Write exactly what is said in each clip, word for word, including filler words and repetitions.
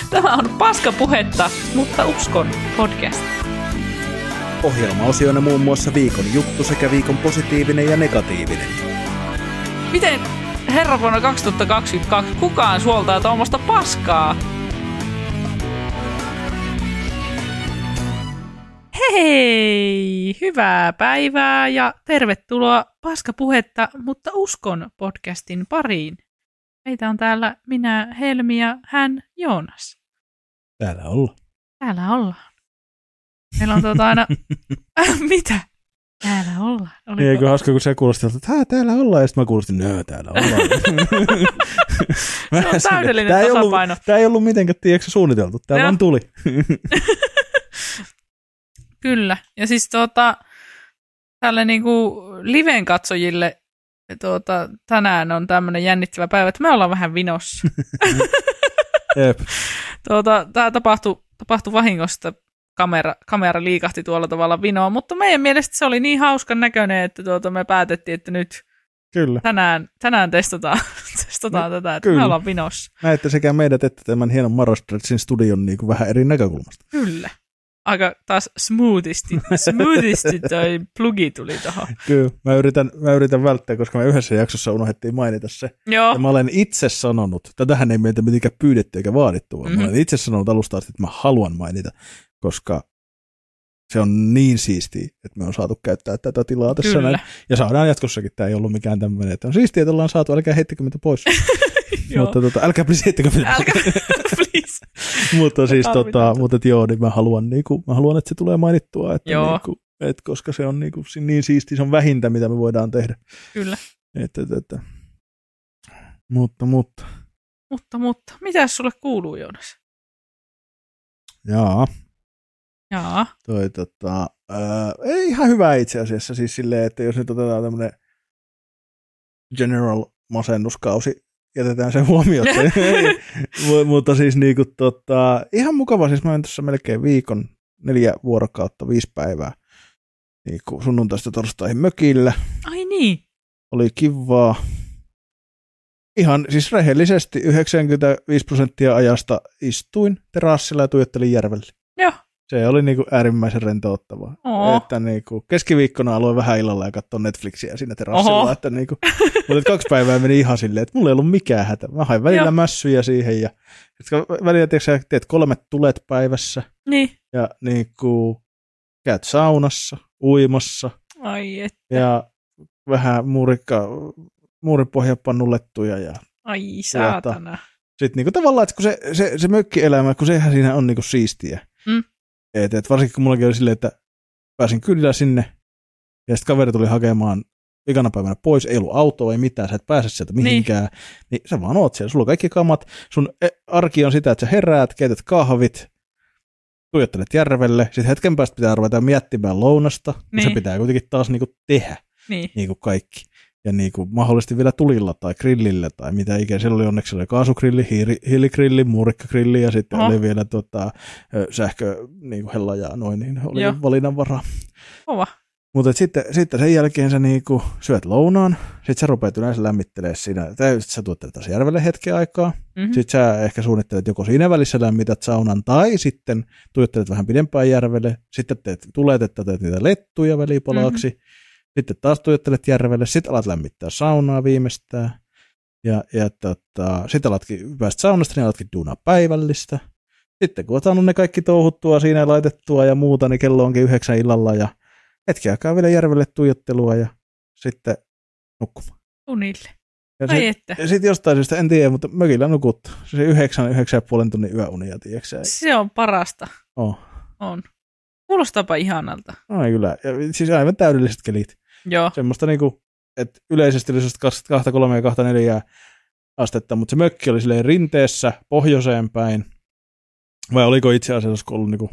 Tämä on Paskapuhetta, mutta uskon podcast. Ohjelmaosioina muun muassa viikon juttu sekä viikon positiivinen ja negatiivinen. Miten herra vuonna kaksituhattakaksikymmentäkaksi kukaan suoltaa tuommoista paskaa? Hei! Hyvää päivää ja tervetuloa Paskapuhetta, mutta uskon podcastin pariin. Meitä on täällä minä, Helmi ja hän, Joonas. Täällä ollaan. Täällä ollaan. Meillä on tuota aina... Mitä? Täällä ollaan. Oliko... Niin, eikö hauska, kun se kuulosti, että Hää, täällä ollaan, ja sitten mä kuulostin, nöö, täällä ollaan. Se on täydellinen tää tasapaino. Tämä ei ollut mitenkään, tiedätkö, suunniteltu. Tämä vaan tuli. Kyllä. Ja siis tuota, tälle niinku liven katsojille tuota, tänään on tämmöinen jännittävä päivä, että me ollaan vähän vinossa. Jep. Tuota, tämä tapahtui, tapahtui vahingossa, kamera, kamera liikahti tuolla tavalla vinoon, mutta meidän mielestä se oli niin hauskan näköinen, että tuota, me päätettiin, että nyt Kyllä. tänään, tänään testataan, testataan no, tätä, että kyllä. me ollaan vinossa. Näette sekä meidät että tämän hienon Marostretsin studion niin kuin vähän eri näkökulmasta. Kyllä. Aika taas smoothisti, smoothisti toi plugi tuli tuohon. Kyllä, mä yritän, mä yritän välttää, koska me yhdessä jaksossa unohdettiin mainita se. Joo. Ja mä olen itse sanonut, tätähän ei meiltä mitenkään pyydetty eikä vaadittu, vaan mm-hmm. mä olen itse sanonut alusta asti, että mä haluan mainita, koska se on niin siistiä, että me on saatu käyttää tätä tilaa tässä näin. Ja saadaan jatkossakin, tämä ei ollut mikään tämmöinen, että on siistiä, että ollaan saatu, älkää heittäkö meitä pois. Mutta tota, älkää please heittäkö meitä älkää, please. mutta siis tota, mutta et joo, niin mä haluan, niinku, mä haluan, että se tulee mainittua, että niinku, et koska se on niinku, niin siistiä, se on vähintä, mitä me voidaan tehdä. Kyllä. Et, et, et. Mutta, mutta. Mutta, mutta. Mitäs sulle kuuluu, Joonas? Jaa. Jaa. Toi tota, ää, ei ihan hyvä itse asiassa, siis silleen, että jos nyt otetaan tämmönen general masennuskausi, jätetään sen huomioon. Mutta siis niinku tota, ihan mukava, siis mä olen tässä melkein viikon, neljä vuorokautta, viisi päivää niinku sunnuntaista torstaihin mökillä. Ai niin. Oli kivaa. Ihan siis rehellisesti yhdeksänkymmentäviisi prosenttia ajasta istuin terassilla ja tuijottelin järvelle. Joo. Se oli niinku äärimmäisen rentouttavaa. Oo. Että niinku keskiviikkona aloin vähän illalla ja katsoin Netflixiä siinä terassilla. Että niinku, mutta kaksi päivää meni ihan silleen, että mulla ei ollut mikään hätä. Mä hain välillä Joo. mässyjä siihen ja välillä tiedätkö, teet kolmet tulet päivässä. Niin. Ja niinku käyt saunassa, uimassa. Ai että. Ja vähän muurikka, muuripohjapannullettuja. Ja ai saatana. Sitten niinku tavallaan, että kun se, se, se mökkielämä, kun sehän siinä on niinku siistiä. Mm. Et, et varsinkin kun mullakin oli silleen, että pääsin kyllä sinne, ja sitten kaveri tuli hakemaan vikana päivänä pois, ei ollut autoa, ei mitään, sä et pääse sieltä mihinkään, niin, niin sä vaan oot siellä, sulla on kaikki kamat, sun arki on sitä, että sä heräät, keität kahvit, tuijottelet järvelle, sitten hetken päästä pitää ruveta miettimään lounasta, niin. Se pitää kuitenkin taas niinku tehdä, niin. Niinku kaikki. Ja niinku mahdollisesti vielä tulilla tai grillillä tai mitä ikinä. Siellä oli onneksi oli kaasugrilli, hiiri, hiiligrilli, muurikkagrilli ja sitten Oho. oli vielä tota, sähköhella ja noin, niin oli Joo. valinnanvaraa. Kova. Mutta sitten, sitten sen jälkeen sä niinku syöt lounaan, sitten sä rupeat yleensä lämmittelemään siinä. Sitten sä tuottelet taas järvelle hetken aikaa. Mm-hmm. Sitten sä ehkä suunnittelet joko siinä välissä lämmität saunan tai sitten tuijottelet vähän pidempään järvelle. Sitten teet tulet, että teet niitä lettuja välipalaksi. Mm-hmm. Sitten taas tuijottelet järvelle, sitten alat lämmittää saunaa viimeistään. Ja, ja tota, sitten alatkin päästä saunasta, niin alatkin duunaa päivällistä. Sitten kun oot saanut ne kaikki touhuttua siinä ja laitettua ja muuta, niin kello onkin yhdeksän illalla ja hetki aikaa vielä järvelle tuijottelua ja sitten nukkumaan. Unille. Ja sitten sit jostain syystä, en tiedä, mutta mökillä nukuttu. Se yhdeksän, yhdeksän ja puolen tunnin yöunia, tiedätkö? Se on parasta. Oh. On. Kuulostaapa ihanalta. Ai kyllä. Ja siis aivan täydelliset kelit. Joo. Semmoista niinku, että yleisesti oli kaksi kolme ja kaksi neljä astetta, mutta se mökki oli silleen rinteessä pohjoiseen päin. Vai oliko itse asiassa ollut niinku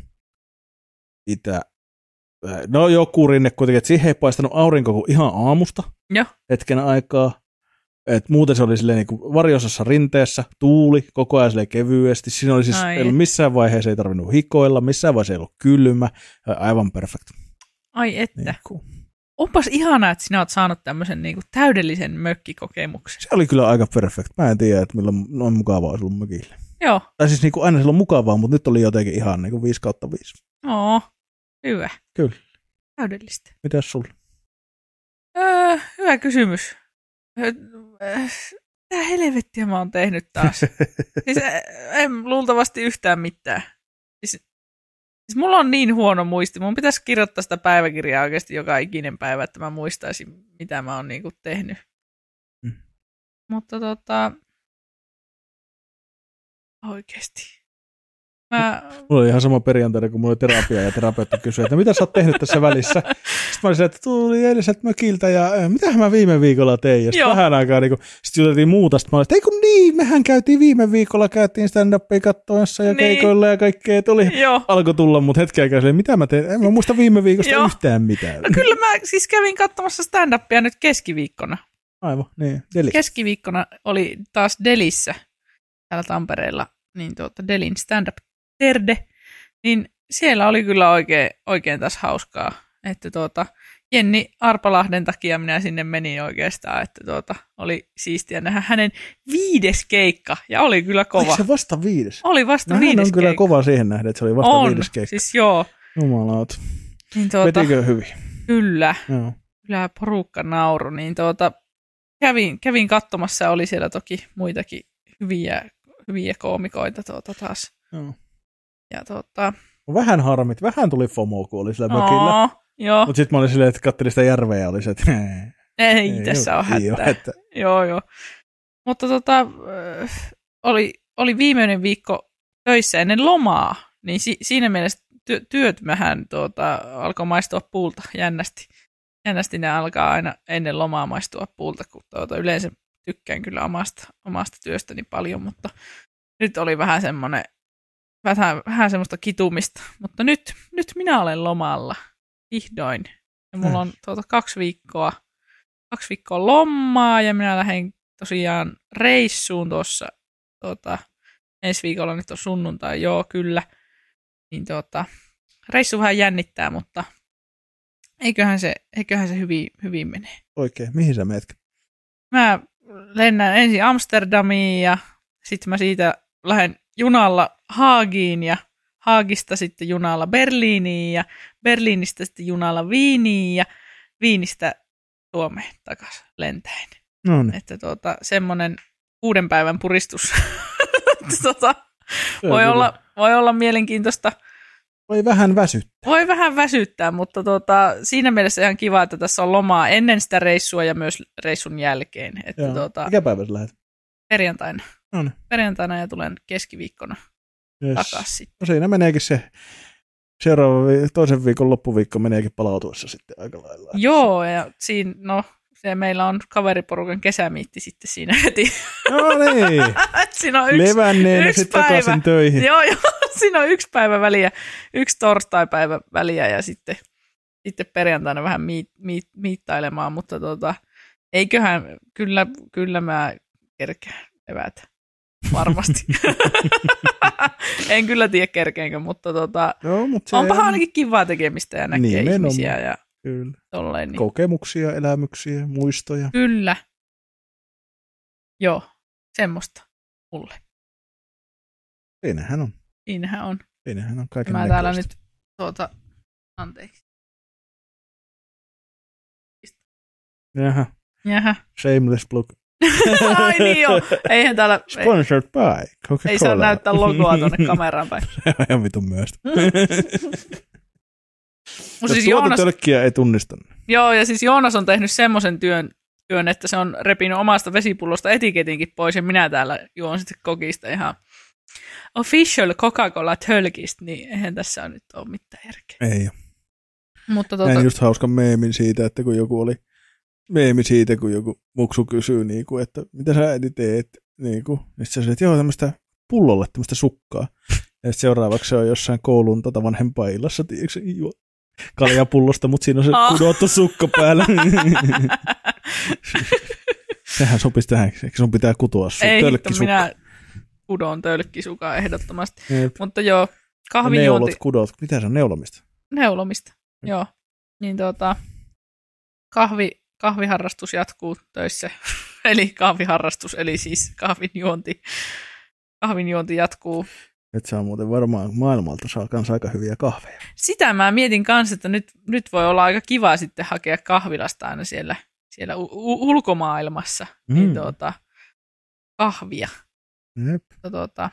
itä, no joku rinne kuitenkin, että siihen ei paistanut aurinko kuin ihan aamusta Joo. hetken aikaa. Et muuten se oli silleen niinku varjoisessa rinteessä, tuuli koko ajan silleen kevyesti. Siinä oli siis, ei ollut missään vaiheessa ei tarvinnut hikoilla, missään vaiheessa ei ollut kylmä, aivan perfect. Ai että. Niin, onpas ihanaa, että sinä olet saanut tämmöisen niinku täydellisen mökkikokemuksen. Se oli kyllä aika perfect. Mä en tiedä, että milloin noin mukavaa olisi ollut mökille. Joo. Tai siis niin kuin aina silloin mukavaa, mutta nyt oli jotenkin ihan niin kuin viisi kautta viisi. Oo, hyvä. Kyllä. Täydellistä. Mitäs sulla? Öö, hyvä kysymys. Öö, Mitä helvettiä mä oon tehnyt taas? Siis en luultavasti yhtään mitään. Siis, siis mulla on niin huono muisti. Mun pitäisi kirjoittaa sitä päiväkirjaa oikeasti joka ikinen päivä, että mä muistaisin, mitä mä oon niinku tehnyt. Mm. Mutta tota... Oikeesti. Mä... Mulla oli ihan sama perjantaina, kun mulla oli terapia ja terapeutti kysyi, että mitä sä oot tehnyt tässä välissä? Sitten mä olin että tuli eiliseltä mökiltä ja mitähän mä viime viikolla tein? Ja sitten vähän aikaa, niin sitten juteltiin muuta. Sitten mä olin, että ei kun niin, mehän käytiin viime viikolla, käytiin stand-upia kattoessa ja niin. keikoilla ja kaikkea. Tuli, alkoi tulla, mutta hetken aikaa silleen, mitä mä tein? En mä muista viime viikosta Joo. yhtään mitään. No kyllä mä siis kävin katsomassa stand-upia nyt keskiviikkona. Aivan, niin. Deli. Keskiviikkona oli taas Delissä täällä Tampereella, niin tuota Delin stand-up Terde, niin siellä oli kyllä oikein, oikein taas hauskaa, että tuota, Jenni Arpalahden takia minä sinne menin oikeastaan, että tuota, oli siistiä nähdä hänen viides keikka, ja oli kyllä kova. Oliko se vasta viides? Oli vasta no, viides keikka. Hän on kyllä keikka. kova siihen nähdä, että se oli vasta on, viides keikka. siis joo. Jumalaut. Niin tuota, vetikö hyvin? Kyllä, joo. kyllä porukka nauru, niin tuota, kävin, kävin katsomassa, oli siellä toki muitakin hyviä, hyviä koomikoita tuota taas. Joo. Ja tuota... Vähän harmit, vähän tuli FOMO, kun oli sillä mökillä. Joo. Mutta sitten mä olin silleen, että katselin sitä järveä ja oli se, että ei, ei tässä ole hätää. Että... Joo, joo. Mutta tota, äh, oli, oli viimeinen viikko töissä ennen lomaa, niin si- siinä mielessä ty- työt vähän tuota, alkoi maistua puulta jännästi. Jännästi ne alkaa aina ennen lomaa maistua puulta, kun tuota, yleensä tykkään kyllä omasta, omasta työstäni paljon, mutta nyt oli vähän semmoinen Vähän, vähän semmoista kitumista, mutta nyt, nyt minä olen lomalla, vihdoin. Ja mulla on tuota, kaksi viikkoa, kaksi viikkoa lomaa ja minä lähden tosiaan reissuun tuossa, tuota, ensi viikolla nyt on sunnuntai, joo kyllä. Niin tuota, reissu vähän jännittää, mutta eiköhän se, eiköhän se hyvin, hyvin mene. Oikein, mihin sä menet? Mä lennän ensin Amsterdamiin ja sitten mä siitä lähden junalla Haagiin ja Haagista sitten junalla Berliiniin ja Berliinistä sitten junalla Viiniin ja Viinistä Suomeen takaisin lentäen. No niin. Että tuota, semmoinen kuuden päivän puristus tuota, voi, olla, voi olla mielenkiintoista. Voi vähän väsyttää. Voi vähän väsyttää, mutta tuota, siinä mielessä ihan kiva, että tässä on lomaa ennen sitä reissua ja myös reissun jälkeen. Että tuota, mikä päivä sä lähdet? Perjantaina. No niin. Perjantaina ja tulen keskiviikkona yes. takaisin. No siinä meneekin se seuraava vi- toisen viikon loppuviikko meneekin palautuessa sitten aika lailla. Joo, ja siinä, no, se meillä on kaveriporukan kesämiitti sitten siinä heti. No niin. Siinä on yksi, levänneen yksi sitten päivä. Takaisin töihin. Joo, joo, siinä on yksi päivä väliä, yksi torstaipäivä väliä ja sitten, sitten perjantaina vähän miit, miit, miittailemaan, mutta tota, eiköhän, kyllä, kyllä mä kerkään evätä. Varmasti. En kyllä tiedä kerkeenkö, mutta tota, no, mutta onpahan ainakin kivaa tekemistä ja näkee niin, ihmisiä. Ja kyllä. Tolleen, niin. Kokemuksia, elämyksiä, muistoja. Kyllä. Joo, semmoista mulle. Siinähän on. Siinähän on. Siinähän on kaiken Mä täällä nyt tuota, anteeksi. Jaha. Jaha. Shameless plug. Ai niin joo. Eihän täällä... Sponsored by Coca-Cola. Ei saa näyttää logoa tuonne kameraan päin. Se on ihan vitun myöstä. Jos siis Joonas... tölkkiä ei tunnista. Joo, ja siis Joonas on tehnyt semmoisen työn, työn, että se on repinyt omasta vesipullosta etiketinkin pois, ja minä täällä juon sitten kokista ihan official Coca-Cola tölkistä, niin eihän tässä nyt ole mitään järkeä. Ei ole. Mutta tuota... Näin just hauskan meemin siitä, että kun joku oli meemi siitä, kun joku muksu kysyy, niin kuin, että mitä sä äiti teet, niin kuin, niin sitten sä sanoit, että joo, tämmöistä pullolle tämmöistä sukkaa. Ja sitten seuraavaksi se on jossain koulun tota vanhempainillassa, tiedätkö, kaljapullosta, mutta siinä on se oh. kudottu sukka päällä. Sehän sopisi tähän, eikö sun pitää kutoa sun tölkkisukka? Ei, minä kudon tölkkisukaa ehdottomasti. Jep. Mutta joo, kahvinjuonti... Neulot, kudot, mitä se on, neulomista? Neulomista, mm. joo. Niin tuota, kahvi, kahviharrastus jatkuu töissä, eli kahviharrastus, eli siis kahvinjuonti kahvinjuonti jatkuu. Nyt saa muuten varmaan maailmalta saa kanssa aika hyviä kahveja. Sitä mä mietin kanssa, että nyt, nyt voi olla aika kiva sitten hakea kahvilasta aina siellä, siellä u- u- ulkomaailmassa mm. niin tuota, kahvia. Jep. Tuota,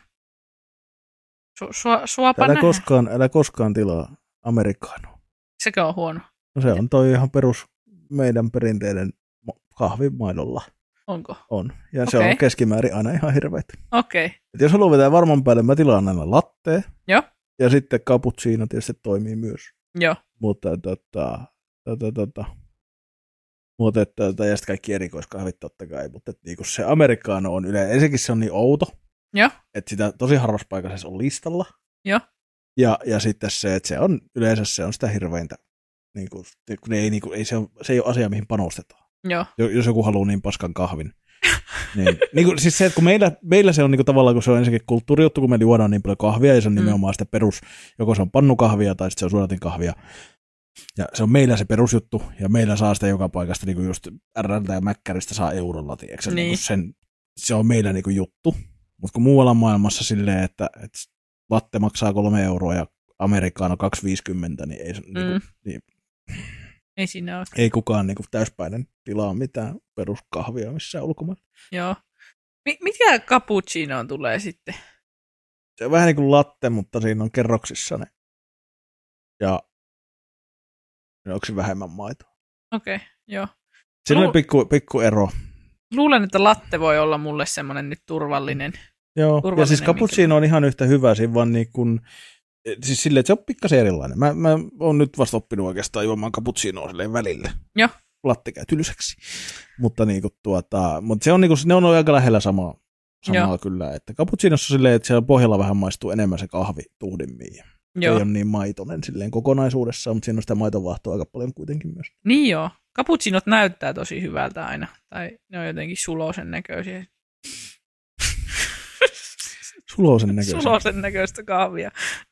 su, su, suopa älä, nähdä. koskaan, älä koskaan tilaa amerikaanoa. Sekö on huono? No se on toi ihan perus meidän perinteinen kahvimaidolla. Onko? On. Ja okay. se on keskimäärin aina ihan hirveitä. Okei. Okay. Jos haluaa vetää varman päälle, mä tilaan aina latteen. Joo. Ja sitten cappuccino tietysti toimii myös. Joo. Mutta tota, tota, tota, mutta tota, ja sitten kaikki erikoiskahvit totta kai. Mutta niinku se americano on yleensä, ensinnäkin se on niin outo. Joo. Että sitä tosi harvassa paikassa on listalla. Joo. Ja, ja sitten se, että se on yleensä se on sitä hirveintä. Niinku, kun ei, niinku, ei se, on, se ei ole asia, mihin panostetaan. Joo. Jos joku haluaa niin paskan kahvin. niin, niinku, siis se, että kun meillä, meillä se on niinku tavallaan, kun se on ensinnäkin kulttuurijuttu, kun me juodaan niin paljon kahvia, ja se on mm. nimenomaan sitä perus, joko se on pannukahvia tai sitten se on suodatinkahvia. Ja se on meillä se perusjuttu, ja meillä saa sitä joka paikasta, niin kuin just R:ltä ja Mäkkäristä saa eurolla, tiedätkö? Niin. Niin sen, se on meillä niin kuin juttu. Mutta kun muualla maailmassa silleen, että, että latte maksaa kolme euroa ja amerikaano kaksi viisikymmentä, niin ei, mm. niin, niin, ei siinä ole. Ei kukaan niin kuin täyspäinen tilaa mitään peruskahvia missään ulkomailla. Joo. M- mikä cappuccino tulee sitten? Se on vähän niin kuin latte, mutta siinä on kerroksissa ne. Ja onko se vähemmän maitoa? Okei, okay, joo. Siinä Lu- on pikku, pikku ero. Luulen, että latte voi olla mulle semmoinen nyt turvallinen. Joo, turvallinen ja siis cappuccino on ihan yhtä hyvä, siinä vaan niin kuin, siis silleen, että se on pikkasen erilainen. Mä, mä oon nyt vasta oppinut oikeastaan juomaan cappuccinoa silleen välille. Joo. Latte käy tylsäksi. Mutta, niin kuin tuota, mutta se on, niin kuin, ne on aika lähellä samaa, samaa kyllä. Että cappuccinossa silleen, että siellä pohjalla vähän maistuu enemmän se kahvi tuhdimmin. Joo. Ei ole niin maitonen silleen kokonaisuudessaan, mutta siinä on sitä maitovahtoa aika paljon kuitenkin myös. Niin joo. Cappuccinot näyttää tosi hyvältä aina. Tai ne on jotenkin sulosen näköisiä. Sulosen näköistä. Sulosen näköistä kahvia.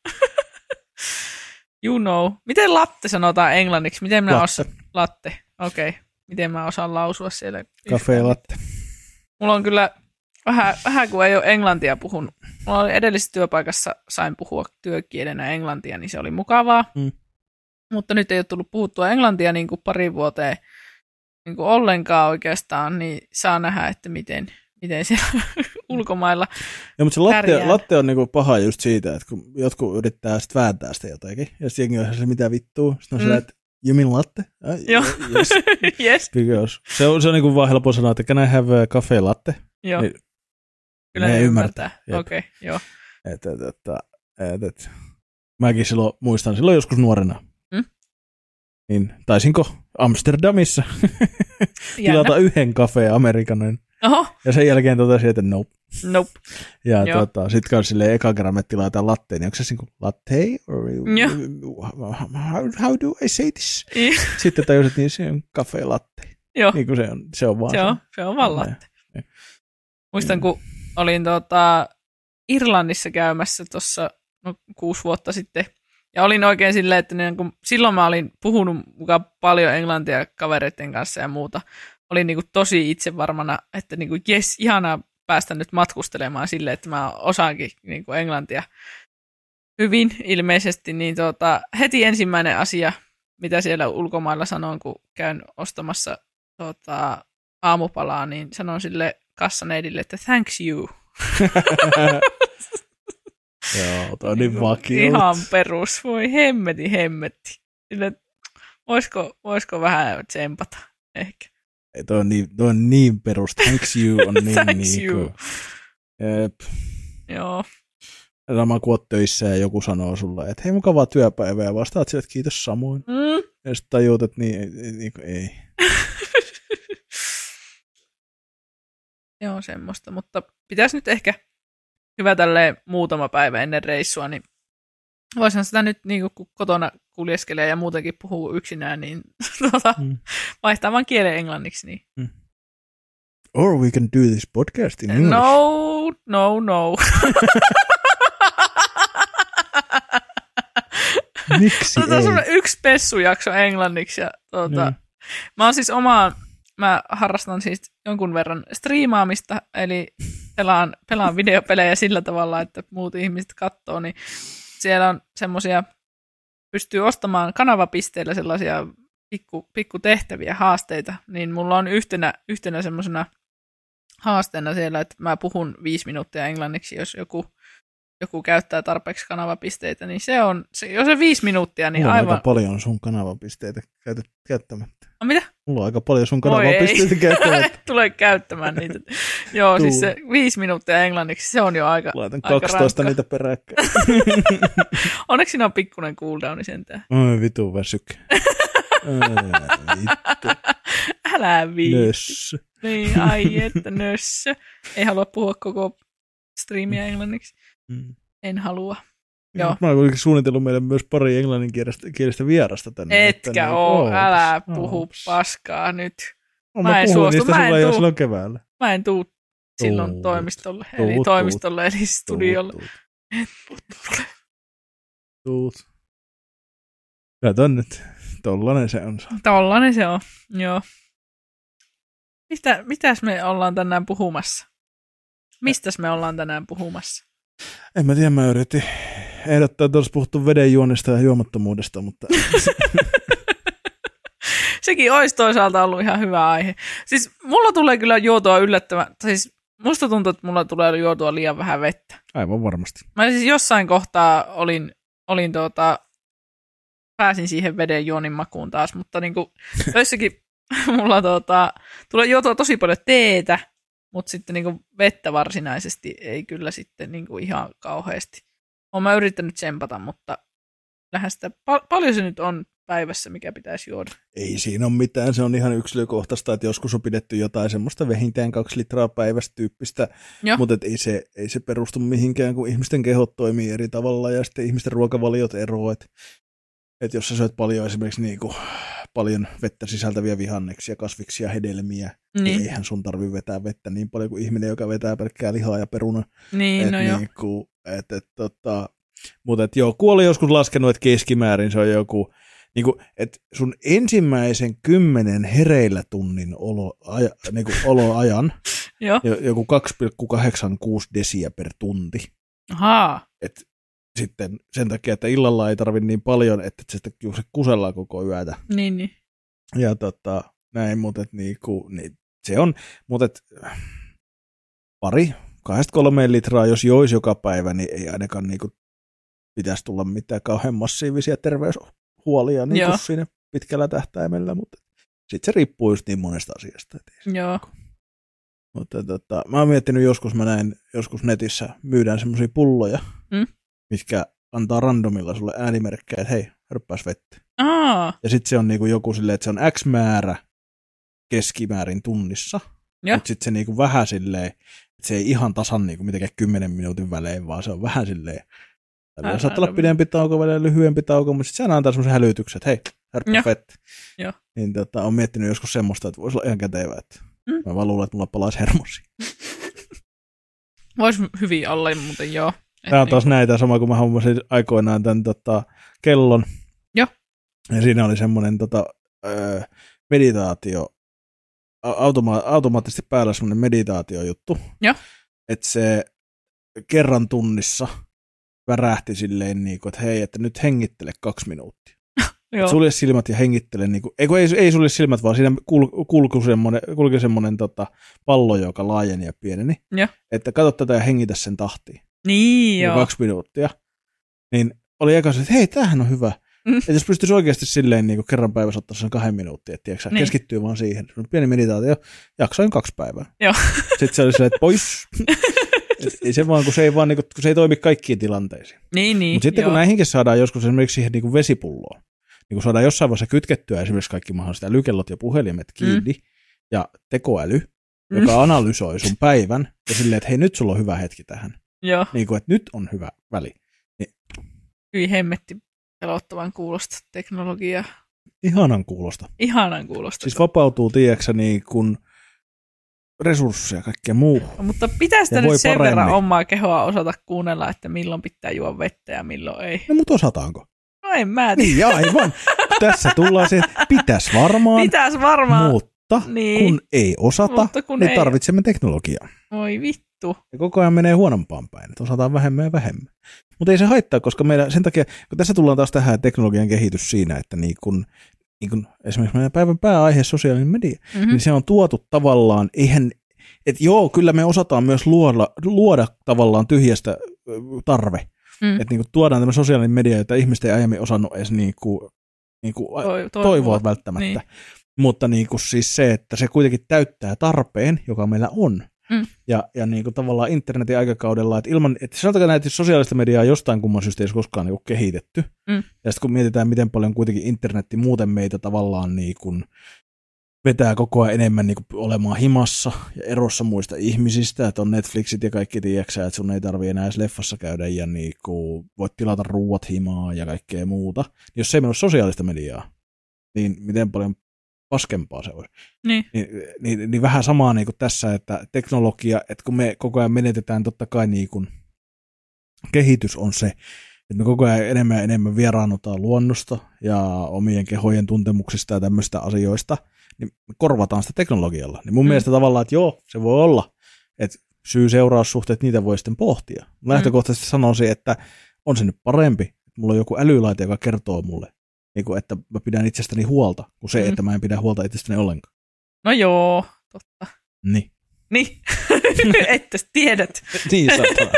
You know. Miten latte sanotaan englanniksi? Miten minä latte. Osaan? Latte. Okei. Okay. Miten mä osaan lausua siellä? Cafe latte. Mulla on kyllä vähän, vähän kuin ei ole englantia puhunut. Mulla oli edellisessä työpaikassa, sain puhua työkielenä englantia, niin se oli mukavaa. Mm. Mutta nyt ei ole tullut puhuttua englantia niin kuin pari vuoteen niin kuin ollenkaan oikeastaan, niin saa nähdä, että miten, miten siellä ulkomailla ja, mutta se latte, latte on niin kuin paha just siitä, että kun jotkut yrittää sitten vääntää sitä jotakin, ja sitten jengi on se mitä vittua, sitten on mm. se, että you mean latte? Ah, joo, yes. yes. Se on, se on niin kuin vaan helppo sanoa, että can I have a cafe latte? Joo. Niin, kyllä ne ymmärtää. Okei, okay, joo. Et, et, et, et, et. Mäkin silloin muistan, silloin joskus nuorena, mm? niin taisinko Amsterdamissa tilata yhden kafeen amerikanen. Oho. Ja sen jälkeen totesin, että nope. Nope. Ja tota, sitten kun silleen eka kerran me tilataan latteen, niin onko se niin kuin latte? Or, how, how do I say this? Sitten tajusin, että niin se on cafe latte. Joo. Niin kuin se on, se on vaan se. On, se on vaan latte. Ja. Muistan, kun olin tota, Irlannissa käymässä tuossa no, kuusi vuotta sitten. Ja olin oikein silleen, että niin kun, silloin mä olin puhunut mukaan paljon englantia kavereiden kanssa ja muuta. Olin niin kuin tosi itsevarmana, että niin kuin, jes, ihanaa päästä nyt matkustelemaan silleen, että mä osaankin niin kuin englantia hyvin ilmeisesti. Niin tota, heti ensimmäinen asia, mitä siellä ulkomailla sanon, kun käyn ostamassa tota, aamupalaa, niin sanon sille kassaneidille, että thanks you. Joo, toi on niin vakio. Ihan perus. Voi hemmeti, hemmetti. Sille, voisiko, voisiko vähän tsempata ehkä. Ei, toi on niin, toi on niin perus. Thanks you on niin thanks niin you. Jep. Joo. Sama kuin oot töissä ja joku sanoo sulle, että hei, mukavaa työpäivää, ja vastaat sille, että kiitos samoin. Mm. Ja sitten tajuut, että niin, ei. Niin, ei. Joo, semmoista, mutta pitäisi nyt ehkä hyvä tälleen muutama päivä ennen reissua, niin voisihan sitä nyt niin kun kotona kuljeskelee ja muutenkin puhuu yksinään, niin tuota, mm. vaihtaa vaan kielen englanniksi. Niin. Mm. Or we can do this podcast in English. No, no, no. Miksi tuota, ei? On yksi pessujakso englanniksi. Ja, tuota, mm. Mä oon siis omaa, mä harrastan siis jonkun verran striimaamista, eli pelaan, pelaan videopelejä sillä tavalla, että muut ihmiset katsoo, niin siellä on semmoisia, pystyy ostamaan kanavapisteillä sellaisia pikku, pikku tehtäviä, haasteita, niin mulla on yhtenä, yhtenä semmoisena haasteena siellä, että mä puhun viisi minuuttia englanniksi, jos joku, joku käyttää tarpeeksi kanavapisteitä, niin se on, se, jos se viisi minuuttia, niin mulla on aivan... aika paljon sun kanavapisteitä käyttämättä. No, mitä? Mulla on aika paljon sun kanavapisteitä käyttämättä. Tule käyttämään niitä. Joo, Tuu. Siis se viisi minuuttia englanniksi, se on jo aika Laitan aika kaksitoista rankka. Niitä peräkkäin. Onneksi siinä on pikkuinen cooldowni sentään. Oi vitu väsyk. Älä viitti. Nössö. Niin, ai että nössö. Ei halua puhua koko striimiä englanniksi. Mm. En halua. Joo. Mä olen suunnitellut meille myös pari englanninkielistä vierasta tänne. Etkä tänne. oo, Oh, älä oh. puhu paskaa nyt. No, mä, mä en puhuin suostu. niistä Mä sulle en, jo tuu, silloin keväällä. mä en tuu silloin Tuut. toimistolle. Tuut, Eli tuut. toimistolle, eli studiolle. Tuut, tuut. En tuu tule. Tuut. Kato nyt. Tollanen se on. Tollanen se on, joo. Mistä, mitäs me ollaan tänään puhumassa? Mistäs me ollaan tänään puhumassa? En mä tiedä, mä yritin ehdottaa, että olisi puhuttu vedenjuonnista ja juomattomuudesta, mutta... Sekin olisi toisaalta ollut ihan hyvä aihe. Siis mulla tulee kyllä juotua yllättävän, siis musta tuntuu, että mulla tulee juotua liian vähän vettä. Aivan varmasti. Mä siis jossain kohtaa olin, olin tuota, pääsin siihen veden juonin makuun taas, mutta niinku joissakin mulla tuota, tulee juotua tosi paljon teetä, mutta sitten niinku vettä varsinaisesti ei kyllä sitten niinku ihan kauheasti. Olen mä yrittänyt tsempata, mutta lähes sitä, pal- paljon se nyt on päivässä, mikä pitäisi juoda. Ei siinä ole mitään, se on ihan yksilökohtaista, että joskus on pidetty jotain semmoista vähintään kaksi litraa päivästä tyyppistä, Joo. mutta ei se, ei se perustu mihinkään, kun ihmisten kehot toimii eri tavalla ja sitten ihmisten ruokavaliot eroavat. Että jos sä syöt paljon esimerkiksi niinku, paljon vettä sisältäviä vihanneksia, kasviksia, hedelmiä, niin, niin eihän sun tarvitse vetää vettä niin paljon kuin ihminen, joka vetää pelkkää lihaa ja peruna. Niin, et no niinku, et, et, tota, mutta et joo, kun olen joskus laskenut, että keskimäärin se on joku, niinku, että sun ensimmäisen kymmenen hereillä tunnin olo, aja, niinku, oloajan joku kaksi pilkku kahdeksankymmentäkuusi desiä per tunti. Ahaa. Et sitten sen takia, että illalla ei tarvitse niin paljon, että se sitten kusellaan koko yötä. Niin, niin. Ja tota, näin, mutta niinku, niin se on, mutta pari, kahdesta kolmeen litraa, jos joisi joka päivä, niin ei ainakaan niinku pitäisi tulla mitään kauhean massiivisia terveyshuolia niinku siinä pitkällä tähtäimellä, mutta sitten se riippuu just niin monesta asiasta. Joo. Mutta tota, mä oon miettinyt joskus, mä näin joskus netissä myydään semmoisia pulloja, mm? mitkä antaa randomilla sulle äänimerkkejä, että hei, hörppääs vettä. Aa. Ja sitten se on niinku joku silleen, että se on X määrä keskimäärin tunnissa, mutta sitten se niinku vähän silleen, että se ei ihan tasan niinku mitenkään kymmenen minuutin välein, vaan se on vähän silleen, välillä saattaa olla pidempi tauko, välillä lyhyempi tauko, mutta sitten se antaa semmoisen hälytyksen, että hei, hörppää vettä. Joo. Niin tota, on miettinyt joskus semmoista, että voisi olla ihan kätevä, että mm. mä vaan luulen, että mulla palaisi hermosi. Voisi hyvin olla, muuten joo. Tämä on taas niin näitä, sama kuin mä hommasin aikoinaan tämän tota, kellon. Joo. Ja siinä oli semmoinen tota, öö, meditaatio, automa- automaattisesti päällä semmoinen meditaatiojuttu. Joo. Että se kerran tunnissa värähti silleen, niin kuin, että hei, että nyt hengittele kaksi minuuttia. Sulje silmät ja hengittele. Niin kuin, ei, ei, ei sulje silmät, vaan siinä kul, kulki semmoinen, kulki semmoinen tota, pallo, joka laajeni ja pieneni. Joo. Että katso tätä ja hengitä sen tahtiin. Niin joo. Kaksi minuuttia. Niin oli eka se, että hei, tämähän on hyvä. Mm. Että jos pystyisi oikeasti silleen niin kuin kerran päivässä ottaa sen kahden minuuttia, että tiedätkö, niin. Keskittyy vaan siihen. Pieni meditaatio, jaksoin kaksi päivää. Joo. Sitten se oli silleen, että pois. Ei se vaan, kun se ei, vaan, niin kuin, kun se ei toimi kaikkiin tilanteisiin. Niin, niin. Mutta sitten joo. Kun näihinkin saadaan joskus esimerkiksi siihen niin kuin vesipulloon, niin kun saadaan jossain vaiheessa kytkettyä esimerkiksi kaikki mahdolliset älykellot ja puhelimet kiinni mm. ja tekoäly, mm. joka analysoi sun päivän ja silleen, että hei, nyt sulla on hyvä hetki tähän. Joo. Niin kuin, että nyt on hyvä väli. Niin. Hyvin hemmetti pelottavan kuulosta teknologiaa. Ihanan kuulosta. Ihanan kuulosta. Siis vapautuu, tiedäksä, niin kun resursseja ja kaikkea muu. No, mutta pitäisi nyt sen paremmin verran omaa kehoa osata kuunnella, että milloin pitää juoda vettä ja milloin ei. No mutta osataanko? No en mä tiedä. Niin aivan. Tässä tullaan se, että pitäisi varmaan. Pitäisi varmaan. Mutta niin. kun ei osata, kun niin ei. Tarvitsemme teknologiaa. Oi vittu. vittu. Ja koko ajan menee huonompaan päin, että osataan vähemmän ja vähemmän. Mutta ei se haittaa, koska meidän, sen takia, kun tässä tullaan taas tähän teknologian kehitys siinä, että niin kun, niin kun esimerkiksi meidän päivän pääaihe sosiaalinen media, mm-hmm. niin se on tuotu tavallaan, eihän, että joo, kyllä me osataan myös luoda, luoda tavallaan tyhjästä tarve. Mm. Että niin kun tuodaan tämä sosiaalinen media, jota ihmiset ei aiemmin osannut edes niin kuin, niin kuin Toi, toivoa. toivoa välttämättä. Niin. Mutta niin kuin siis se, että se kuitenkin täyttää tarpeen, joka meillä on. Mm. Ja, ja niin kuin tavallaan internetin aikakaudella, että ilman, että sanotaanko näitä sosiaalista mediaa jostain kumman syystä ei koskaan niin kuin kehitetty. Mm. Ja sitten kun mietitään, miten paljon kuitenkin internetti muuten meitä tavallaan niin kuin vetää koko ajan enemmän niin kuin olemaan himassa ja erossa muista ihmisistä, että on Netflixit ja kaikki tiedäksä, että sun ei tarvitse enää edes leffassa käydä ja niin kuin voit tilata ruuat himaa ja kaikkea muuta. Jos se ei mene sosiaalista mediaa, niin miten paljon paskempaa se olisi. Niin. Niin, niin, niin vähän samaa niin kuin tässä, että teknologia, että kun me koko ajan menetetään totta kai niin kuin kehitys on se, että me koko ajan enemmän ja enemmän vieraannutaan luonnosta ja omien kehojen tuntemuksista ja tämmöistä asioista, niin me korvataan sitä teknologialla. Niin mun mm. mielestä tavallaan, että joo, se voi olla, että syy-seuraussuhteet, niitä voi sitten pohtia. Mm. Lähtökohtaisesti sanoisin, että on se nyt parempi, että mulla on joku älylaite, joka kertoo mulle, niin kuin, että mä pidän itsestäni huolta, kuin se, mm. että mä en pidä huolta itsestäni ollenkaan. No joo, totta. Niin. Niin, että tiedät. Niin saattaa.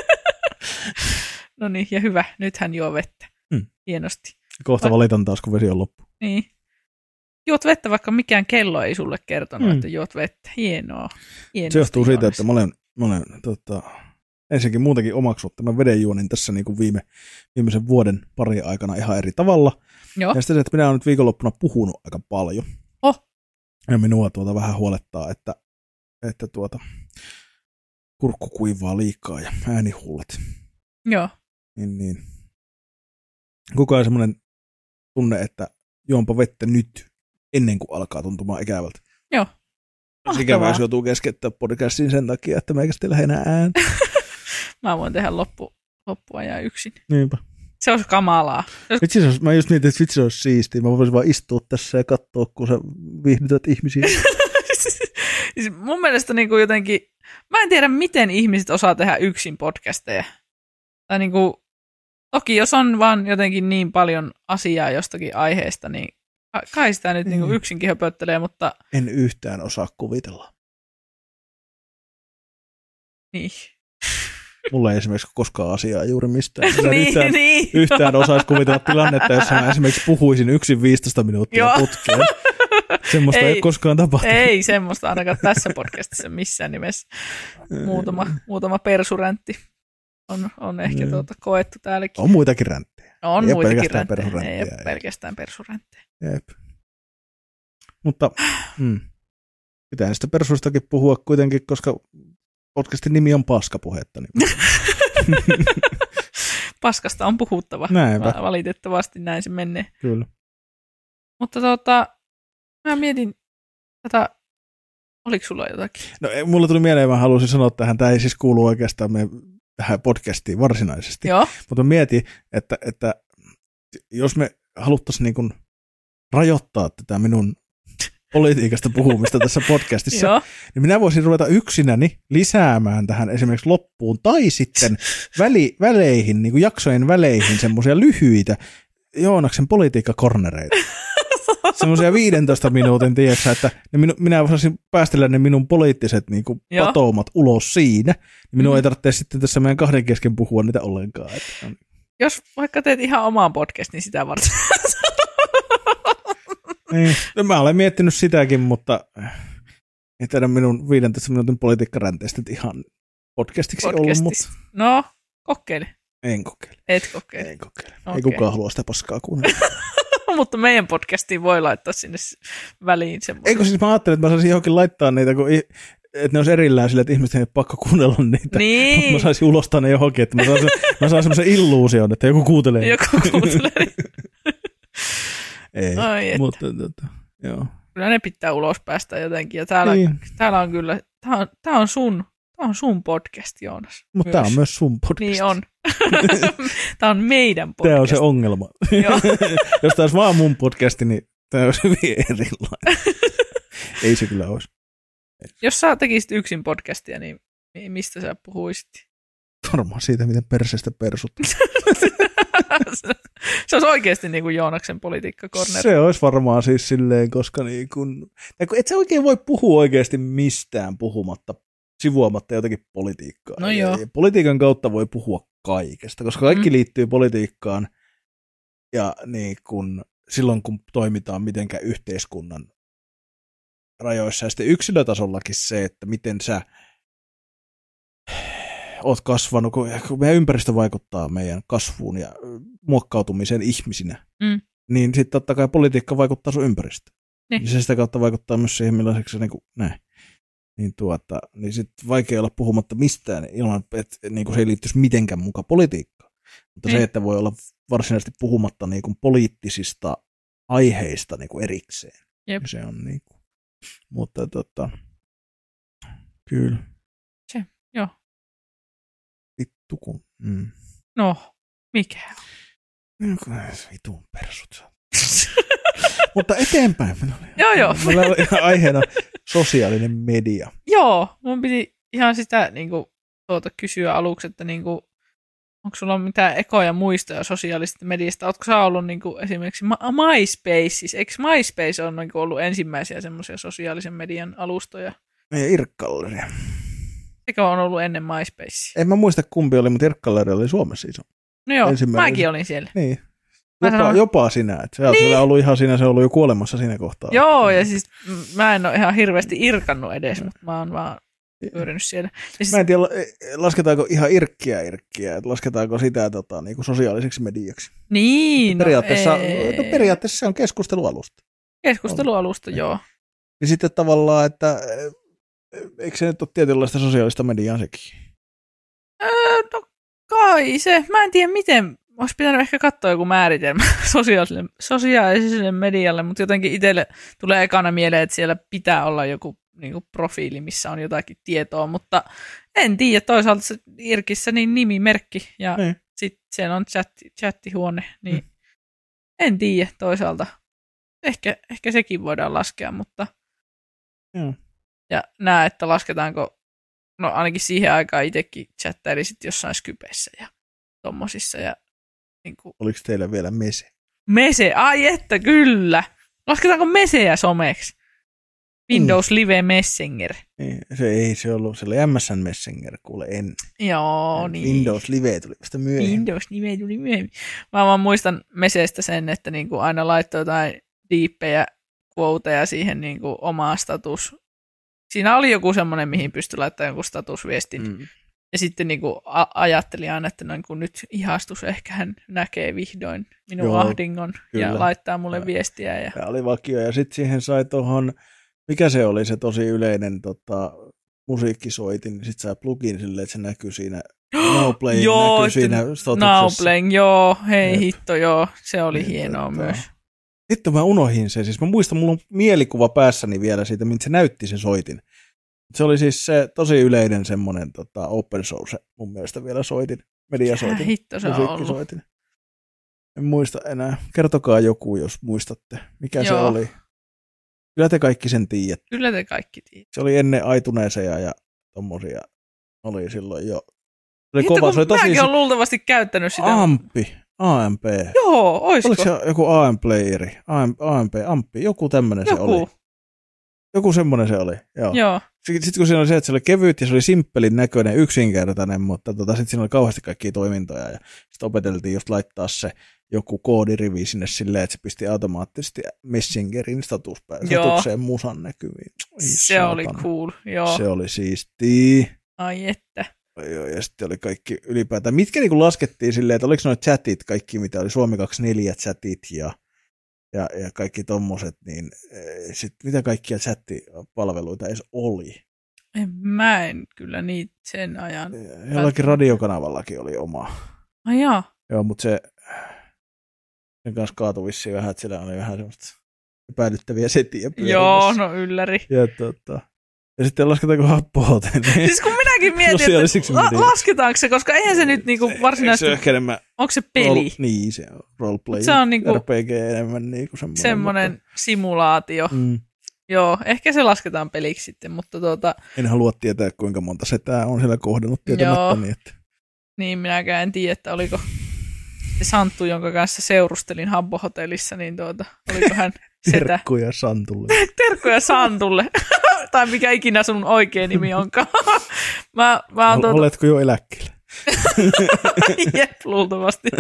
No niin, ja hyvä. Nythän juo vettä. Mm. Hienosti. Kohta valitan taas, kun vesi on loppu. Niin. Juot vettä, vaikka mikään kello ei sulle kertonut, mm. että juot vettä. Hienoa. Hienosti, se johtuu siitä, hienosti. että mä olen, mä olen tota, ensinnäkin muutenkin omaksunut tämän vedenjuonin tässä niin kuin viime, viimeisen vuoden pari aikana ihan eri tavalla. Joo. Ja sitten se, että minä olen nyt viikonloppuna puhunut aika paljon. Oh. Ja minua tuota vähän huolettaa, että, että tuota, kurkku kuivaa liikaa ja äänihuulet. Joo. Niin, niin. Koko ajan semmoinen tunne, että juonpa vettä nyt, ennen kuin alkaa tuntumaan ikävältä. Joo. Ikävää, jos joutuu keskeyttää podcastin sen takia, että meikä sitten lähde enää ääntä. Mä voin tehdä loppu, loppuajan yksin. Niinpä. Se olisi kamalaa. Vitsi, olisi, mä just mietin, että vitsi, se olisi siistiä. Mä voisin vaan istua tässä ja katsoa, kun sä viihdytät ihmisiä. Mun mielestä niin kuin jotenkin, mä en tiedä, miten ihmiset osaa tehdä yksin podcasteja. Tai niin kuin, toki jos on vaan jotenkin niin paljon asiaa jostakin aiheesta, niin kai sitä nyt mm. niin kuin yksinkin höpöttelee, mutta... En yhtään osaa kuvitella. Niin. Mulla ei esimerkiksi koskaan asiaa juuri mistään. Mä niin, yhtään, niin. yhtään osaisi kuvitella tilannetta, jos mä esimerkiksi puhuisin yksin viisitoista minuuttia putkeen. Semmoista ei, ei koskaan tapahtunut. Ei semmoista ainakaan tässä podcastissa missään nimessä. Muutama, muutama persuräntti on, on ehkä mm. tuota koettu täälläkin. On muitakin ränttejä. On ei muitakin ränttejä. Ei ole pelkästään persuränttejä. Jep. Mutta mm, pitää sitä persuistakin puhua kuitenkin, koska podcastin nimi on Paskapuhetta. Niin. Paskasta on puhuttava. Näinpä. Valitettavasti näin se menee. Kyllä. Mutta tota, mä mietin tätä, oliko sulla jotakin? No mulla tuli mieleen, mä halusin sanoa tähän, tämä ei siis kuulu oikeastaan meidän tähän podcastiin varsinaisesti. Joo. Mutta mä mietin, että, että jos me haluttaisiin niin kuin rajoittaa tätä minun politiikasta puhumista tässä podcastissa, niin minä voisin ruveta yksinäni lisäämään tähän esimerkiksi loppuun, tai sitten väli, väleihin, niin kuin jaksojen väleihin semmoisia lyhyitä Joonaksen politiikkakornereita. Semmoisia viidentoista minuutin, tiedätkö, että minu, minä osaisin päästellä ne minun poliittiset niin kuin patoumat ulos siinä, niin minun mm. ei tarvitse sitten tässä meidän kahden kesken puhua niitä ollenkaan. Että... Jos vaikka teet ihan omaan podcastin, niin sitä varten. Niin. No, mä olen miettinyt sitäkin, mutta ei tiedä minun viidentoista minuutin politiikkaränteistä nyt ihan podcastiksi ollut. Mutta... No, kokeile. En kokeile. Et kokeile. En kokeile. Okay. Ei kukaan halua sitä paskaa kuunnella. Mutta meidän podcastiin voi laittaa sinne väliin semmoinen. Eikö siis mä ajattelin, että mä saisin johonkin laittaa niitä, kun, että ne olisi erillään sille, että ihmiset ei ole pakko kuunnella niitä. Niin. Mutta mä saisin ulostaa ne johonkin, että mä saan, mä saan semmoisen illuusion, että joku kuuntelee. Joku kuuntelee. Ei, Ai mutta tota, joo. Kyllä ne pitää ulos päästä jotenkin. Ja täällä, niin. täällä on kyllä, tää on, tää on sun, tää on sun podcast, Joonas. Mutta tää on myös sun podcast. Niin on. Tää on meidän podcast. Tää on se ongelma. Jos tää olisi vaan mun podcasti, niin tää olisi hyvin erilainen. Ei se kyllä olisi. Jos sä tekisit yksin podcastia, niin Mistä sä puhuisit? Varmaan siitä, miten perseestä persut. Se olisi oikeasti niin kuin Joonaksen politiikkakorneri. Se olisi varmaan siis silleen, koska niin kun, et sä oikein voi puhua oikeasti mistään puhumatta, sivuamatta jotakin politiikkaa. No ja, joo. ja politiikan kautta voi puhua kaikesta, koska kaikki mm. liittyy politiikkaan. Ja niin kun, silloin, kun toimitaan mitenkään yhteiskunnan rajoissa. Ja sitten yksilötasollakin se, että miten sä oot kasvanut, kun meidän ympäristö vaikuttaa meidän kasvuun ja muokkautumiseen ihmisinä, mm. niin sitten totta kai politiikka vaikuttaa sun ympäristöön. Niin. Ja se sitä kautta vaikuttaa myös siihen, millaiseksi se niin kuin, näin. Niin, tuota, niin sitten vaikea olla puhumatta mistään ilman, että niin kuin se ei liittyisi mitenkään mukaan politiikkaan. Mutta niin. Se, että voi olla varsinaisesti puhumatta niin kuin poliittisista aiheista niin kuin erikseen. Jep. Se on niin kuin, mutta tota, kyllä. Se, joo. Vittu kun. Mm. No, mikä? Vitun persut. Mutta eteenpäin. Joo, joo. Meillä oli ihan aiheena sosiaalinen media. Joo, mun piti ihan sitä niin kuin, tuota, kysyä aluksi, että niin kuin, onko sulla mitään ekoja muistoja sosiaalisesta mediasta? Ootko sä ollut niin kuin, esimerkiksi MySpace? Eikö MySpace ole niin kuin, ollut ensimmäisiä semmoisia sosiaalisen median alustoja? Meidän Irkkalleria. Eikö on ollut ennen MySpacea? En mä muista kumpi oli, mutta Irkkalleri oli Suomessa iso. No joo, mäkin olin siellä. Niin. Jopa, sanon, jopa sinä, että sä niin. oot ollut ihan siinä, se on ollut jo kuolemassa siinä kohtaa. Joo, ja siis mä en ole ihan hirveästi irkannut edes, mutta mä oon vaan pyörinyt siellä. Siis, mä en tiedä, lasketaanko ihan irkkiä irkkiä, että lasketaanko sitä tota, niin kuin sosiaaliseksi mediaksi. Niin, periaatteessa, no, no, periaatteessa se on keskustelualusta. Keskustelualusta, on. Joo. Ja sitten tavallaan, että eikö se nyt ole tietynlaista sosiaalista mediaa sekin? Öö, no kai se, mä en tiedä miten. Olisi pitänyt ehkä katsoa joku määritelmä sosiaaliselle, sosiaaliselle medialle, mutta jotenkin itselle tulee ekana mieleen, että siellä pitää olla joku niin kuin profiili, missä on jotakin tietoa, mutta en tiedä. Toisaalta se Irkissä niin nimimerkki ja niin. Sitten siellä on chatti, chattihuone, niin hmm. en tiedä toisaalta. Ehkä, ehkä sekin voidaan laskea, mutta hmm. ja näe, että lasketaanko, no ainakin siihen aikaan itsekin chattaili sitten jossain Skypeissä ja tommosissa ja niin kuin... Oliko teillä vielä Mese? Mese, ai että kyllä. Lasketaanko Meseä someksi? Windows mm. Live Messenger. Niin, se ei se ollut, se oli M S N Messenger, kuule en. Joo, en, niin. Windows Live tuli vasta myöhemmin. Windows Live tuli myöhemmin. Mä vaan muistan Mesestä sen, että niinku aina laittoi jotain diippejä, quoteja siihen niinku omaan status. Siinä oli joku semmoinen, mihin pystyi laittamaan jonkun statusviestin. Mm. Ja sitten niin kuin a- ajattelin aina, että noin kun nyt ihastus, ehkä hän näkee vihdoin minun Joo, ahdingon kyllä. Ja laittaa mulle ja, viestiä. Ja... Tämä oli vakio. Ja sitten siihen sai tuohon, mikä se oli se tosi yleinen tota, musiikkisoitin, niin sitten sai plugin silleen, että se näkyy siinä, Now Playing joo, näkyy siinä statuksessa. Now Playing, joo, hei Jep. hitto, joo, se oli niin, hienoa tota... myös. Sitten mä unohin sen, siis mä muistan, mulla on mielikuva päässäni vielä siitä, miltä se näytti se soitin. Se oli siis se tosi yleinen semmoinen tota, open source, mun mielestä vielä soitin, mediasoitin, hitto se musiikkisoitin. En muista enää. Kertokaa joku, jos muistatte, mikä Joo. se oli. Kyllä te kaikki sen tiedätte. Kyllä te kaikki tiedätte. Se oli ennen aituneeseja ja tommosia oli silloin jo. Se oli hitto, kova, se oli tosi... Mäkin olen luultavasti käyttänyt sitä. Ampi, A M P. Joo, oisko? Oliko se joku A M Playeri, A M P, Ampi, joku tämmöinen se oli. Joku semmoinen se oli, joo. joo. Sitten kun siinä oli se, että se oli kevyt ja se oli simppelin näköinen, yksinkertainen, mutta tota, sitten siinä oli kauheasti kaikkia toimintoja ja sitten opeteltiin just laittaa se joku koodirivi sinne silleen, että se pisti automaattisesti Messengerin statukseen musan näkyviin. Oi, se saatana. Oli cool, joo. Se oli siistiä. Ai että. Joo, ja sitten oli kaikki ylipäätään. Mitkä niin laskettiin silleen, että oliko nuo chatit kaikki, mitä oli Suomi kaksikymmentäneljä chatit ja Ja, ja kaikki tommoset, niin sit mitä kaikkia chattipalveluita edes oli? En, mä en kyllä niitä sen ajan. Jollakin radiokanavallakin oli oma. Ai jaa. Joo, mutta se sen kanssa kaatui vissiin vähän, että siellä oli vähän semmoista epäilyttäviä setiä. Joo, no ylläri. Ja, tota, ja sitten lasketaanko happohoteen? Siis kun minäkin mietin, että la- lasketaanko se, koska eihän se nyt niinku varsinaisesti... Se, se enemmän, onko se peli? Role, niin, se on roleplay. Se on niinku R P G enemmän niinku semmoinen. Semmoinen mutta... simulaatio. Mm. Joo, ehkä se lasketaan peliksi sitten, mutta tuota... En halua tietää, kuinka monta setää on siellä kohdannut tietämättä. Niin, että... niin, minäkään en tiedä, että oliko se Santtu, jonka kanssa seurustelin Habbo-hotellissa, niin tuota, oliko hän setä... Terkkuja Santulle. Terkkuja Santulle. Tai mikä ikinä sun oikea nimi onkaan. mä, mä oon tuota... Oletko jo eläkkeellä? Jep, luultavasti.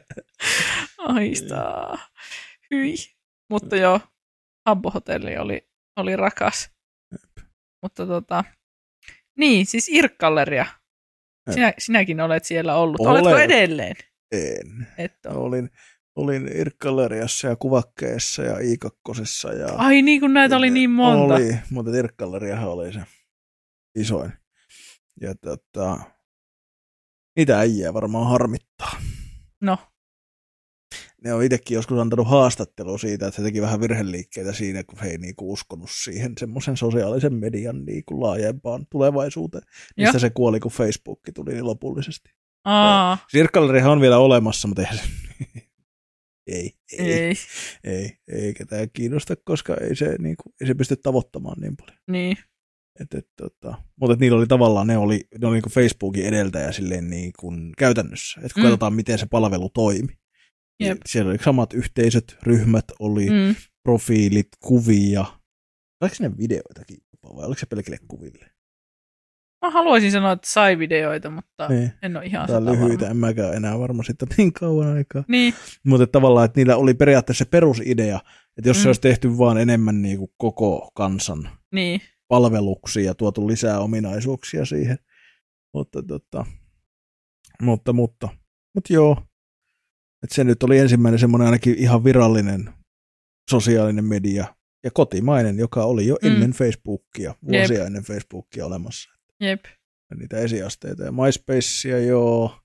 Aistaa. Hyi. Mutta joo, Habbo-hotelli oli, oli rakas. Jep. Mutta tota, niin, siis Irk-galleria. Sinä, sinäkin olet siellä ollut. Olen. Oletko edelleen? En. Et ole. Olin, olin Irk-galleriassa ja Kuvakkeessa ja I kaksi. Ja... Ai niin, kun näitä oli niin monta. Oli, mutta Irk-galleriahan oli se isoin. Ja tota, niitä äijää varmaan harmittaa. No. Ne on itsekin joskus antanut haastattelua siitä, että he teki vähän virheliikkeitä siinä, kun he ei niinku uskonut siihen semmoisen sosiaalisen median niinku laajempaan tulevaisuuteen. Mistä se kuoli, kun Facebook tuli niin lopullisesti. Aa. Irk-galleriahan on vielä olemassa, mutta ei, ei, ei, ei, ei, ei ketään kiinnosta, koska ei se, niinku, ei se pysty tavoittamaan niin paljon. Niin. Et, et, tota, mutta et niillä oli tavallaan, ne oli, ne oli niinku Facebookin edeltäjä silleen niinku käytännössä, että kun mm. katsotaan, miten se palvelu toimi. Jep. Siellä oli samat yhteisöt, ryhmät, oli mm. profiilit, kuvia. Oliko ne videoitakin vai oliko se pelkille kuville? Mä haluaisin sanoa, että sai videoita, mutta niin. En ole ihan sitä varma. Lyhyitä, en mäkään enää varma sitten niin kauan aikaa. Niin. Mutta tavallaan, että niillä oli periaatteessa se perusidea, että jos mm. se olisi tehty vaan enemmän niin kuin koko kansan niin. palveluksia ja tuotu lisää ominaisuuksia siihen. Mutta, tota, mutta, mutta, mutta joo. Että se nyt oli ensimmäinen semmoinen ainakin ihan virallinen sosiaalinen media ja kotimainen, joka oli jo mm. ennen Facebookia, vuosia Jep. ennen Facebookia olemassa. Jep. Ja niitä esiasteita ja MySpacea joo.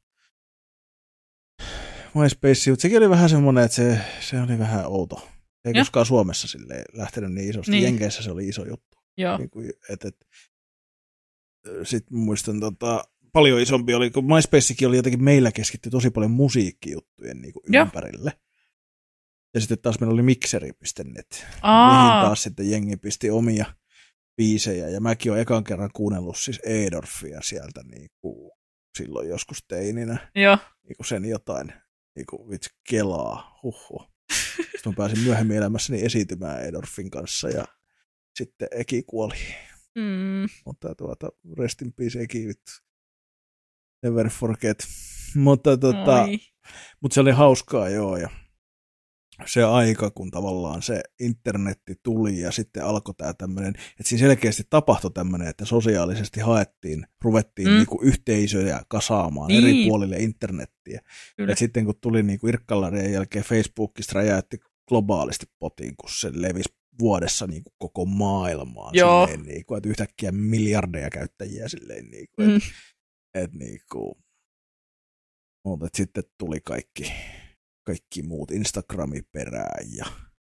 MySpace, mutta sekin oli vähän semmoinen, että se, se oli vähän outo. Ei ja. koskaan Suomessa silleen lähtenyt niin isosti. Niin. Jenkeissä se oli iso juttu. Joo. Niin kuin, et, et. Sitten muistan tota... Paljon isompi oli, kun MySpacekin oli jotenkin meillä keskitty tosi paljon musiikkijuttujen niin kuin ympärille. Ja sitten taas meillä oli mixeri piste net, mihin taas sitten jengi pisti omia biisejä. Ja mäkin olen ekan kerran kuunnellut siis Edorfia sieltä niin kuin silloin joskus teininä. Joo. Niin kuin sen jotain, niin kuin vitsi kelaa, huhhuh. Sitten mä pääsin myöhemmin elämässäni esiintymään Edorfin kanssa ja sitten Eki kuoli. Mm. Mutta tuota, rest in peace Eki vittu. Never forget. Mutta, tota, mutta se oli hauskaa, joo. Ja se aika, kun tavallaan se internetti tuli ja sitten alkoi tämä tämmöinen, että siinä selkeästi tapahtui tämmöinen, että sosiaalisesti haettiin, ruvettiin mm. niinku yhteisöjä kasaamaan niin. eri puolille internettiä. Ja sitten kun tuli niinku Irk-gallerien jälkeen Facebookista räjäytti globaalisti potiin, kun se levisi vuodessa niin kuin koko maailmaan. Silleen, niin kuin, että yhtäkkiä miljardeja käyttäjiä silleen, niin kuin, mm. että et, niin kuin, mutta et sitten tuli kaikki, kaikki muut Instagrami perään ja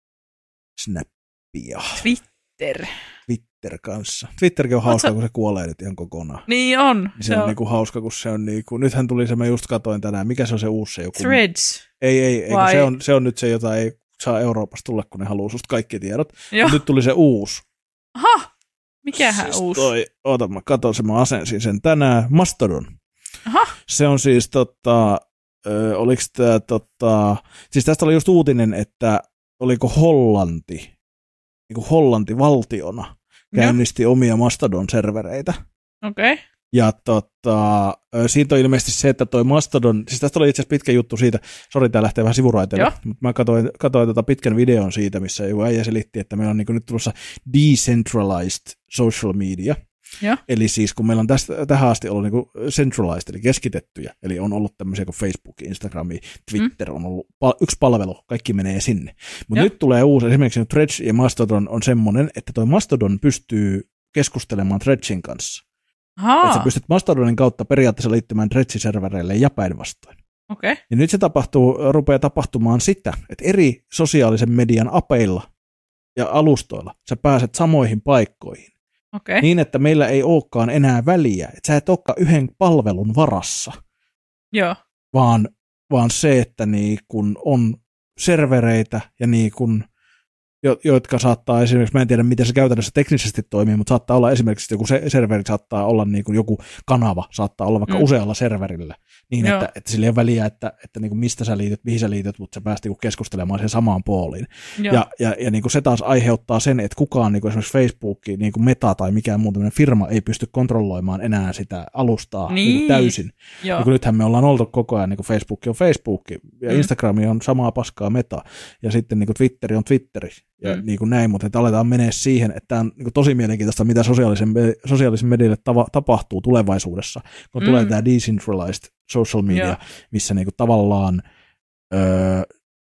Snappia. Twitter. Twitter kanssa. Twitterkin on hauska, kun se kuolee nyt ihan kokonaan. Niin on. Se, se on, on. Niin kuin hauska, kun se on niin kuin, nythän tuli se, mä just katoin tänään, mikä se on se uusi se joku. Threads. Ei, ei, ei se, on, se on nyt se, jota ei saa Euroopasta tulla, kun ne haluaa susta kaikki tiedot. Nyt tuli se uusi. Aha, mikähän siis uusi? Toi, oota, mä katon sen, mä asensin sen tänään. Mastodon. Aha. Se on siis tota, ö, oliko tää tota, siis tästä oli just uutinen, että oliko Hollanti, niin kuin Hollanti valtiona käynnisti Joo. omia Mastodon-servereitä. Okei. Okay. Ja tota, siitä on ilmeisesti se, että toi Mastodon, siis tästä oli itse asiassa pitkä juttu siitä, sori tää lähtee vähän sivuraiteille, mutta mä katsoin, katsoin tota pitkän videon siitä, missä joku äijä selitti, että meillä on niinku nyt tulossa decentralized social media. Ja. Eli siis kun meillä on tästä, tähän asti ollut niinku centralized, eli keskitettyjä, eli on ollut tämmöisiä kuin Facebook, Instagram, Twitter, mm. on ollut pal- yksi palvelu, kaikki menee sinne. Mutta nyt tulee uusi, esimerkiksi Threads ja Mastodon on semmoinen, että toi Mastodon pystyy keskustelemaan Threadsin kanssa. Aha. Että sä pystyt Mastodonin kautta periaatteessa liittymään Threadsi-servereille ja päinvastoin. Okay. Ja nyt se tapahtuu, rupeaa tapahtumaan sitä, että eri sosiaalisen median apeilla ja alustoilla sä pääset samoihin paikkoihin. Okay. Niin, että meillä ei olekaan enää väliä, että sä et olekaan yhden palvelun varassa. Joo. Vaan, vaan se, että niin kun on servereitä ja niin kun jotka saattaa esimerkiksi, mä en tiedä miten se käytännössä teknisesti toimii, mutta saattaa olla esimerkiksi joku se, serveri saattaa olla niin kuin joku kanava, saattaa olla vaikka mm. usealla serverillä, niin että, että sillä ei ole väliä, että, että niin kuin mistä sä liityt, mihin sä liityt, mutta sä pääst niin kuin keskustelemaan sen samaan pooliin. Joo. Ja, ja, ja niin kuin se taas aiheuttaa sen, että kukaan niin kuin esimerkiksi Facebook, niin kuin Meta tai mikään muu tämmöinen firma ei pysty kontrolloimaan enää sitä alustaa niin. Niin kuin täysin. Niin kuin nythän me ollaan oltu koko ajan, niin kuin Facebook on Facebook ja mm. Instagram on samaa paskaa Meta ja sitten niin kuin Twitter on Twitteri. Ja mm. niin kuin näin, mutta että aletaan menee siihen, että tämä on niin kuin tosi mielenkiintoista, mitä sosiaalisen, sosiaalisen medialle tava, tapahtuu tulevaisuudessa, kun mm. tulee tämä decentralized social media, yeah. missä niin kuin tavallaan öö,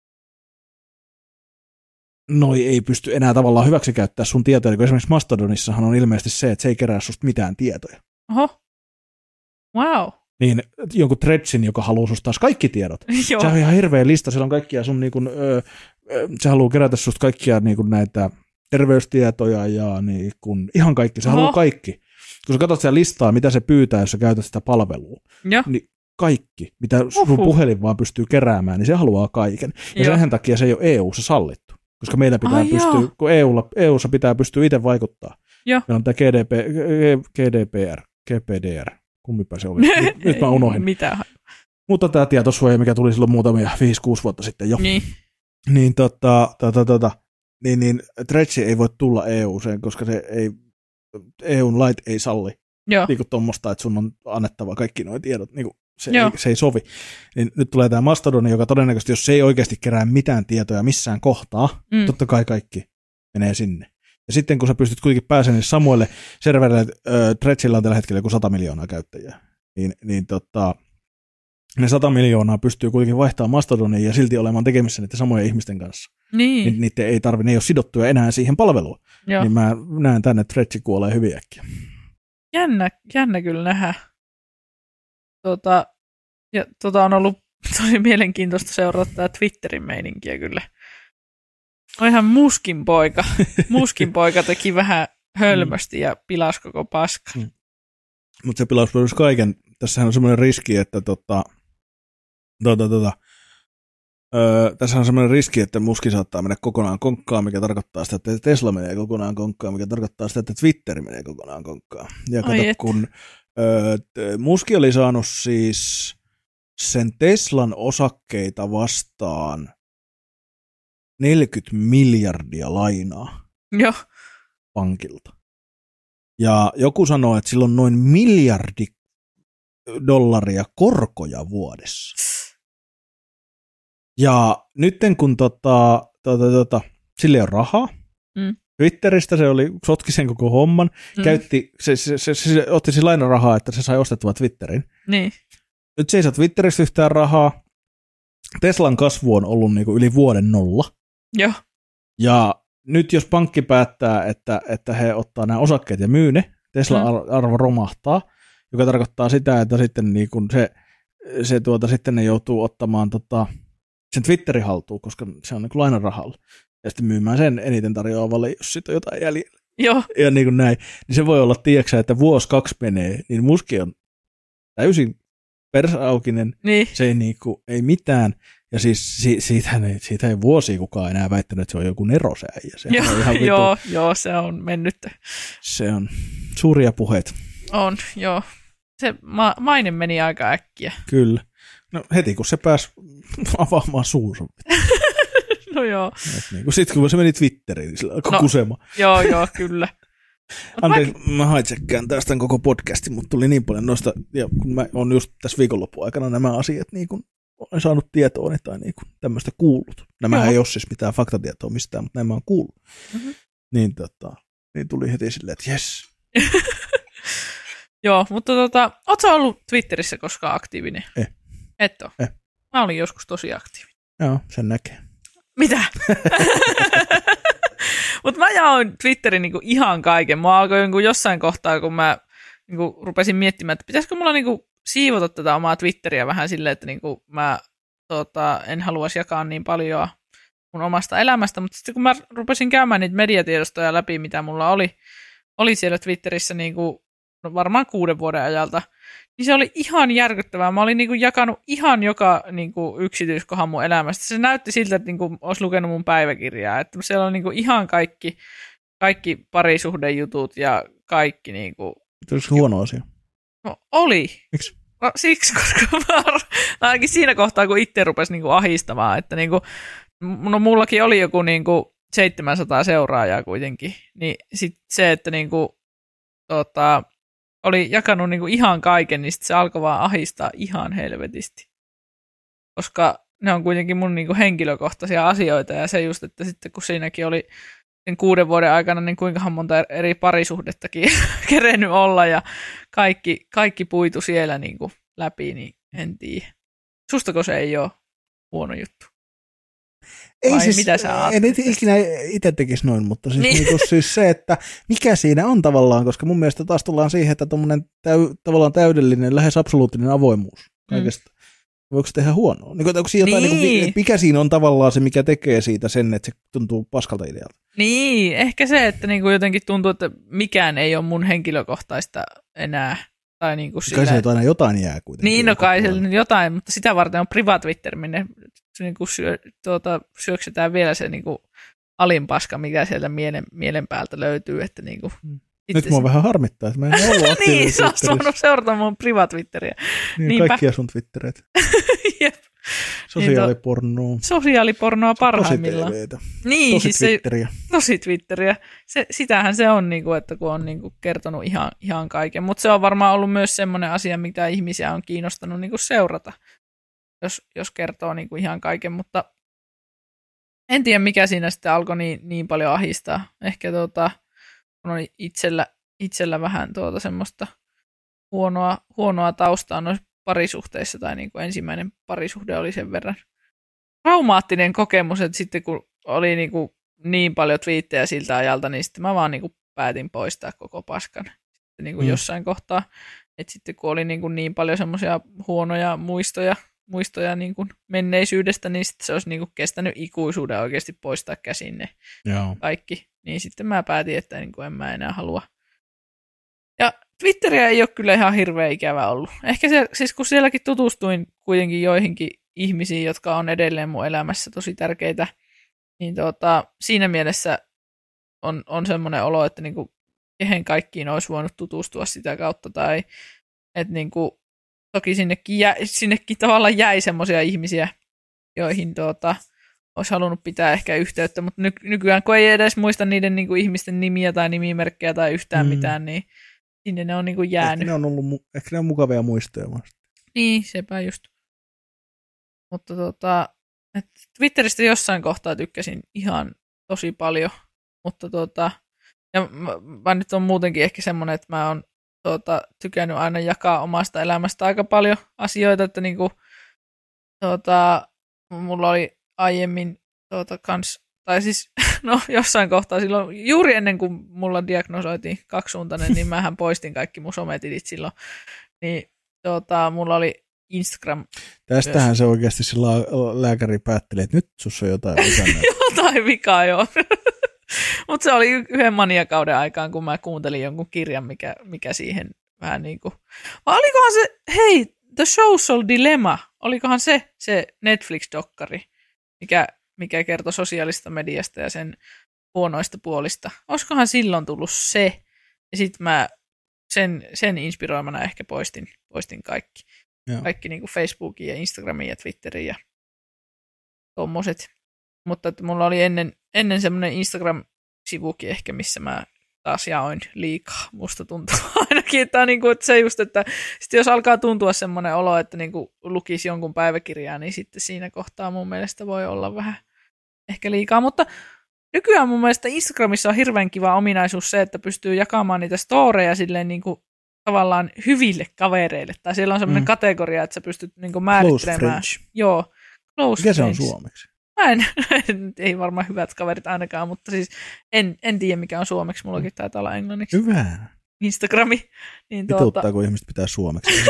noi ei pysty enää tavallaan hyväksikäyttää sun tietoja, niin kuin esimerkiksi Mastodonissahan on ilmeisesti se, että se ei kerää susta mitään tietoja. Oho, wow. Niin jonkun threadsin, joka haluaa susta taas kaikki tiedot. Se on ihan hirveä lista, siellä on kaikkia sun niin kuin, öö, se haluaa kerätä susta kaikkia niin kuin näitä terveystietoja ja niin kuin, ihan kaikki, se Oho. haluaa kaikki. Kun sä katsot sitä listaa, mitä se pyytää, jos sä käytät sitä palvelua, ja. niin kaikki, mitä sun Uhuh. puhelin vaan pystyy keräämään, niin se haluaa kaiken. Ja Joo. sen takia se ei ole E U:ssa sallittu, koska meillä pitää Ai pystyä, joo. kun E U:lla, E U:ssa pitää pystyä itse vaikuttaa. Joo. Meillä on tämä G D P, G D P R, G P D R, kummipä se oli. Nyt, nyt mä unohdin. Mitä? Mutta tämä tietosuoja, mikä tuli silloin muutamia viisi kuusi vuotta sitten jo. Niin. Niin, tota, tota, tota, niin, niin Threads ei voi tulla E U:seen, koska se ei, E U:n lait ei salli niin kuin tuommoista, että sun on annettava kaikki nuo tiedot, niin kuin se, ei, se ei sovi. Niin nyt tulee tämä Mastodon, joka todennäköisesti, jos se ei oikeasti kerää mitään tietoja missään kohtaa, mm. totta kai kaikki menee sinne. Ja sitten kun sä pystyt kuitenkin pääsemään samoille serverille, äh, Threadsilla on tällä hetkellä joku sata miljoonaa käyttäjää, niin, niin tota, ne sata miljoonaa pystyy kuitenkin vaihtamaan Mastodoniin ja silti olemaan tekemissä niiden samojen ihmisten kanssa. Niin. Ni, niiden ei tarvitse, ne ei ole sidottuja enää siihen palveluun. Joo. Niin mä näen tänne, että Threads kuolee hyvin äkkiä. Jännä, jännä kyllä nähdä. Tota, ja tota on ollut tosi mielenkiintoista seurata tämä Twitterin meininkiä kyllä. On ihan muskin poika. Muskin poika teki vähän hölmösti ja pilasi koko paska. Mm. Mutta se pilasi myös kaiken. Tässähän on semmoinen riski, että tota, tota, tota, öö, tässä on semmoinen riski, että muski saattaa mennä kokonaan konkkaan, mikä tarkoittaa sitä, että Tesla menee kokonaan konkkaan, mikä tarkoittaa sitä, että Twitter menee kokonaan konkkaan. Ja kato, kun öö, muski oli saanut siis sen Teslan osakkeita vastaan neljäkymmentä miljardia lainaa Joo. pankilta. Ja joku sanoo, että sillä on noin miljardi dollaria korkoja vuodessa. Ja nytten kun tota, tota, tota, sille ei ole rahaa, mm. Twitteristä se oli, sotki sen koko homman, mm. käytti, se, se, se, se, se otti siis lainarahaa, että se sai ostettua Twitterin. Niin. Nyt se ei saa Twitteristä yhtään rahaa. Teslan kasvu on ollut niinku yli vuoden nolla. Joo. Ja nyt jos pankki päättää, että, että he ottaa nämä osakkeet ja myy ne, Tesla-arvo romahtaa, joka tarkoittaa sitä, että sitten niin kun se, se tuota, sitten ne joutuu ottamaan tota, sen Twitterin haltuun, koska se on niin lainarahalla, ja sitten myymään sen eniten tarjoavalle, jos sitten on jotain jäljellä. Joo. Ja niin kuin näin, niin se voi olla, tiedäksä, että vuosi kaksi menee, niin muski on täysin persaukinen, niin. Se ei, niin kuin, ei mitään. Ja siis si- siitä, ei, siitä ei vuosia kukaan enää väittänyt, että se on joku nerosäijä. Se joo, on ihan vitu. joo, joo, se on mennyt. Se on suuria puheita. On, joo. Se ma- maine meni aika äkkiä. Kyllä. No heti kun se pääsi avaamaan suunsa. No joo. Niin sitten kun se meni Twitteriin, niin sillä alkoi no, kusemaan. Joo, joo, kyllä. Anteeksi, mä, mä haitsekkään tästä koko podcastin, mutta tuli niin paljon noista, ja kun mä oon just tässä viikonlopun aikana nämä asiat niin kun olen saanut tietoa tai niin kun tämmöistä kuullut. Nämä Joo. ei ole siis mitään faktatietoa mistään, mutta nämä on kuullut. Mm-hmm. Niin, tota, niin tuli heti silleen, että jes. Joo, mutta tota, ootko ollut Twitterissä koskaan aktiivinen? Ei. Et ole? Ei. Mä olin joskus tosi aktiivinen. Joo, sen näkee. Mitä? Mutta mä jaoin Twitterin niinku ihan kaiken. Mä alkoin niinku jossain kohtaa, kun mä niinku rupesin miettimään, että pitäisikö mulla niinku siivota tätä omaa Twitteriä vähän silleen, että niinku mä tota, en haluaisi jakaa niin paljon mun omasta elämästä. Mutta sitten kun mä rupesin käymään niitä mediatiedostoja läpi, mitä mulla oli, oli siellä Twitterissä niinku, no varmaan kuuden vuoden ajalta, niin se oli ihan järkyttävää. Mä olin niinku jakanut ihan joka niinku yksityiskohan mun elämästä. Se näytti siltä, että niinku olisi lukenut mun päiväkirjaa. Että siellä on niinku ihan kaikki, kaikki parisuhdejutut ja kaikki. Niinku... Oliko se huono asia? No, oli. Miksi? No, siksi, koska mä, ainakin siinä kohtaa, kun itse rupesi niinku ahistamaan, että niinku, no mullakin oli joku niinku seitsemänsataa seuraajaa kuitenkin, niin sit se, että niinku, tota, oli jakanut niinku ihan kaiken, niin sit se alkoi vaan ahistaa ihan helvetisti. Koska ne on kuitenkin mun niinku henkilökohtaisia asioita, ja se just, että sitten kun siinäkin oli sen kuuden vuoden aikana, niin kuinkahan monta eri parisuhdettakin kerennyt olla, ja kaikki, kaikki puitu siellä niinku läpi, niin en tiedä. Sustako se ei ole huono juttu? Ei siis, mitä sä en ikinä itse tekisi noin, mutta siis, niin. Niin siis se, että mikä siinä on tavallaan, koska mun mielestä taas tullaan siihen, että tuommoinen täy, tavallaan täydellinen, lähes absoluuttinen avoimuus kaikesta. Mm. Voiko se tehdä huonoa? Niin, onko siinä jotain, niin. Niin kuin, mikä siinä on tavallaan se, mikä tekee siitä sen, että se tuntuu paskalta idealta? Niin, ehkä se, että niin kuin jotenkin tuntuu, että mikään ei ole mun henkilökohtaista enää. Tai niin kuin kai se aina jotain jää kuitenkin. Niin, no kai se jotain, mutta sitä varten on privat Twitter, minne se niin kuin syö, tuota, syöksetään vielä se niin kuin alinpaska, mikä sieltä mielen, mielen päältä löytyy. Että niin kuin, nyt mua se... vähän harmittaa, että mä en ollut aktiivinen niin, sä oot saanut seurata mun privat Twitteriä. Niin, Niinpä. Kaikkia sun Twittereitä. Jep. Sosiaalipornoa. Sosiaalipornoa parhaimmillaan. Tosi niin, tosi siis Twitteriä. Se, tosi Twitteriä. Se, sitähän se on, niin kuin, että kun on niin kuin, kertonut ihan, ihan kaiken. Mutta se on varmaan ollut myös semmoinen asia, mitä ihmisiä on kiinnostanut niin kuin seurata, jos, jos kertoo niin kuin ihan kaiken. Mutta en tiedä, mikä siinä sitten alkoi niin, niin paljon ahistaa. Ehkä tuota, kun oli itsellä, itsellä vähän tuota semmoista huonoa, huonoa taustaa noissa parisuhteissa, tai niin kuin ensimmäinen parisuhde oli sen verran traumaattinen kokemus, että sitten kun oli niin, kuin niin paljon twiittejä siltä ajalta, niin sitten mä vaan niin kuin päätin poistaa koko paskan sitten niin kuin mm. jossain kohtaa. Että sitten kun oli niin, kuin niin paljon semmoisia huonoja muistoja, muistoja niin kuin menneisyydestä, niin sitten se olisi niin kuin kestänyt ikuisuuden oikeasti poistaa käsin ne Joo. kaikki. Niin sitten mä päätin, että niin kuin en mä enää halua. Ja Twitteriä ei ole kyllä ihan hirveän ikävä ollut. Ehkä se, siis kun sielläkin tutustuin kuitenkin joihinkin ihmisiin, jotka on edelleen mun elämässä tosi tärkeitä, niin tuota, siinä mielessä on, on semmoinen olo, että niinku, kehen kaikkiin olisi voinut tutustua sitä kautta. Tai että niinku, toki sinnekin, jä, sinnekin tavallaan jäi semmoisia ihmisiä, joihin tuota, olisi halunnut pitää ehkä yhteyttä, mutta ny, nykyään kun ei edes muista niiden niinku, ihmisten nimiä tai nimimerkkejä tai yhtään mm. mitään, niin sinne ne on niinku jäänyt. Ehkä ne on, ollut, ehkä ne on mukavia muistoja vasta. Niin, sepä just. Mutta tota, Twitteristä jossain kohtaa tykkäsin ihan tosi paljon. Mutta tota, ja mä, mä nyt on muutenkin ehkä semmoinen, että mä oon tota, tykännyt aina jakaa omasta elämästä aika paljon asioita, että niinku, tota, mulla oli aiemmin tota, kans, tai siis no jossain kohtaa silloin, juuri ennen kuin mulla diagnosoitiin kaksisuuntainen, niin mähän poistin kaikki mun sometilit silloin. Niin tota, mulla oli Instagram. Tästähän myös. Se oikeasti se lääkäri päätteli, että nyt sussa on jotain vikaa. jotain vikaa, joo. Mutta se oli yhden maniakauden aikaan, kun mä kuuntelin jonkun kirjan, mikä, mikä siihen vähän niin kuin... Vai olikohan se, hei, The Social Dilemma, olikohan se se Netflix-dokkari, mikä... mikä kertoi sosiaalista mediasta ja sen huonoista puolista. Olisikohan silloin tullut se, ja sitten mä sen, sen inspiroimana ehkä poistin, poistin kaikki. Joo. Kaikki niin kuin Facebookin ja Instagramin ja Twitterin ja tommoset. Mutta että mulla oli ennen, ennen semmoinen Instagram-sivukin ehkä, missä mä taas jaoin liikaa. Musta tuntuu ainakin, että, niin kuin, että se just, että sitten jos alkaa tuntua semmoinen olo, että niin kuin lukisi jonkun päiväkirjaa, niin sitten siinä kohtaa mun mielestä voi olla vähän ehkä liikaa. Mutta nykyään mun mielestä Instagramissa on hirveän kiva ominaisuus se, että pystyy jakamaan niitä storeja silleen niin kuin tavallaan hyville kavereille. Tai siellä on semmoinen mm. kategoria, että sä pystyt niin kuin määrittelemään. Close Joo, close Mikä friends. Se on suomeksi? Mä en, ei varmaan hyvät kaverit ainakaan, mutta siis en, en tiedä mikä on suomeksi. Mullakin taitaa olla englanniksi. Hyvä. Instagrami. Niin tuota... Vituuttaa, kun ihmiset pitää suomeksi.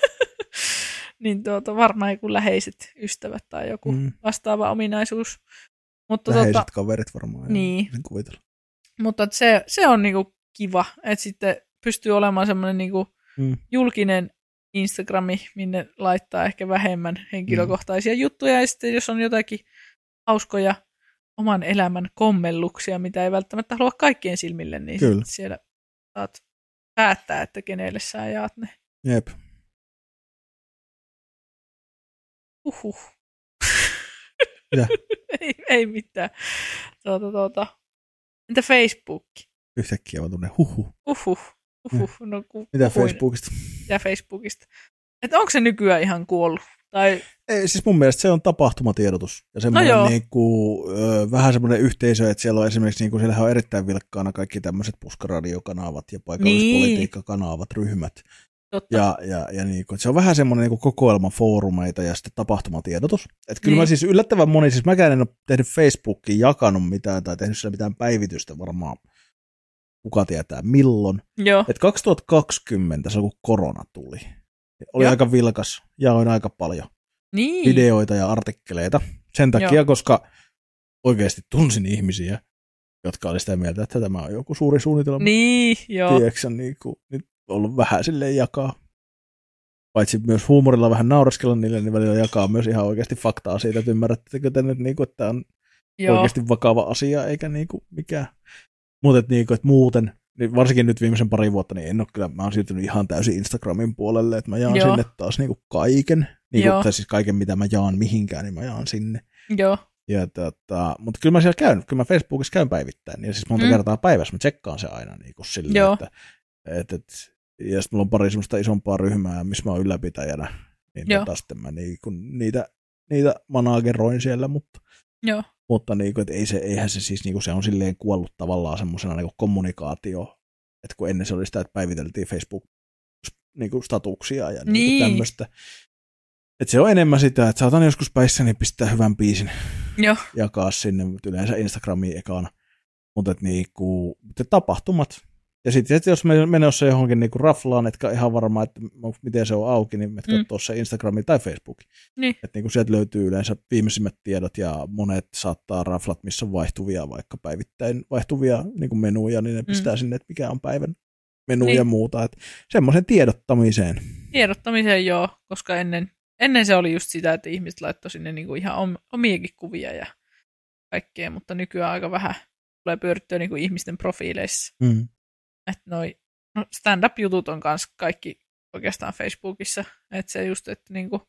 niin tuota, varmaan joku läheiset ystävät tai joku mm. vastaava ominaisuus. Mutta läheiset tuota, kaverit varmaan. Niin. Sen kuvitella. Mutta se, se on niinku kiva, että sitten pystyy olemaan semmoinen niinku mm. julkinen Instagrami, minne laittaa ehkä vähemmän henkilökohtaisia mm. juttuja. Ja sitten jos on jotakin hauskoja oman elämän kommelluksia, mitä ei välttämättä halua kaikkien silmille, niin siellä saat päättää, että kenelle sä jaat ne. Jep. Uhuh. Mitä? ei, ei mitään. Tuota, tuota. Entä Facebook? Yhtäkkiä on tuonne huhu. Uhuh. Uhuh. No, ku, Mitä kuin. Facebookista? Mitä Facebookista? Että onko se nykyään ihan kuollut? Tai... Ei, siis mun mielestä se on tapahtumatiedotus. Ja semmoinen no niinku, ö, vähän semmoinen yhteisö, että siellä on esimerkiksi, niinku, siellähän on erittäin vilkkaana kaikki tämmöiset puskaradiokanavat ja paikallispolitiikkakanavat, ryhmät. Totta. Ja, ja, ja niinku, se on vähän semmoinen niinku kokoelman foorumeita ja sitten tapahtumatiedotus. Että kyllä niin. Mä siis yllättävän moni, siis mäkään en ole tehnyt Facebookiin jakanut mitään tai tehnyt siellä mitään päivitystä varmaan. Kuka tietää milloin. Että kaksituhattakaksikymmentä, se on kun korona tuli. Oli Joo. aika vilkas, jaoin aika paljon niin. videoita ja artikkeleita. Sen takia, Joo. koska oikeasti tunsin ihmisiä, jotka oli sitä mieltä, että tämä on joku suuri suunnitelma. Niin, joo. Tiedätkö, niin kuin, nyt on ollut vähän silleen jakaa. Paitsi myös huumorilla vähän naureskella niille, niin välillä jakaa myös ihan oikeasti faktaa siitä, että ymmärrättekö te nyt, niin kuin, että tämä on Joo. oikeasti vakava asia, eikä niin kuin mikään. Mutta että, niin kuin, että muuten, niin varsinkin nyt viimeisen pari vuotta, niin en ole kyllä, mä oon siirtynyt ihan täysin Instagramin puolelle, että mä jaan Joo. sinne taas niin kuin kaiken, niin kuin, tai siis kaiken, mitä mä jaan mihinkään, niin mä jaan sinne. Joo. Ja tota, mutta kyllä mä siellä käyn, kyllä mä Facebookissa käyn päivittäin, ja siis monta mm. kertaa päivässä mä tsekkaan se aina niin kuin silleen, että, että, että ja sitten mulla on pari semmoista isompaa ryhmää, missä mä oon ylläpitäjänä, niin tota, sitten mä niin kuin niitä, niitä manageroin siellä, mutta, Joo. mutta niin kuin, että ei se, eihän se siis, niin kuin se on silleen kuollut tavallaan semmoisena niin kuin kommunikaatio, että kun ennen se oli sitä, että päiviteltiin Facebook-statuksia ja niin. niin tämmöistä. Että se on enemmän sitä, että saatan joskus päissäni pistää hyvän biisin Joo. jakaa sinne, mutta yleensä Instagramiin ekana. Mutta niinku, tapahtumat. Ja sitten jos me menossa johonkin niinku raflaan, etkä ihan varmaa, että miten se on auki, niin me mm. katsoo se Instagrami tai Facebook. Niin. Että niinku sieltä löytyy yleensä viimeisimmät tiedot ja monet saattaa raflat, missä on vaihtuvia, vaikka päivittäin vaihtuvia niinku menuja, niin ne pistää mm. sinne, että mikä on päivän menu niin. ja muuta. Että semmoisen tiedottamiseen. Tiedottamiseen joo, koska ennen Ennen se oli just sitä, että ihmiset laittoi sinne niinku ihan omiakin kuvia ja kaikkea, mutta nykyään aika vähän tulee pyörittyä niinku ihmisten profiileissa. Mm. Että noi no stand-up-jutut on myös kaikki oikeastaan Facebookissa. Että se just, että niinku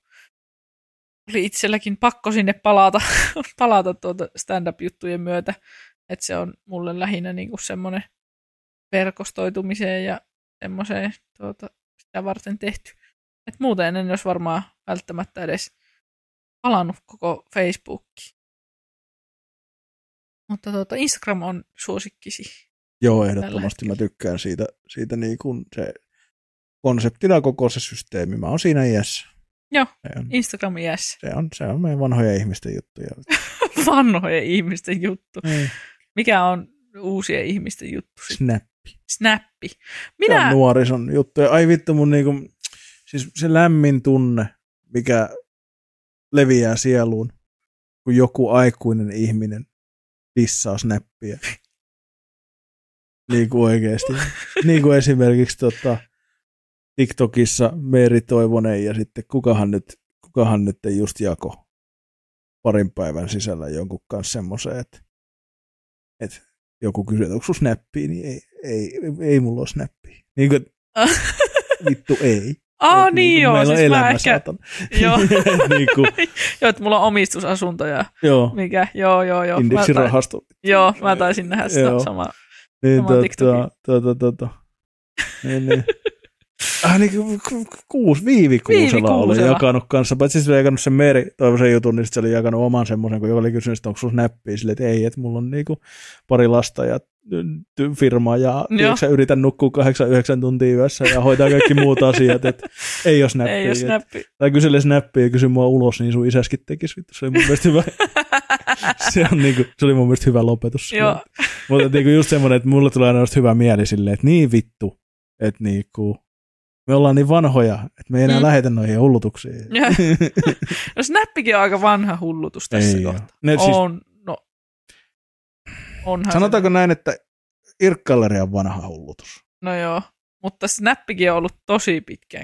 oli itselläkin pakko sinne palata, palata tuota stand-up-juttujen myötä. Että se on mulle lähinnä niinku semmoinen verkostoitumiseen ja semmoiseen tuota, sitä varten tehty. Et muuten en olisi varmaan välttämättä edes palannut koko Facebookiin. Mutta tuota, Instagram on suosikkisi. Joo, ehdottomasti mä tykkään siitä, siitä niin kuin se konseptina koko se systeemi. Mä oon siinä iässä. Joo, on, Instagram iässä. Se on, se on meidän vanhoja ihmisten juttuja. Vanhoja ihmisten juttu. Ei. Mikä on uusien ihmisten juttu? Snappi. Snappi. Minä... Se on nuorison juttuja. Ai vittu mun niinku... Siis se lämmin tunne, mikä leviää sieluun, kun joku aikuinen ihminen dissaa Snappia. Niin kuin oikeasti. Niin kuin esimerkiksi tota, TikTokissa Meeri Toivonen ja sitten kukahan nyt, kukahan nyt just jako parin päivän sisällä jonkun kanssa semmoisen, että, että joku kysyy, että onko sun Snappia, niin ei, ei, ei mulla ole Snappia. Niin kuin, vittu ei. Ah niin, niin joo, meillä on siis elämä, mä ehkä... Joo. niin kuin... joo, että mulla on omistusasunto ja joo. mikä, joo, joo, joo. Indeksirahasto. Tain... Joo, mä taisin nähdä sitä samaa niin, sama tota, TikTokin. Tota, tota. niin, niin. Ah, niin kuusi viivikuusella oli jakanut kanssa, paitsi se oli jakanut sen Meeri Toivosen jutun, niin se oli jakanut oman semmoisen, kun joka oli kysynyt, että onko sun Snappia, silleen, että ei, että mulla on niinku pari lasta ja firmaa ja tiiäksä, yritän nukkua kahdeksan yhdeksän tuntia yössä ja hoitaa kaikki muut asiat, että ei ole Snappia. Ei ole Snappia. Tai kysele Snappia ja kysy mua ulos, niin sun isäskin tekisi. Se oli mun mielestä hyvä. se, on niinku, se oli mun mielestä hyvä lopetus. Joo. Mutta niinku just semmoinen, että mulle tulee aina hyvä mieli silleen, että niin vittu, että niinku me ollaan niin vanhoja, että me ei enää mm. lähetä noihin hullutuksiin. No Snappikin on aika vanha hullutus tässä ei kohtaa. Ne, siis, on, no. Onhan sanotaanko se näin, että Irkkalleri on vanha hullutus? No joo, mutta Snappikin on ollut tosi pitkään kyllä.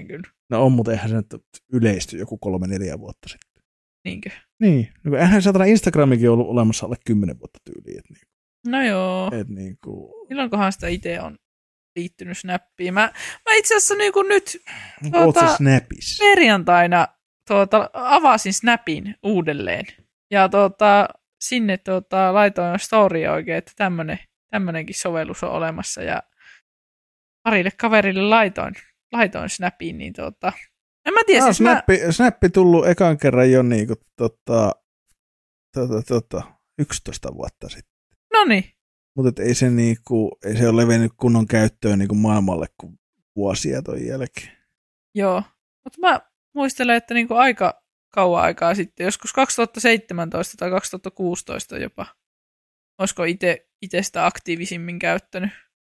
No on, mutta eihän se nyt yleisty joku kolme, neljä vuotta sitten. Niinkö? Niin. No, eihän satana Instagramikin ollut olemassa alle kymmenen vuotta tyyliin. Niin, no joo. Et niin kuin... Milloinkohan sitä itse on liittynyt Snappiin? Mä, mä itse asiassa niin kuin nyt tuota, Snapissa? Perjantaina tuota, avasin Snapin uudelleen. Ja tuota, sinne tuota, laitoin storia oikein, että tämmönen, tämmönenkin sovellus on olemassa. Ja parille kaverille laitoin, laitoin Snapiin, niin tuota, en mä tiedä. Ah, siis snappi, mä... snappi tullut ekan kerran jo niinku, tota, tota, tota, yksitoista vuotta sitten. Noniin. Mutta ei se, niinku, ei se ole levennyt kunnon käyttöön niinku maailmalle kuin vuosia ton jälkeen. Joo, mutta mä muistelen, että niinku aika kauan aikaa sitten, joskus kaksituhattaseitsemäntoista tai kaksituhattakuusitoista jopa, olisiko ite, ite sitä aktiivisimmin käyttänyt.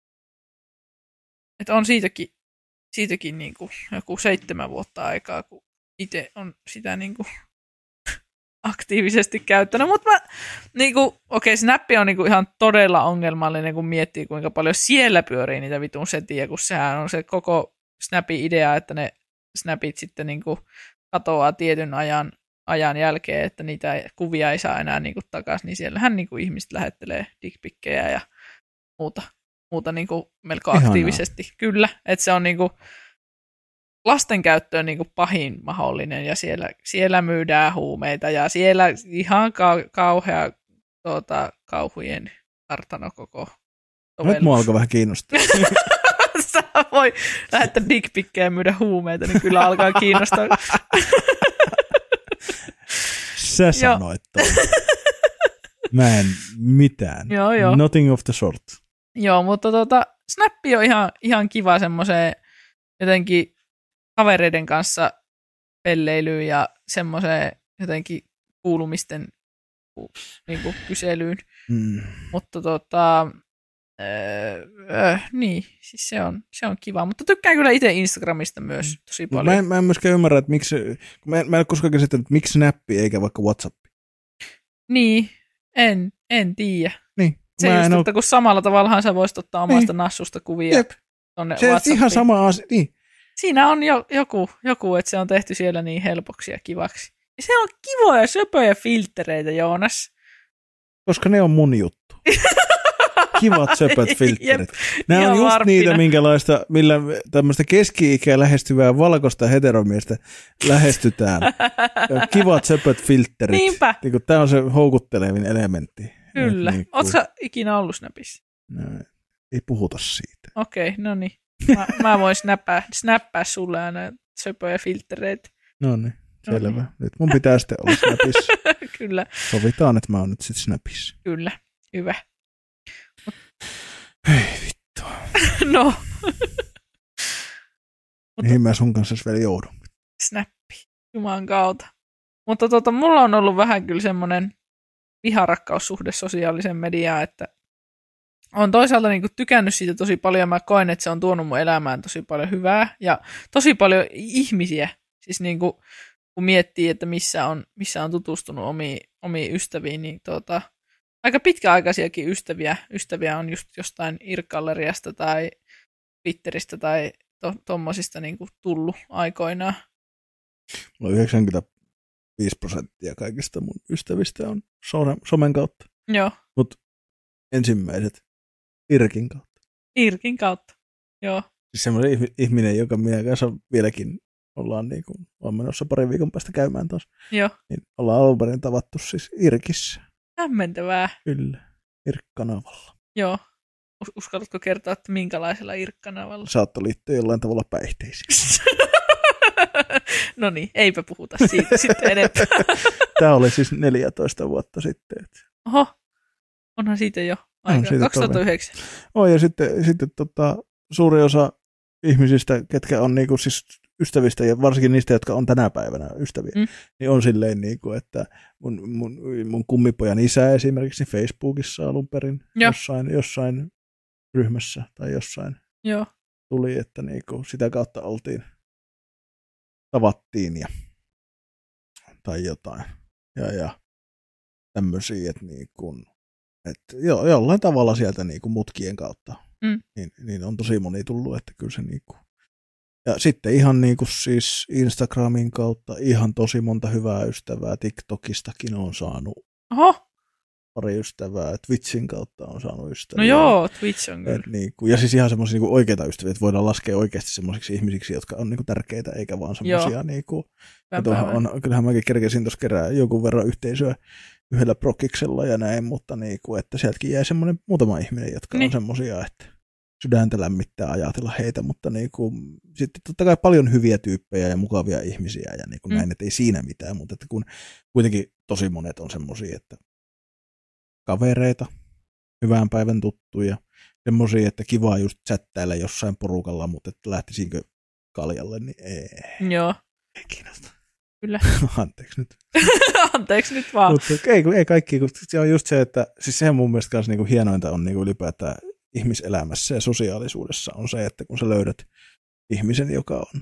Että on siitäkin, siitäkin niinku joku seitsemän vuotta aikaa, kun itse on sitä niinku aktiivisesti käyttänyt. Mutta mä, niinku, okei, okay, Snappi on niinku ihan todella ongelmallinen, kun miettii, kuinka paljon siellä pyörii niitä vitun setiä, kun sehän on se koko Snapin idea, että ne Snapit sitten niinku katoaa tietyn ajan, ajan jälkeen, että niitä kuvia ei saa enää niinku takaisin, niin siellähän niinku ihmiset lähettelee dickpikkejä ja muuta. muuta niin kuin melko Ihanaa. Aktiivisesti. Kyllä, että se on niin kuin lasten käyttöön niin kuin pahin mahdollinen, ja siellä, siellä myydään huumeita, ja siellä ihan ka- kauhea tuota, kauhujen kartano koko sovellus. Nyt mua alkaa vähän kiinnostaa. Sä voi lähettää dickpikkejä ja myydä huumeita, niin kyllä alkaa kiinnostaa. Sä sanoit toi. Mä en mitään. Joo, joo. Nothing of the sort. Joo, mutta tota, Snappi on ihan, ihan kiva semmoiseen jotenkin kavereiden kanssa pelleilyyn ja semmoiseen jotenkin kuulumisten niin kuin kyselyyn. Mm. Mutta tota, öö, öö, niin, siis se on, se on kiva. Mutta tykkään kyllä itse Instagramista myös tosi paljon. Mä en, mä en myöskään ymmärrä, että miksi, mä en, mä en ole koskaan käsittänyt, että miksi Snappi eikä vaikka WhatsApp. Niin, en, en tiedä. Niin. Se Mä just, ole... että kun samalla tavallahan sä voisit ottaa omasta niin. nassusta kuvia Jep. tonne Se on ihan sama asia. Niin. Siinä on jo, joku, joku, että se on tehty siellä niin helpoksi ja kivaksi. Ja se on kivoja söpöjä filtreitä, Joonas. Koska ne on mun juttu. Kivat söpöt filterit. Nämä Ihan on just varppina. niitä, minkälaista, millä tämmöistä keski-ikää lähestyvää valkoista heteromiestä lähestytään. Kivat söpöt filterit. Niinpä. Niin tämä on se houkuttelevin elementti. Kyllä. Niin Oletko sä ikinä ollut Snapissa? No, ei puhuta siitä. Okei, okay, no niin. Mä, mä voin snappaa, snappaa sulle aina söpöjä filtereitä. No niin, selvä. No niin. Nyt mun pitää sitten olla Snapissa. Kyllä. Sovitaan, että mä oon nyt sitten Snapissa. Kyllä, hyvä. Hei vittu. No. Mihin mä sun kanssa vielä joudun? Snappi, juman kautta. Mutta tota, mulla on ollut vähän kyllä semmoinen viharakkaussuhde sosiaalisen mediaan, että on toisaalta niinku tykännyt siitä tosi paljon. Mä koen, että se on tuonut mun elämään tosi paljon hyvää ja tosi paljon ihmisiä. Siis niinku, kun miettii, että missä on, missä on tutustunut omiin, omiin ystäviin, niin tota, aika pitkäaikaisiakin ystäviä. Ystäviä on just jostain Irk-galleriasta tai Twitteristä tai to, tommosista niinku tullut aikoinaan. Mulla on yhdeksänkymmentäviisi prosenttia kaikista mun ystävistä on somen kautta. Joo. Mut ensimmäiset Irkin kautta. Irkin kautta, joo. Siis semmoinen ihminen, joka minä kanssa vieläkin ollaan niin kuin, on menossa parin viikon päästä käymään taas. Joo. Niin ollaan alun perin tavattu siis Irkissä. Hämmentävää. Kyllä, Irk-kanavalla. Joo. Uskallatko kertoa, että minkälaisella Irk-kanavalla? Saattoi liittyä jollain tavalla päihteisiin. No niin, eipä puhuta siitä sitten enempää. Tämä oli siis neljätoista vuotta sitten. Oho, onhan siitä jo aika. On siitä kaksituhattayhdeksän. Oh, ja sitten, sitten tota, suuri osa ihmisistä, ketkä on niinku siis ystävistä, ja varsinkin niistä, jotka on tänä päivänä ystäviä, mm. niin on silleen, niinku, että mun, mun, mun kummipojan isä esimerkiksi Facebookissa alun perin jossain, jossain ryhmässä tai jossain Joo. tuli, että niinku sitä kautta oltiin, tavattiin ja, tai jotain. Ja, ja tämmöisiä, että niinku, että jo, jollain tavalla sieltä niinku mutkien kautta mm. niin, niin on tosi moni tullut, että kyllä se niinku Ja sitten ihan niin kuin siis Instagramin kautta ihan tosi monta hyvää ystävää. TikTokistakin on saanut Oho. pari ystävää. Twitchin kautta on saanut ystäviä. No joo, Twitch on kyllä. Et niin kuin, ja siis ihan semmoisia niin oikeita ystäviä, että voidaan laskea oikeasti semmoisiksi ihmisiksi, jotka on niin kuin tärkeitä, eikä vaan semmoisia. Niin kuin, on, kyllähän mäkin kerkesin tuossa kerää jonkun verran yhteisöä yhdellä prokiksella ja näin, mutta niin kuin, että sieltäkin jäi semmoinen muutama ihminen, jotka niin. on semmoisia, että sydäntä lämmittää ajatella heitä, mutta niin kuin, sitten totta kai paljon hyviä tyyppejä ja mukavia ihmisiä ja niin kuin mm. näin, että ei siinä mitään, mutta että kun kuitenkin tosi monet on semmoisia, että kavereita, hyvän päivän tuttuja, semmoisia, että kivaa just chattailla jossain porukalla, mutta että lähtisinkö kaljalle, niin ei. Joo. Ei kiinnosta. Kyllä. Anteeksi nyt. Anteeksi nyt vaan. Mutta ei, ei kaikki, kun se on just se, että siis sehän mun mielestä kanssa niinku hienointa on niinku ylipäätään ihmiselämässä ja sosiaalisuudessa on se, että kun sä löydät ihmisen, joka on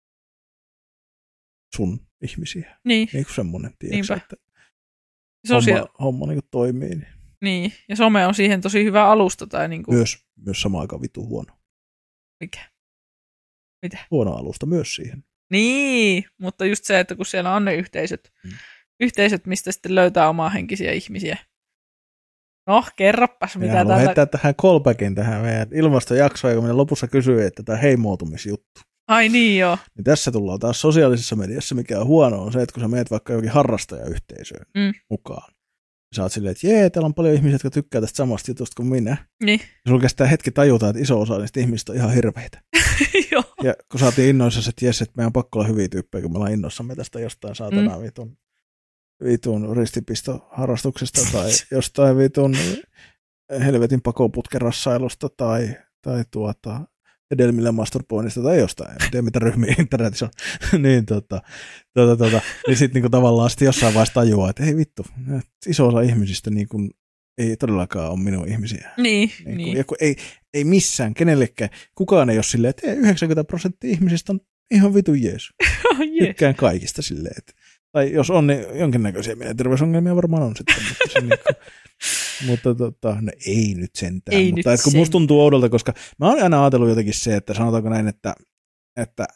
sun ihmisiä. Niin. Niin kuin semmoinen, tiedätkö, että Sosia- homma, homma niinku toimii. Niin. niin, ja some on siihen tosi hyvä alusta. Tai niinku... Myös, myös sama aika vitu huono. Mikä? Mitä? Huono alusta myös siihen. Niin, mutta just se, että kun siellä on ne yhteisöt, hmm. yhteisöt mistä sitten löytää omaa henkisiä ihmisiä. No, kerroppas, mitä tällä... tällä... heittää tähän callbackin tähän meidän ilmastojaksoon, joka meidän lopussa kysyi, että tämä heimoutumisjuttu. Ai niin joo. Niin tässä tullaan taas sosiaalisessa mediassa, mikä on huono, on se, että kun sä meet vaikka jokin harrastajayhteisöön mm. mukaan, sä oot silleen, että jee, täällä on paljon ihmisiä, jotka tykkää tästä samasta jutusta kuin minä. Niin. Ja sulla kestää hetki tajuta, että iso osa niistä ihmisistä on ihan hirveitä. Joo. Ja kun saatiin innoissa, että jes, että meidän on pakko olla hyviä tyyppejä, kun me ollaan innoissamme tästä jostain saatana mm. vitun, vitun ristipistoharrastuksesta tai jostain vitun helvetin pakoputkerassailusta tai, tai tuota, edelmillä masturboinnista tai jostain, en tiedä mitä ryhmiä internetissä on, niin, tota, tota, tota, niin sitten niinku tavallaan sit jossain vaiheessa tajuaa, että ei vittu, iso osa ihmisistä niinku ei todellakaan ole minun ihmisiä. Niin, niin, niin. Ja ei, ei missään, kenellekään, kukaan ei ole silleen, että yhdeksänkymmentä prosenttia ihmisistä on ihan vitun jees. yes. Tykkään kaikista silleen, että, tai jos on, niin jonkinnäköisiä mielenterveysongelmia varmaan on sitten, mutta se niinku, mutta tota, no ei nyt sentään, ei mutta nyt et, kun sen. musta tuntuu oudolta, koska mä oon aina ajatellut jotenkin se, että sanotaanko näin, että, että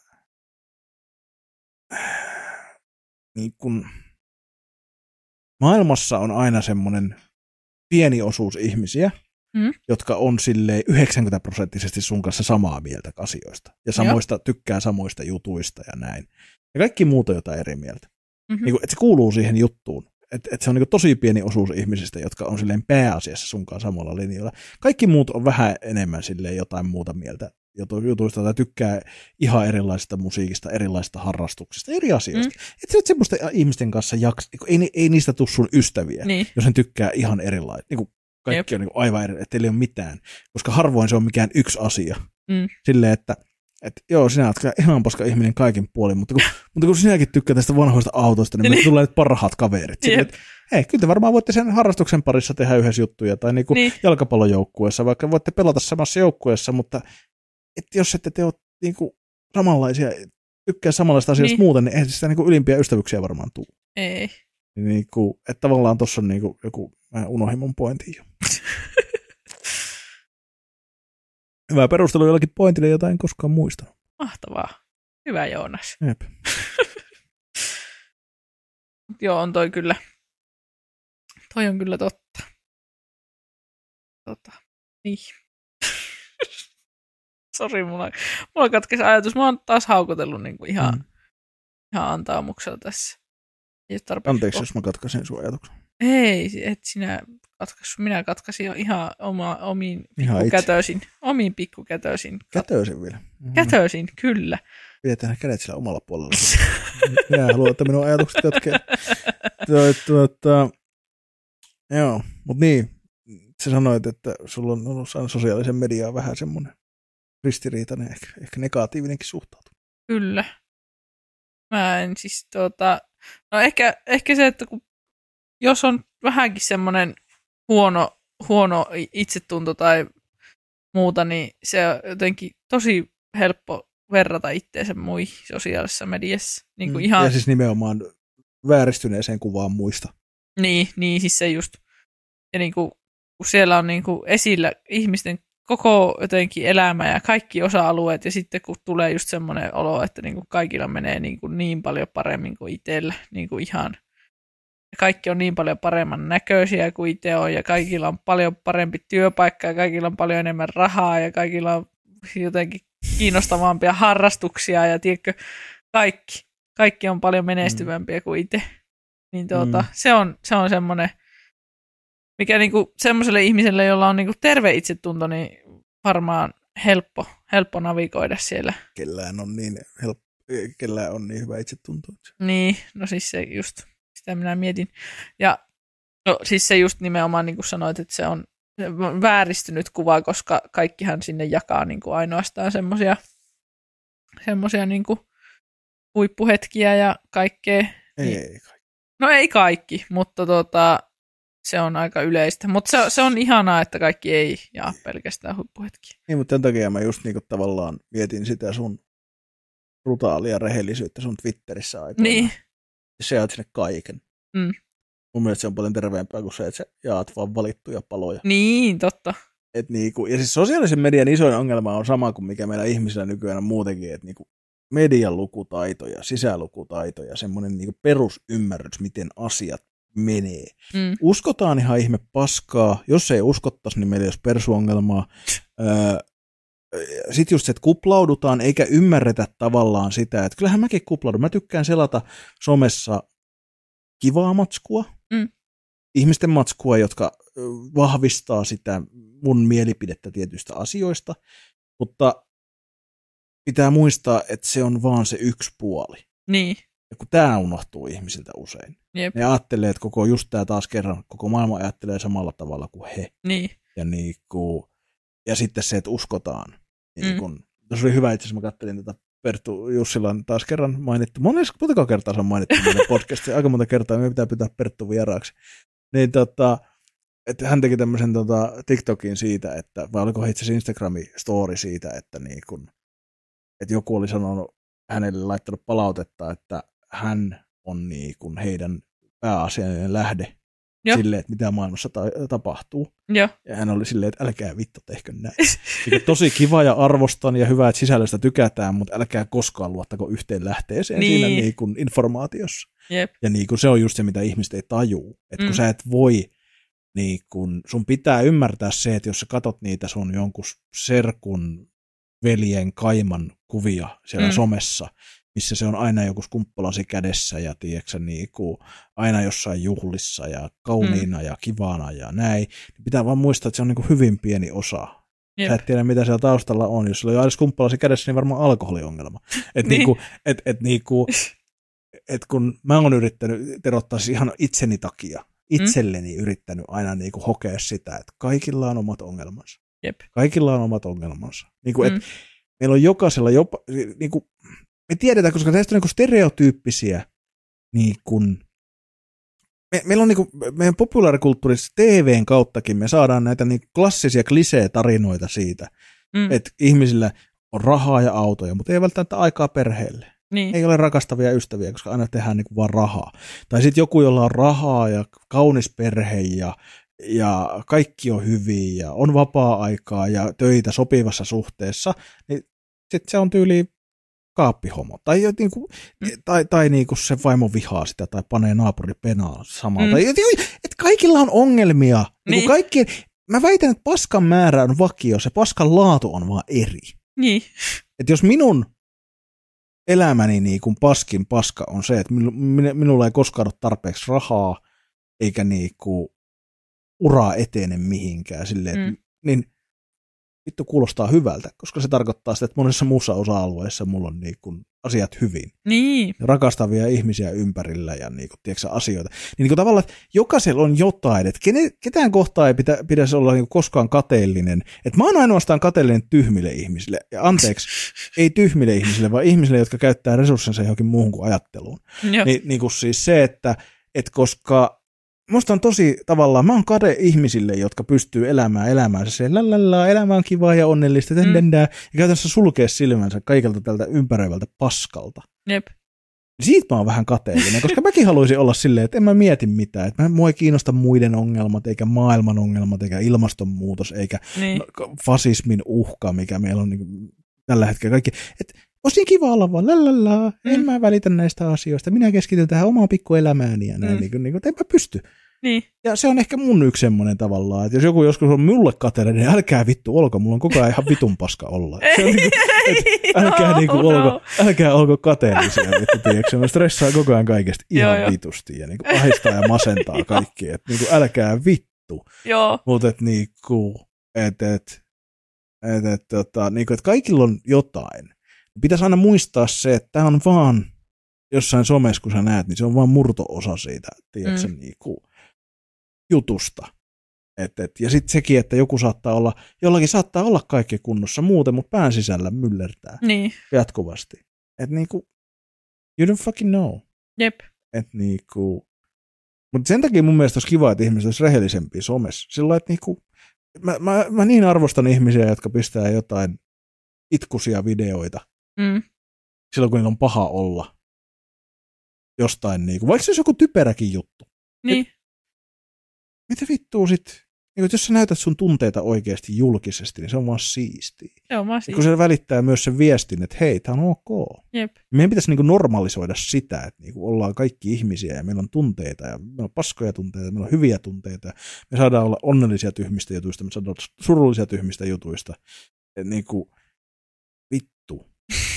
niin kun, maailmassa on aina semmoinen pieni osuus ihmisiä, mm. jotka on silleen yhdeksänkymmentä prosenttisesti sun kanssa samaa mieltä asioista ja samoista, tykkää samoista jutuista ja näin. Ja kaikki muut on jotain eri mieltä. Mm-hmm. Niin kun, että se kuuluu siihen juttuun. Että et se on niin tosi pieni osuus ihmisistä, jotka on silleen pääasiassa sunkaan samalla linjalla. Kaikki muut on vähän enemmän silleen jotain muuta mieltä jutuista tai tykkää ihan erilaisista musiikista, erilaisista harrastuksista, eri asioista. Mm. Että et semmoista ihmisten kanssa jaksa, ei, ei niistä tule sun ystäviä, niin. jos ne tykkää ihan erilaisia. Niin kaikki Jep. on niin aivan eri, että ei ole mitään, koska harvoin se on mikään yksi asia. Mm. Silleen, että että joo, sinä olet kyllä ihan paska ihminen kaikin puolin, mutta kun, mutta kun sinäkin tykkää tästä vanhoista autoista, niin, niin. me tulee parhaat kaverit. Sille, että, hei, kyllä te varmaan voitte sen harrastuksen parissa tehdä yhdessä juttuja, tai niin kuin niin. jalkapallojoukkueessa, vaikka voitte pelata samassa joukkueessa, mutta että jos ette te ole niin kuin samanlaisia, tykkää samanlaista asioista niin. muuten, niin eihän sitä niin kuin ylimpiä ystävyyksiä varmaan tule. Ei. Niin kuin, että tavallaan tuossa on niin kuin joku, mä unohdin mun pointin jo. Hyvä perustelu jollakin pointille, jota en koskaan muista. Mahtavaa. Hyvä Joonas. Jep. Joo, on toi kyllä. Toi on kyllä totta. Tota, niin. Sori, mulla, mulla katkesi ajatus. Mä oon taas haukotellut niin kuin ihan, mm. ihan antaamuksella tässä. Anteeksi, oh. jos mä katkaisin sun ajatuksen. Ei, et sinä katkaisu. Minä katkaisin jo ihan oma, omiin pikkukätöisin. Omiin pikkukätöisin. Kätöisin vielä. Mm-hmm. Kätöisin, kyllä. Pidetään kädet sillä omalla puolella. Minä haluan, että minun ajatukset jatkeet. Tuota, joo, mutta niin. Sä sanoit, että sulla on ollut sosiaalisen mediaan vähän semmoinen ristiriitainen, ehkä, ehkä negatiivinenkin suhtautu. Kyllä. Mä en siis tuota... No ehkä, ehkä se, että kun, jos on vähänkin semmoinen huono, huono itsetunto tai muuta, niin se on jotenkin tosi helppo verrata itteensä muihin sosiaalisessa mediassa. Niin kuin mm. ihan... Ja siis nimenomaan vääristyneeseen kuvaan muista. Niin, niin siis se just. Ja niin kuin, kun siellä on niin kuin esillä ihmisten koko jotenkin elämä ja kaikki osa-alueet, ja sitten kun tulee just semmoinen olo, että niin kuin kaikilla menee niin, kuin niin paljon paremmin kuin itsellä, niin kuin ihan, kaikki on niin paljon paremman näköisiä kuin itse on, ja kaikilla on paljon parempi työpaikka, ja kaikilla on paljon enemmän rahaa, ja kaikilla on jotenkin kiinnostavampia harrastuksia, ja tiedätkö, kaikki, kaikki on paljon menestyvämpiä kuin itse. Niin tuota, mm. se on, se on semmoinen, mikä niinku semmoiselle ihmiselle, jolla on niinku terve itsetunto, niin varmaan helppo, helppo navigoida siellä. Kellään on niin, helppo, kellään on niin hyvä itsetunto. Niin, no siis se just, sitä minä mietin. Ja no siis se just nimenomaan niin kuin sanoit, että se on vääristynyt kuva, koska kaikkihan sinne jakaa niin kuin ainoastaan semmoisia semmoisia niin kuin huippuhetkiä ja kaikkea. Ei, ei kaikki. No ei kaikki, mutta tota, se on aika yleistä. Mutta se, se on ihanaa, että kaikki ei jaa pelkästään huippuhetkiä. Niin, mutta tämän takia mä just niinku tavallaan mietin sitä sun brutaalia rehellisyyttä sun Twitterissä aikoinaan. Niin. Sä jaat sinne kaiken. Mm. Mun mielestä se on paljon terveempää kuin se, että sä jaat vaan valittuja paloja. Niin, totta. Et niinku, ja siis sosiaalisen median isoin ongelma on sama kuin mikä meillä ihmisillä nykyään on muutenkin, että niinku median lukutaito ja sisälukutaito ja semmoinen niinku perusymmärrys, miten asiat menee. Mm. Uskotaan ihan ihme paskaa. Jos ei uskottaisi, niin meillä ei olisi persuongelmaa. Öö, Sitten just se, että kuplaudutaan eikä ymmärretä tavallaan sitä, että kyllähän mäkin kuplaudun. Mä tykkään selata somessa kivaa matskua, mm. ihmisten matskua, jotka vahvistaa sitä mun mielipidettä tietyistä asioista, mutta pitää muistaa, että se on vaan se yksi puoli. Niin. Ja kun tämä unohtuu ihmisiltä usein. Jep. Ne ajattelee, että koko just tämä taas kerran, koko maailma ajattelee samalla tavalla kuin he. Niin. Ja, niinku, ja sitten se, että uskotaan. Niin kun, mm. Tuossa oli hyvä, itse asiassa mä katselin tätä Perttu Jussilan taas kerran mainittu. Monta kertaa se on mainittu meidän podcastia. Aika monta kertaa me pitää pitää Perttu vieraaksi. Niin tota, että hän teki tämmöisen tota, TikTokin siitä, että, vai oliko itse asiassa Instagramin story siitä, että, niin kun, että joku oli sanonut hänelle laittanut palautetta, että hän on niin kun heidän pääasiallinen lähde jo. Silleen, että mitä maailmassa ta- tapahtuu. Jo. Ja hän oli silleen, että älkää vittu tehkö näin. Mikä tosi kiva ja arvostan ja hyvä, että sisällöstä tykätään, mutta älkää koskaan luottako yhteen lähteeseen niin. Siinä niin kuin informaatiossa. Jep. Ja niin kuin se on just se, mitä ihmiset ei tajuu. Että kun mm. sä et voi, niin kun, sun pitää ymmärtää se, että jos sä katot niitä sun jonkun serkun, veljen, kaiman kuvia siellä mm. somessa, missä se on aina joku skumppalasi kädessä ja tiedätkö, niin kuin aina jossain juhlissa ja kauniina mm. ja kivana ja näin. Pitää vaan muistaa, että se on niin kuin hyvin pieni osa. Jep. Sä et tiedä, mitä siellä taustalla on. Jos sulla on aina skumppalasi kädessä, niin varmaan alkoholiongelma. Että niin. niinku, et, et niinku, et kun mä oon yrittänyt terottaa ihan itseni takia, itselleni mm. yrittänyt aina niinku hokea sitä, että kaikilla on omat ongelmansa. Jep. Kaikilla on omat ongelmansa. Niinku, et mm. meillä on jokaisella jopa... Niinku, me tiedetään, koska tästä on niinku stereotyyppisiä, niin kun, me, meillä on niinku, meidän populaarikulttuurissa T V:n kauttakin me saadaan näitä niinku klassisia klisee-tarinoita siitä, mm. että ihmisillä on rahaa ja autoja, mutta ei välttämättä aikaa perheelle. Niin. Ei ole rakastavia ystäviä, koska aina tehdään niinku vaan rahaa. Tai sitten joku, jolla on rahaa ja kaunis perhe ja, ja kaikki on hyvin ja on vapaa-aikaa ja töitä sopivassa suhteessa, niin sitten se on tyyliin kaappihomo. Tai, niinku, mm. tai, tai niinku se vaimo vihaa sitä tai panee naapuri penaa samalta. Mm. Et kaikilla on ongelmia. Niin. Niinku kaikkien, mä väitän, että paskan määrä on vakio, se paskan laatu on vaan eri. Niin. Et jos minun elämäni niinku paskin paska on se, että minulla ei koskaan ole tarpeeksi rahaa, eikä niinku uraa etene mihinkään, silleen, mm. niin vittu kuulostaa hyvältä, koska se tarkoittaa sitä, että monessa muussa osa-alueessa mulla on niinku asiat hyvin. Niin. Rakastavia ihmisiä ympärillä ja niinku, tiedätkö, asioita. Niin niinku tavallaan, että jokaisella on jotain, että kene, ketään kohtaa ei pitä, pitäisi olla niinku koskaan kateellinen. Että mä oon ainoastaan kateellinen tyhmille ihmisille. Ja anteeksi, ei tyhmille ihmisille, vaan ihmisille, jotka käyttää resurssinsa johonkin muuhun kuin ajatteluun. Ni, niinku siis se, että et koska musta on tosi tavallaan, mä oon kade ihmisille, jotka pystyy elämään elämäänsä se, lalala, elämä on kivaa ja onnellista, mm. ja käytännössä sulkee silmänsä kaikelta tältä ympäröivältä paskalta. Jep. Siitä mä oon vähän kateellinen, koska mäkin haluaisin olla silleen, että en mä mieti mitään. Että mua ei kiinnosta muiden ongelmat, eikä maailman ongelmat, eikä ilmastonmuutos, eikä niin. fasismin uhka, mikä meillä on niin tällä hetkellä kaikki. Että olisi niin kiva olla vaan, lalala, mm. en mä välitä näistä asioista. Minä keskityn tähän omaan pikkuelämääni ja näin, mm. niin kuin, niin kuin, että en mä pysty. Niin. Ja se on ehkä mun yksi semmoinen tavallaan, että jos joku joskus on mulle kateellinen, niin älkää vittu olko, mulla on koko ajan ihan vitun paska olla. Se on niin kuin, älkää, no, niin kuin, olko, no. älkää olko kateellisia, vittu, tiedätkö, mä stressaan koko ajan kaikesta ihan joo, vitusti ja niin kuin ahistaa ja masentaa kaikki, että niin kuin, älkää vittu. Mutta että niin kuin, että et, et, et, tota, niin kuin, että kaikilla on jotain. Pitäisi aina muistaa se, että tämä on vaan jossain somessa, kun sä näet, niin se on vaan murto-osa siitä, tiedätkö, mm. niin kuin jutusta. Et, et, ja sitten sekin, että joku saattaa olla, jollakin saattaa olla kaikki kunnossa muuten, mutta pään sisällä myllertää niin. jatkuvasti. Että niinku, you don't fucking know. Jep. Että niinku, mutta sen takia mun mielestä olisi kiva, että ihmiset olisi rehellisempiä somessa. Sillä että niinku, mä, mä, mä niin arvostan ihmisiä, jotka pistää jotain itkuisia videoita. Mm. Silloin, kun niillä on paha olla. Jostain niinku, vaikka se olisi joku typeräkin juttu. Niin. Et, mitä vittua sit, niin jos sä näytät sun tunteita oikeasti julkisesti, niin se on vaan siistiä. Se on vaan siistiä. Kun se välittää myös sen viestin, että hei, tää on ok. Jep. Meidän pitäisi niinku normalisoida sitä, että niinku ollaan kaikki ihmisiä ja meillä on tunteita ja meillä on paskoja tunteita, meillä on hyviä tunteita. Ja me saadaan olla onnellisia tyhmistä jutuista, me saadaan olla surullisia tyhmistä jutuista. Et niinku, vittu.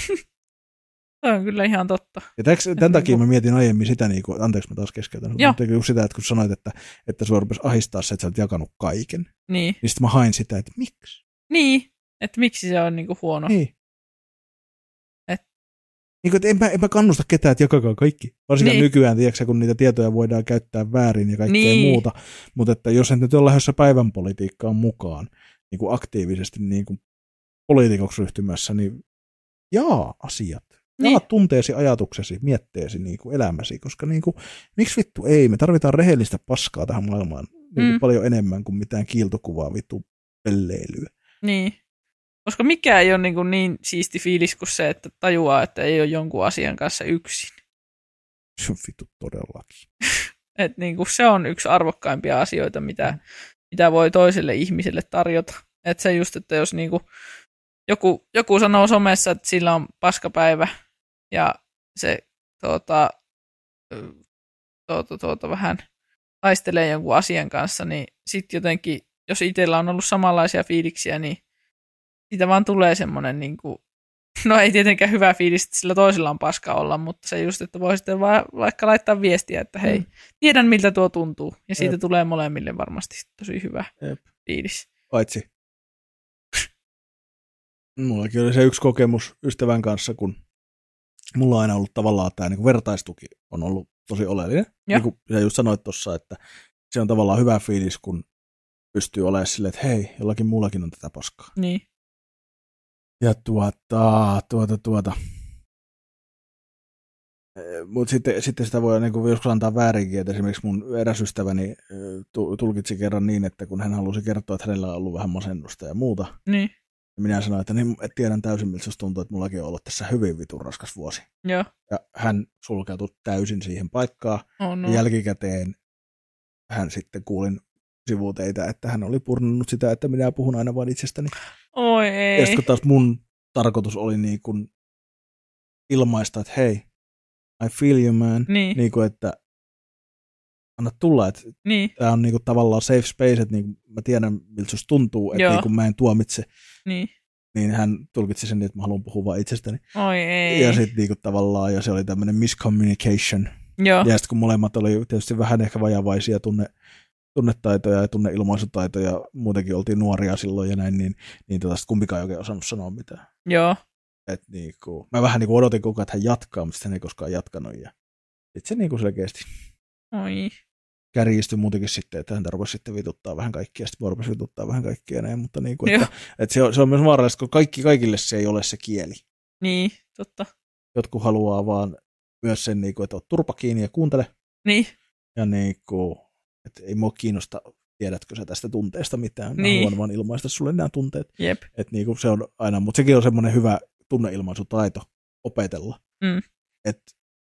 Se on kyllä ihan totta. Ja täks, tämän niin takia kun... mä mietin aiemmin sitä, niin kuin, anteeksi mä taas keskeytän, mutta sitä, että kun sanoit, että, että sua rupesi ahistaa se, että sä olet jakanut kaiken, niin, niin sitten mä hain sitä, että miksi? Niin, että miksi se on niin kuin huono. Niin. Et... Niin kuin, että en, mä, en mä kannusta ketään, että jakakaa kaikki. Varsinkaan niin. nykyään, tiedätkö, kun niitä tietoja voidaan käyttää väärin ja kaikkea niin. muuta. Mutta että jos et nyt ole lähdössä päivän politiikkaan mukaan niin kuin aktiivisesti niin kuin poliitikoksi ryhtymässä, niin jaa asiat. Niin. Jaa tunteesi, ajatuksesi, mietteesi niin kuin elämäsi, koska niin kuin, miksi vittu ei, me tarvitaan rehellistä paskaa tähän maailmaan niin kuin mm. paljon enemmän kuin mitään kiiltokuvaa vittu pelleilyä. Niin, koska mikään ei ole niin, kuin niin siisti fiilis kuin se, että tajuaa, että ei ole jonkun asian kanssa yksin. Se on vittu todellakin. Et niin kuin se on yksi arvokkaimpia asioita, mitä, mm. mitä voi toiselle ihmiselle tarjota. Et se just, että jos niin kuin Joku, joku sanoo somessa, että sillä on paskapäivä ja se tuota, tuota, tuota, vähän taistelee jonkun asian kanssa, niin sitten jotenkin, jos itsellä on ollut samanlaisia fiiliksiä, niin siitä vaan tulee semmoinen, niin kuin, no ei tietenkään hyvä fiilis, että sillä toisella on paska olla, mutta se just, että voi sitten va- vaikka laittaa viestiä, että hei, mm. tiedän miltä tuo tuntuu, ja siitä Jep. tulee molemmille varmasti tosi hyvä Jep. fiilis. Paitsi. Mullakin oli se yksi kokemus ystävän kanssa, kun mulla on aina ollut tavallaan tämä niin kuin vertaistuki on ollut tosi oleellinen. Ja. Niin kuin sä just sanoit tuossa, että se on tavallaan hyvä fiilis, kun pystyy olemaan silleen, että hei, jollakin muullakin on tätä paskaa. Niin. Ja tuota, tuota, tuota. Mutta sitten, sitten sitä voi niin kuin joskus antaa väärinkin, että esimerkiksi mun eräs ystäväni tulkitsi kerran niin, että kun hän halusi kertoa, että hänellä on ollut vähän masennusta ja muuta. Niin. Minä sanoin, että niin, et tiedän täysin, miltä se tuntuu, että mullakin on ollut tässä hyvin vitun raskas vuosi. Joo. Ja hän sulkeutui täysin siihen paikkaan. Oh no. Ja jälkikäteen hän sitten kuulin sivuteitä, että hän oli purnannut sitä, että minä puhun aina vain itsestäni. Oi ei. Ja sitten taas mun tarkoitus oli niin kuin ilmaista, että hei, I feel you man. Niin. Niin kuin, että anna tulla, että niin. tämä on niinku tavallaan safe space, että niinku mä tiedän, miltä susta tuntuu, että niinku mä en tuomitse. Niin. Niin hän tulkitsi sen niin, että mä haluan puhua vaan itsestäni. Oi ei. Ja sitten niinku tavallaan, ja se oli tämmöinen miscommunication. Joo. Ja sitten kun molemmat oli tietysti vähän ehkä vajavaisia tunne, tunnetaitoja ja tunneilmaisutaitoja, muutenkin oltiin nuoria silloin ja näin, niin, niin tota kumpikaan ei oikein osannut sanoa mitään. Joo. Et niinku, mä vähän niinku odotin koko ajan, että hän jatkaa, mutta sitten hän ei koskaan jatkanut. Ja sitten se niinku selkeästi Oi. kärjistyi muutenkin sitten, että häntä rupesi sitten vituttaa vähän kaikkia, sitten rupesi vituttaa vähän kaikkia näin, mutta niinku, että, että se, on, se on myös vaarallista, kun kaikki, kaikille se ei ole se kieli. Niin, totta. Jotkut haluaa vaan myös sen, niinku, että oot turpa kiinni ja kuuntele. Niin. Ja niinku, että ei mua kiinnosta, tiedätkö sä tästä tunteesta mitään, mä niin. haluan vaan ilmaista sulle nämä tunteet. Jep. Että niinku, se on aina, mutta sekin on semmoinen hyvä tunneilmaisutaito opetella. Mm. Että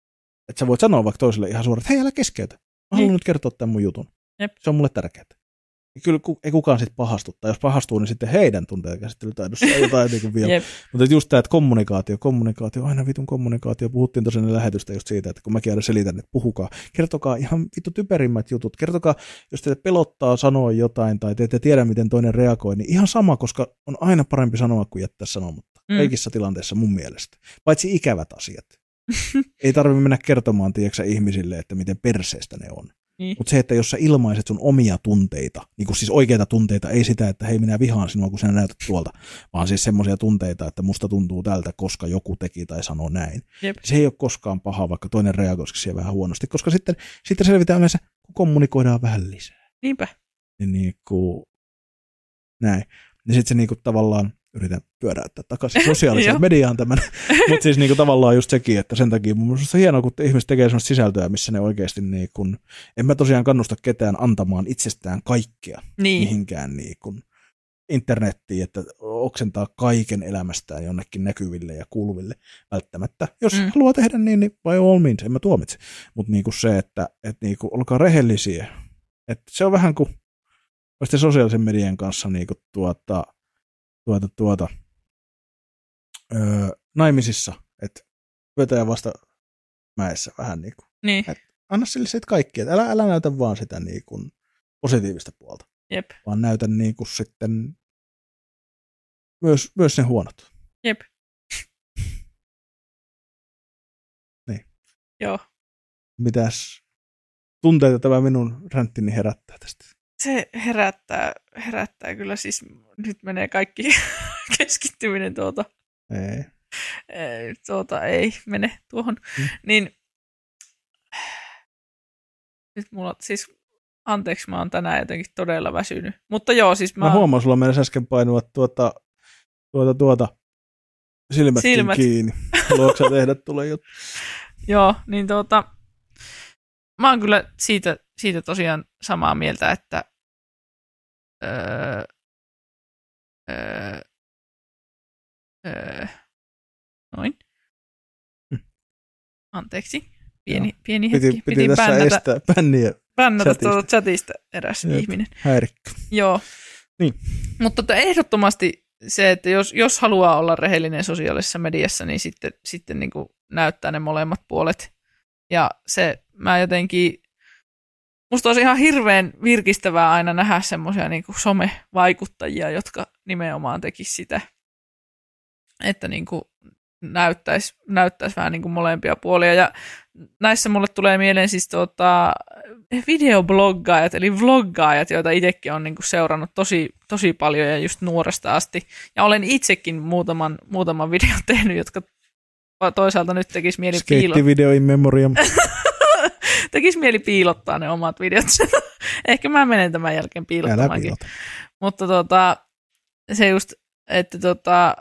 Että sä voit sanoa vaikka toiselle ihan suoraan, että hei, älä keskeytä. Mä haluan niin. nyt kertoa tämän mun jutun. Jep. Se on mulle tärkeää. Kyllä ei kukaan sitten pahastu. Tai jos pahastuu, niin sitten heidän tunteiden käsittelytaidossa on jotain niin kuin vielä. Jep. Mutta just tämä, että kommunikaatio, kommunikaatio, aina vitun kommunikaatio. Puhuttiin tosiaan lähetystä just siitä, että kun mäkin aina selitän, että puhukaa. Kertokaa ihan vittu typerimmät jutut. Kertokaa, jos teitä pelottaa sanoa jotain tai te ette tiedä, miten toinen reagoi, niin ihan sama, koska on aina parempi sanoa kuin jättää sanomatta. Mm. Kaikissa tilanteissa mun mielestä. Paitsi ikävät asiat. Ei tarvitse mennä kertomaan, tiedätkö, ihmisille, että miten perseestä ne on. Niin. Mutta se, että jos sä ilmaiset sun omia tunteita, niin kuin siis oikeita tunteita, ei sitä, että hei, minä vihaan sinua, kun sinä näytät tuolta, vaan siis semmoisia tunteita, että musta tuntuu tältä, koska joku teki tai sanoo näin. Jep. Se ei ole koskaan paha, vaikka toinen reagoisi siihen vähän huonosti, koska sitten, sitten selvitään yleensä, kun kommunikoidaan vähän lisää. Niinpä. Niin, niin kuin, näin. Niin sitten se niin kuin tavallaan, yritän pyöräyttää takaisin sosiaaliseen mediaan tämän, mutta siis niinku tavallaan just sekin, että sen takia mun mielestä on hienoa, kun ihmiset tekee sellaista sisältöä, missä ne oikeasti, niinku, en mä tosiaan kannusta ketään antamaan itsestään kaikkea niin. mihinkään niinku internettiin, että oksentaa kaiken elämästään jonnekin näkyville ja kuuluville välttämättä. Jos mm. haluaa tehdä niin, niin by all means, en mä tuomitse. Mutta niinku se, että et niinku, olkaa rehellisiä. Et se on vähän kuin sosiaalisen median kanssa niinku tuota tuota, tuota, öö, naimisissa, että vetäjä vasta mäessä vähän niin kuin. Niin. Anna sille siitä kaikki, että älä, älä näytä vaan sitä niin kuin positiivista puolta, Jep. vaan näytä niin kuin sitten myös, myös ne huonot. Jep. Niin. Joo. Mitäs tunteita tämä minun ränttini herättää tästä? Se herättää, herättää kyllä, siis nyt menee kaikki keskittyminen tuota. Ei. Tuota ei mene tuohon. Hmm. Niin nyt mulla, siis anteeksi, mä oon tänään jotenkin todella väsynyt. Mutta joo, siis mä... Mä huomaan, sulla mennessä äsken painuvat tuota, tuota, tuota, silmätkin Silmät. kiinni. Haluatko sä tehdä tulee juttu? Joo, niin tuota, mä oon kyllä siitä, siitä tosiaan samaa mieltä, että öö, öö, öö, noin. Anteeksi. Pieni, Joo. pieni hetki. Piti, piti, piti tässä bännätä, estää bänniä bännätä tuolta chatista eräs Jep. ihminen. Häirikkö. Joo. Niin. Mutta tota, ehdottomasti se, että jos, jos haluaa olla rehellinen sosiaalisessa mediassa, niin sitten, sitten niin kuin näyttää ne molemmat puolet. Ja se, mä jotenkin, musta olisi ihan hirveän virkistävää aina nähdä semmoisia niin kuin somevaikuttajia, jotka nimenomaan tekisivät sitä, että niin kuin näyttäisi, näyttäisi vähän niin kuin molempia puolia. Ja näissä mulle tulee mieleen siis tuota, videobloggaajat, eli vloggaajat, joita itsekin on niin kuin seurannut tosi, tosi paljon ja just nuoresta asti. Ja olen itsekin muutaman, muutaman videon tehnyt, jotka toisaalta nyt tekisi mieli piilottaa. Skeittivideo in memoriam. Tekisi mieli piilottaa ne omat videot. Ehkä mä menen tämän jälkeen piilottamaankin. Mutta tota, se just, että tota,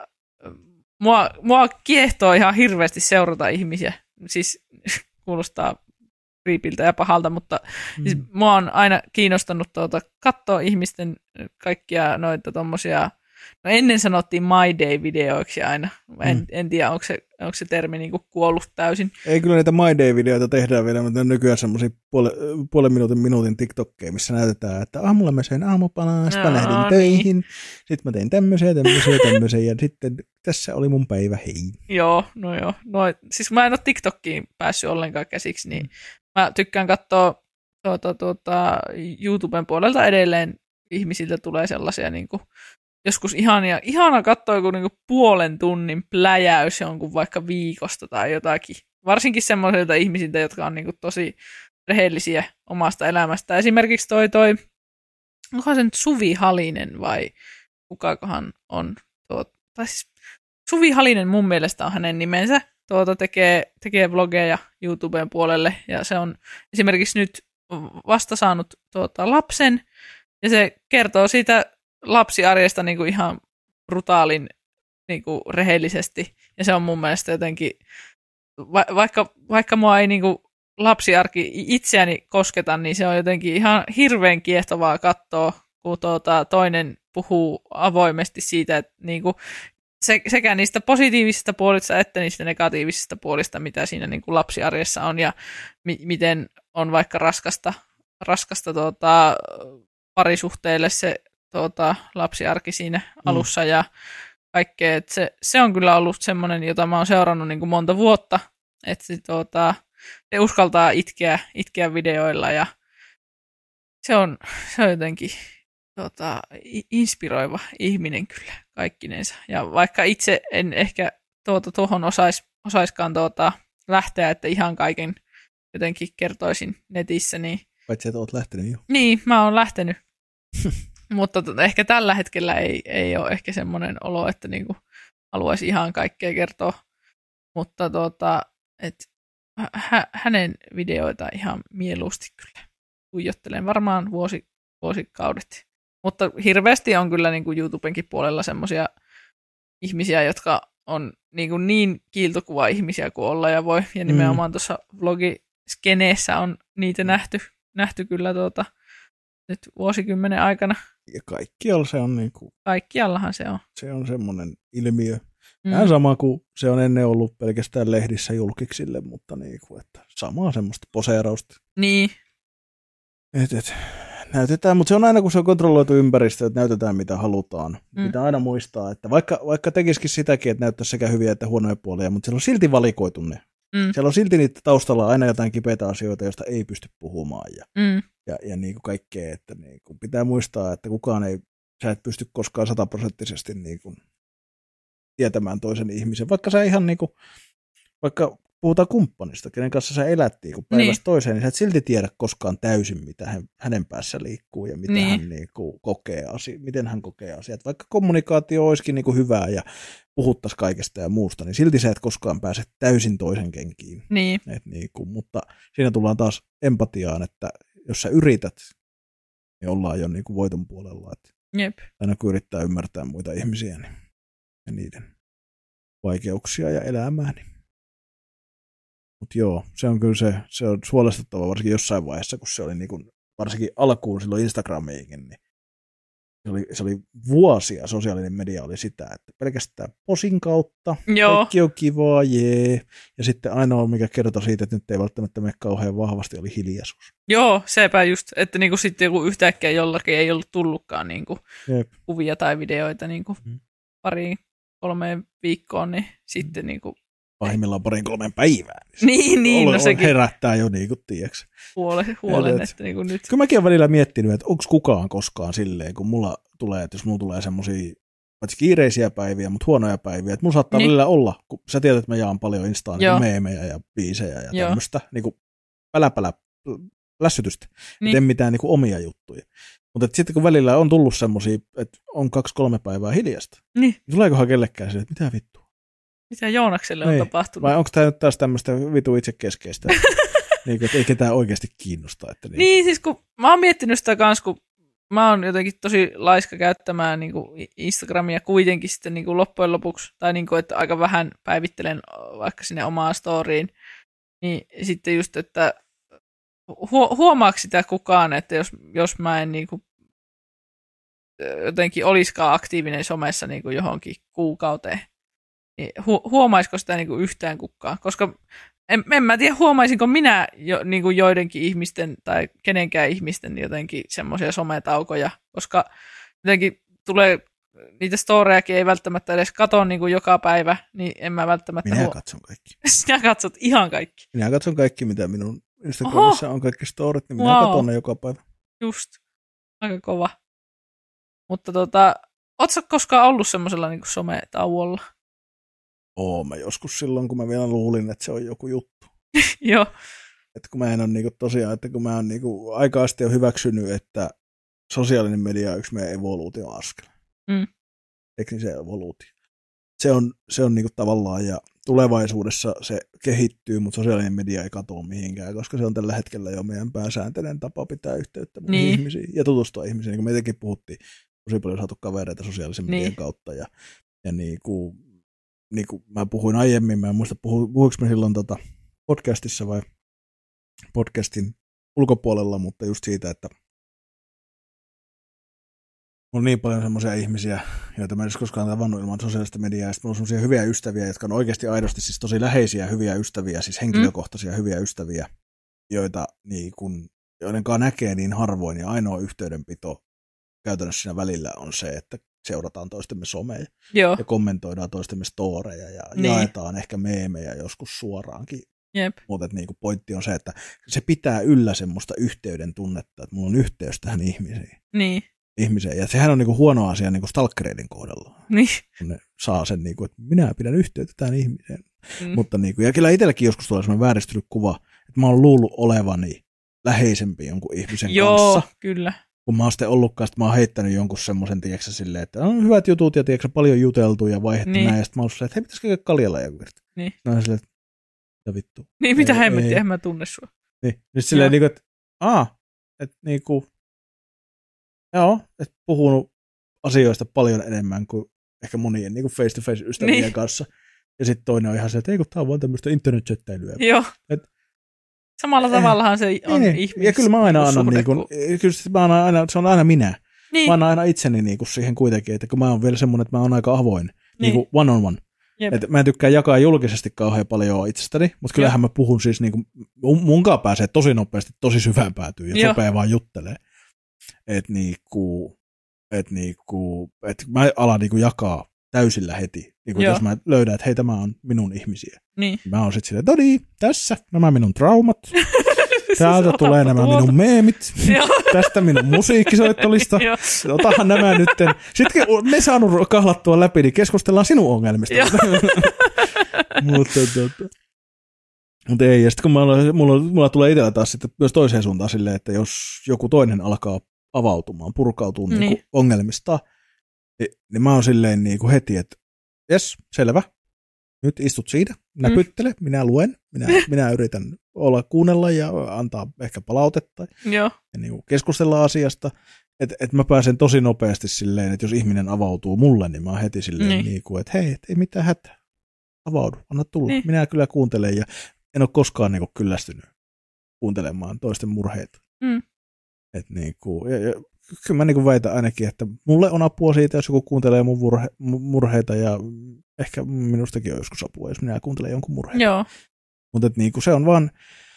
mua, mua kiehtoo ihan hirveästi seurata ihmisiä. Siis kuulostaa kriipiltä ja pahalta, mutta mm. siis mua on aina kiinnostanut tuota, katsoa ihmisten kaikkia noita tommosia, no ennen sanottiin My Day-videoiksi aina. En, mm. en tiedä, onko se, onko se termi niinku kuollut täysin. Ei kyllä niitä My Day-videoita tehdään vielä, mutta on nykyään semmoisia puole, puolen minuutin minuutin TikTokkeja, missä näytetään, että aamulla mä söin aamupalaa, sitten no, mä lähdin töihin, niin. Sitten mä tein tämmöisiä, tämmöisiä, tämmöisiä, ja sitten tässä oli mun päivä, hei. Joo, no joo. No, siis mä en ole TikTokkiin päässyt ollenkaan käsiksi, niin mm. mä tykkään katsoa tuota, tuota, YouTuben puolelta edelleen ihmisiltä tulee sellaisia niin kuin joskus ihania, ihana katsoa joku niinku puolen tunnin pläjäys jonkun vaikka viikosta tai jotakin. Varsinkin semmoisilta ihmisiltä, jotka on niinku tosi rehellisiä omasta elämästä. Esimerkiksi toi, toi onkohan se nyt Suvi Halinen vai kukakohan on? Tuo, tai siis Suvi Halinen mun mielestä on hänen nimensä. Tuota tekee, tekee vlogeja YouTuben puolelle ja se on esimerkiksi nyt vasta saanut tuota lapsen ja se kertoo siitä lapsiarjesta niin kuin ihan brutaalin niin kuin rehellisesti. Ja se on mun mielestä jotenkin, va- vaikka, vaikka mua ei niin kuin lapsiarki itseäni kosketa, niin se on jotenkin ihan hirveän kiehtovaa katsoa, kun tuota, toinen puhuu avoimesti siitä, että niin kuin, se, sekä niistä positiivisista puolista että niistä negatiivisista puolista, mitä siinä niin kuin lapsiarjessa on ja mi- miten on vaikka raskasta, raskasta tuota, parisuhteelle se tuota, lapsiarki siinä mm. alussa ja kaikkea. Et se, se on kyllä ollut semmoinen, jota mä oon seurannut niin kuin monta vuotta, että se, tuota, se uskaltaa itkeä, itkeä videoilla ja se on, se on jotenkin tuota, inspiroiva ihminen kyllä kaikkinensa. Ja vaikka itse en ehkä tuota, tuohon osais, osaiskaan tuota, lähteä, että ihan kaiken jotenkin kertoisin netissä. Niin, paitsi että oot lähtenyt jo. Niin, mä oon lähtenyt. Mutta tuota, ehkä tällä hetkellä ei, ei ole ehkä semmoinen olo, että niinku haluaisi ihan kaikkea kertoa. Mutta tuota, et, hä, hänen videoita ihan mieluusti kyllä tuijottelen. Varmaan vuosi, vuosikaudet. Mutta hirveästi on kyllä niin kuin YouTubenkin puolella semmoisia ihmisiä, jotka on niin, kuin niin kiiltokuva-ihmisiä kuin olla ja voi. Ja nimenomaan mm. tuossa vlogiskeneessä on niitä nähty, nähty kyllä tuota, nyt vuosikymmenen aikana. Ja kaikkialla se on niin kuin, kaikkiallahan se on. Se on semmoinen ilmiö. Mm. Vähän sama kuin se on ennen ollut pelkästään lehdissä julkiksille, mutta niin kuin, että samaa semmoista poseerausta. Niin. Et, et, näytetään, mutta se on aina kun se on kontrolloitu ympäristö, että näytetään mitä halutaan. Mm. Pitää aina muistaa, että vaikka, vaikka tekisikin sitäkin, että näyttäisi sekä hyviä että huonoja puolia, mutta siellä on silti valikoitu ne. Mm. Siellä on silti niitä taustalla aina jotain kipeitä asioita, joista ei pysty puhumaan ja, mm. ja, ja niin kuin kaikkea, että niin kuin pitää muistaa, että kukaan ei, sä et pysty koskaan sataprosenttisesti niin kuin tietämään toisen ihmisen, vaikka sä ihan niin kuin, vaikka puhutaan kumppanista, kenen kanssa sä elät niin päivästä niin. toiseen, niin sä et silti tiedä koskaan täysin, mitä hän, hänen päässä liikkuu ja mitä niin. hän niin kuin, kokee asia, miten hän kokee asiat. Vaikka kommunikaatio olisikin niin kuin hyvää ja puhuttaisiin kaikesta ja muusta, niin silti sä et koskaan pääse täysin toisen kenkiin. Niin. Et niin kuin, mutta siinä tullaan taas empatiaan, että jos sä yrität, niin ollaan jo niin kuin voiton puolella. Että Jep. aina kun yrittää ymmärtää muita ihmisiä niin, ja niiden vaikeuksia ja elämää, niin mutta joo, se on kyllä se, se on huolestuttava varsinkin jossain vaiheessa, kun se oli niin kuin, varsinkin alkuun silloin Instagramiinkin, niin se oli, se oli vuosia sosiaalinen media oli sitä, että pelkästään posin kautta, joo. Kaikki on kivaa, jee. Ja sitten ainoa, mikä kertoi siitä, että nyt ei välttämättä mene kauhean vahvasti, oli hiljaisuus. Joo, sepä just, että niinku sitten joku yhtäkkiä jollakin ei ollut tullutkaan niinku kuvia tai videoita niinku hmm. pariin kolmeen viikkoon, niin sitten niinku pahimmillaan parin kolmen päivään. Niin, niin. Ol, no sekin. Herättää jo niin kuin, tiiäks. Huolen, huolen et, että niin kuin nyt. Kyllä mäkin olen välillä miettinyt, että onko kukaan koskaan silleen, kun mulla tulee, että jos mulla tulee semmosia, paitsi kiireisiä päiviä, mutta huonoja päiviä, että mulla saattaa niin. välillä olla, kun sä tiedät, että mä jaan paljon Instaan niin meemejä ja biisejä ja tämmöistä, niin kuin päläpälä lässytystä, niin. en mitään niin kuin omia juttuja. Mutta sitten kun välillä on tullut semmosia, että on kaksi kolme päivää hiljasta, niin, niin tuleekohan kellekään sille, että mitä vittua? Mitä Joonakselle on ei. tapahtunut? Vai onko tämä nyt taas tämmöistä vitu itsekeskeistä, niin, että ei ketään oikeasti kiinnosta? Että niin. niin, siis kun mä oon miettinyt sitä kanssa, kun mä oon jotenkin tosi laiska käyttämään niin kuin Instagramia kuitenkin sitten niin kuin loppujen lopuksi, tai niin kuin, että aika vähän päivittelen vaikka sinne omaan storyin, niin sitten just, että hu- huomaako sitä kukaan, että jos, jos mä en niin kuin jotenkin olisikaan aktiivinen somessa niin kuin johonkin kuukauteen, niin hu- huomaisiko sitä niin kuin yhtään kukaan? Koska en, en mä tiedä, huomaisinko minä jo, niin kuin joidenkin ihmisten tai kenenkään ihmisten jotenkin semmoisia sometaukoja, koska jotenkin tulee, niitä storejakin ei välttämättä edes katso niin kuin joka päivä, niin en mä välttämättä... Minä huo- katson kaikki. Sinä katsot ihan kaikki. Minä katson kaikki, mitä minun Instagramissa Oho. on kaikki storit, niin minä wow. katson ne joka päivä. Just. Aika kova. Mutta tota, ootko koskaan ollut semmoisella niin kuin sometauolla? Oo, mä joskus silloin, kun mä vielä luulin, että se on joku juttu. Joo. Että kun mä en ole niinku tosiaan, että kun mä oon niinku aika asti jo hyväksynyt, että sosiaalinen media on yksi meidän evoluution askel. Mm. Teknisen evoluutio. Se on, se on niinku tavallaan, ja tulevaisuudessa se kehittyy, mutta sosiaalinen media ei katoa mihinkään, koska se on tällä hetkellä jo meidän pääsääntöinen tapa pitää yhteyttä niin. ihmisiin ja tutustua ihmisiin. Niin kuin me jotenkin puhuttiin, tosi paljon saatu kavereita sosiaalisen median niin. kautta, ja, ja niinku niin kuin mä puhuin aiemmin, mä en muista puhu, puhuinko mä silloin tota podcastissa vai podcastin ulkopuolella, mutta just siitä, että on niin paljon semmoisia ihmisiä, joita mä en edes koskaan tavannut ilman sosiaalista mediaa, ja sitten mulla on semmoisia hyviä ystäviä, jotka on oikeasti aidosti siis tosi läheisiä hyviä ystäviä, siis henkilökohtaisia mm. hyviä ystäviä, joita niin kun, joidenkaan näkee niin harvoin, ja ainoa yhteydenpito käytännössä siinä välillä on se, että seurataan toistemme someja Joo. ja kommentoidaan toistemme storeja ja niin. jaetaan ehkä meemejä joskus suoraankin. Jep. Mutta niin kuin pointti on se, että se pitää yllä semmoista yhteyden tunnetta, että mulla on yhteys tähän ihmiseen. Niin. ihmiseen. Ja sehän on niin kuin huono asia niin kuin stalkereiden kohdalla. Niin. Kun ne saa sen, niin kuin, että minä pidän yhteyttä tähän ihmiseen. Mm. Mutta niin kuin, ja kyllä itselläkin joskus tulee semmoinen vääristynyt kuva, että mä oon luullut olevani läheisempi jonkun ihmisen Joo, kanssa. Joo, kyllä. Kun mä oon sitten ollutkaan, sitten mä oon heittänyt jonkun semmoisen, tiedätkö silleen, että on hyvät jutut ja tiedätkö paljon juteltu ja vaihdettu niin. näin. Ja sitten mä oon silleen, että hei, pitäisikö käydä kaljalla joku kerta. Niin. No silleen, että mitä vittu. Niin, mitä hemmettiä, eihän mä tunne sua. Niin, sitten silleen, niin kuin, että aah, että niinku, joo, että puhunut asioista paljon enemmän kuin ehkä monien niin kuin face-to-face ystävien niin. kanssa. Ja sitten toinen on ihan se, että ei kun tää on vaan tämmöistä internet-chattailyä. Joo. Et, Samalla äh, tavallahan se on niin, ihmis. Ja kyllä mä aina annan, niin kuin, kyllä mä annan aina, se on aina minä. Niin. Mä annan aina itseni niin kuin siihen kuitenkin, että kun mä oon vielä semmoinen, että mä oon aika avoin, niin, niin kuin one on one. Että mä en tykkää jakaa julkisesti kauhean paljon itsestäni, mutta kyllähän Jep. mä puhun siis, niin kuin, munkaan pääsee tosi nopeasti, tosi syvään päätyyn ja sopee vaan juttelee. Että niinku, et niinku, et mä alan niinku jakaa täysillä heti. Niinku jos mä löydän, että hei, tämä on minun ihmisiä. Niin. Mä oon sit silleen, no niin, tässä nämä minun traumat. Täältä tulee nämä tuolta. Minun meemit. Tästä minun musiikkisoittolista. Otahan nämä nytten. Sitten kun ne saanut kahlattua läpi, niin keskustellaan sinun ongelmista. Mutta tota. Mutta ei, ja sitten kun mulla, mulla, mulla tulee itsellä taas sitten myös toiseen suuntaan silleen, että jos joku toinen alkaa avautumaan, purkautuu niin. Niin ongelmista, niin, niin mä oon silleen niin kuin heti, että jes, selvä, nyt istut siinä, näpyttele, mm. minä luen, minä, minä yritän olla kuunnella ja antaa ehkä palautetta Joo. ja niin kuin keskustella asiasta, että et mä pääsen tosi nopeasti silleen, että jos ihminen avautuu mulle, niin mä oon heti silleen, niin. Niin kuin, että hei, et ei mitään hätää, avaudu, anna tulla, niin. Minä kyllä kuuntelen ja en ole koskaan niin kuin kyllästynyt kuuntelemaan toisten murheita. Mm. Et niin kuin, ja, ja, kyllä mä niin kuin väitän ainakin, että mulle on apua siitä, jos joku kuuntelee mun murhe, murheita ja ehkä minustakin on joskus apua, jos minä kuuntelen jonkun murheita. Joo. Mutta niin kuin se on vaan,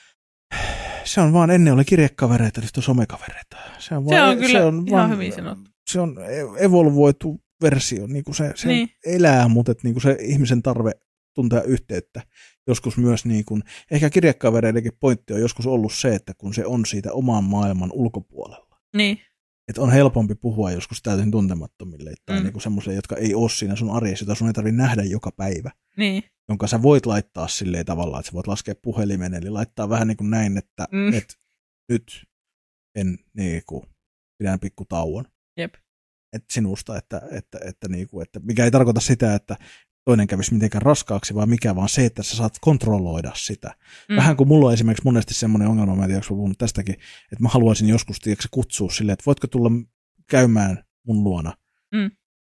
se on vaan ennen oli kirjekavereita, nyt on somekavereita. Se on, se vaan, on kyllä se on ihan vaan, hyvin sanottu. Se on evolvoitu versio, niin kuin se, se niin. elää, mutta niin kuin se ihmisen tarve tuntea yhteyttä. Joskus myös niin kuin, ehkä kirjekavereidenkin pointti on joskus ollut se, että kun se on siitä oman maailman ulkopuolella. Niin. Että on helpompi puhua joskus täysin tuntemattomille tai mm. niin kuin semmoisille, jotka ei ole siinä sun arjessa, jota sun ei tarvitse nähdä joka päivä. Niin. Jonka sä voit laittaa silleen tavallaan, että sä voit laskea puhelimen, eli laittaa vähän niin kuin näin, että mm. et, nyt en niin kuin, pidän pikku tauon. Jep. Et sinusta, että, että, että, niin kuin, että mikä ei tarkoita sitä, että toinen kävisi mitenkään raskaaksi, vaan mikä vaan se, että sä saat kontrolloida sitä. Mm. Vähän kuin mulla on esimerkiksi monesti semmoinen ongelma, mä en tiedä, onko mä puhunut tästäkin, että mä haluaisin joskus tiedätkö, kutsua silleen, että voitko tulla käymään mun luona mm.